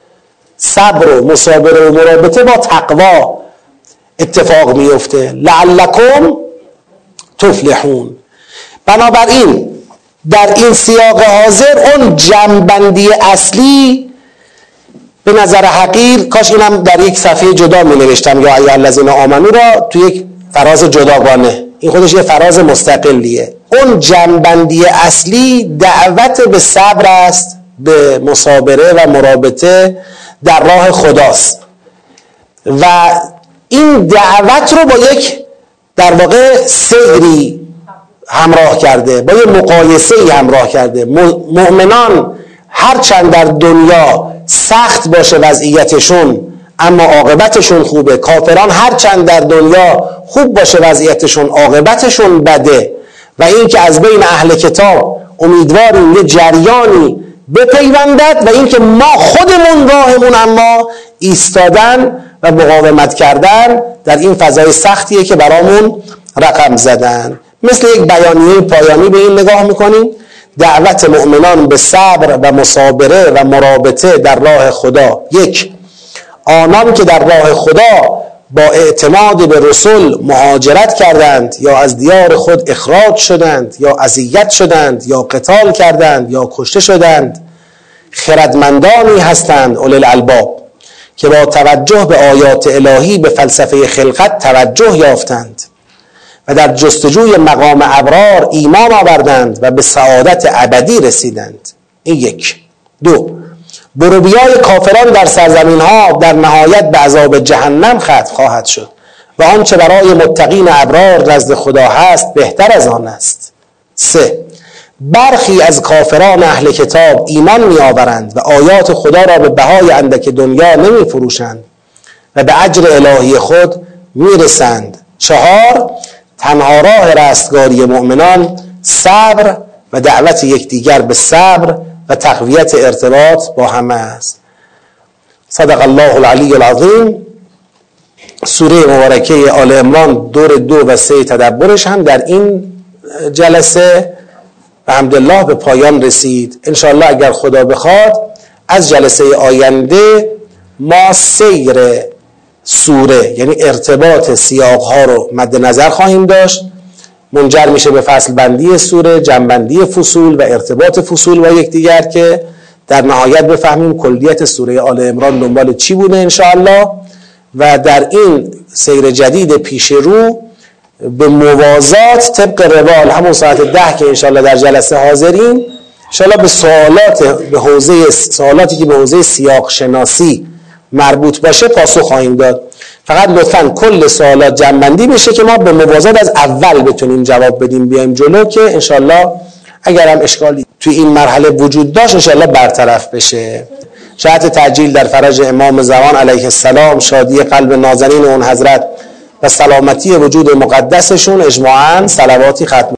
صبر و مصابره و مرابطه با تقوا اتفاق میفته. لعلکم تفلحون. بنابراین در این سیاق حاضر اون جمع‌بندی اصلی به نظر حقیر، کاش اینم در یک صفحه جدا می نوشتم یا ایها الذین آمنو را تو یک فراز جداگانه، این خودش یه فراز مستقلیه. اون جمع‌بندی اصلی دعوت به صبر است، به مصابره و مرابطه در راه خداست و این دعوت رو با یک در واقع سیری همراه کرده، با یک مقایسه‌ای همراه کرده. مؤمنان هرچند در دنیا سخت باشه وضعیتشون اما عاقبتشون خوبه، کافران هرچند در دنیا خوب باشه وضعیتشون عاقبتشون بده. و این که از بین اهل کتاب امیدواریم یه جریانی بپیوندد و این که ما خودمون راهمون اما ایستادن و مقاومت کردن در این فضای سختیه که برامون رقم زدن. مثل یک بیانیه پایانی به این نگاه میکنیم، دعوت مؤمنان به صبر و مصابره و مرابطه در راه خدا. یک، آنان که در راه خدا با اعتماد به رسول مهاجرت کردند یا از دیار خود اخراج شدند یا اذیت شدند یا قتال کردند یا کشته شدند خردمندانی هستند اولی الالباب که با توجه به آیات الهی به فلسفه خلقت توجه یافتند و در جستجوی مقام ابرار ایمان آوردند و به سعادت ابدی رسیدند. این یک. دو، بروبیای کافران در سرزمین ها در نهایت به عذاب جهنم ختم خواهد شد و آنچه برای متقین ابرار نزد خدا هست بهتر از آن است. سه، برخی از کافران اهل کتاب ایمان می آورند و آیات خدا را به بهای اندک دنیا نمی فروشند و به اجر الهی خود می رسند. چهار، تنها راه رستگاری مؤمنان صبر و دعوت یکدیگر به صبر و تقویت ارتباط با همه است. صدق الله العلی العظیم. سوره مبارکه آل عمران دور دو و سه تدبرش هم در این جلسه الحمدلله به پایان رسید. انشاءالله اگر خدا بخواد از جلسه آینده ما سیر سوره یعنی ارتباط سیاقها رو مد نظر خواهیم داشت. منجر میشه به فصل بندی سوره، جنبندی فصول و ارتباط فصول با یکدیگر که در نهایت بفهمیم کلیت سوره آل عمران دنبال چی بوده انشاءالله. و در این سیر جدید پیش رو به موازات طبق روال همون ساعت ده که انشاءالله در جلسه حاضرین انشاءالله به سوالات به حوزه سوالاتی که به حوزه سیاق شناسی مربوط باشه پاسخ خواهیم داد. فقط لطفاً کل سوالات جمع‌بندی بشه که ما به موازات از اول بتونیم جواب بدیم بیایم جلو که انشاءالله اگر هم اشکالی توی این مرحله وجود داشت انشاءالله برطرف بشه. جهت تعجیل در فرج امام زمان علیه السلام، شادی قلب نازنین اون حضرت و سلامتی وجود مقدسشون اجماعاً صلواتی ختم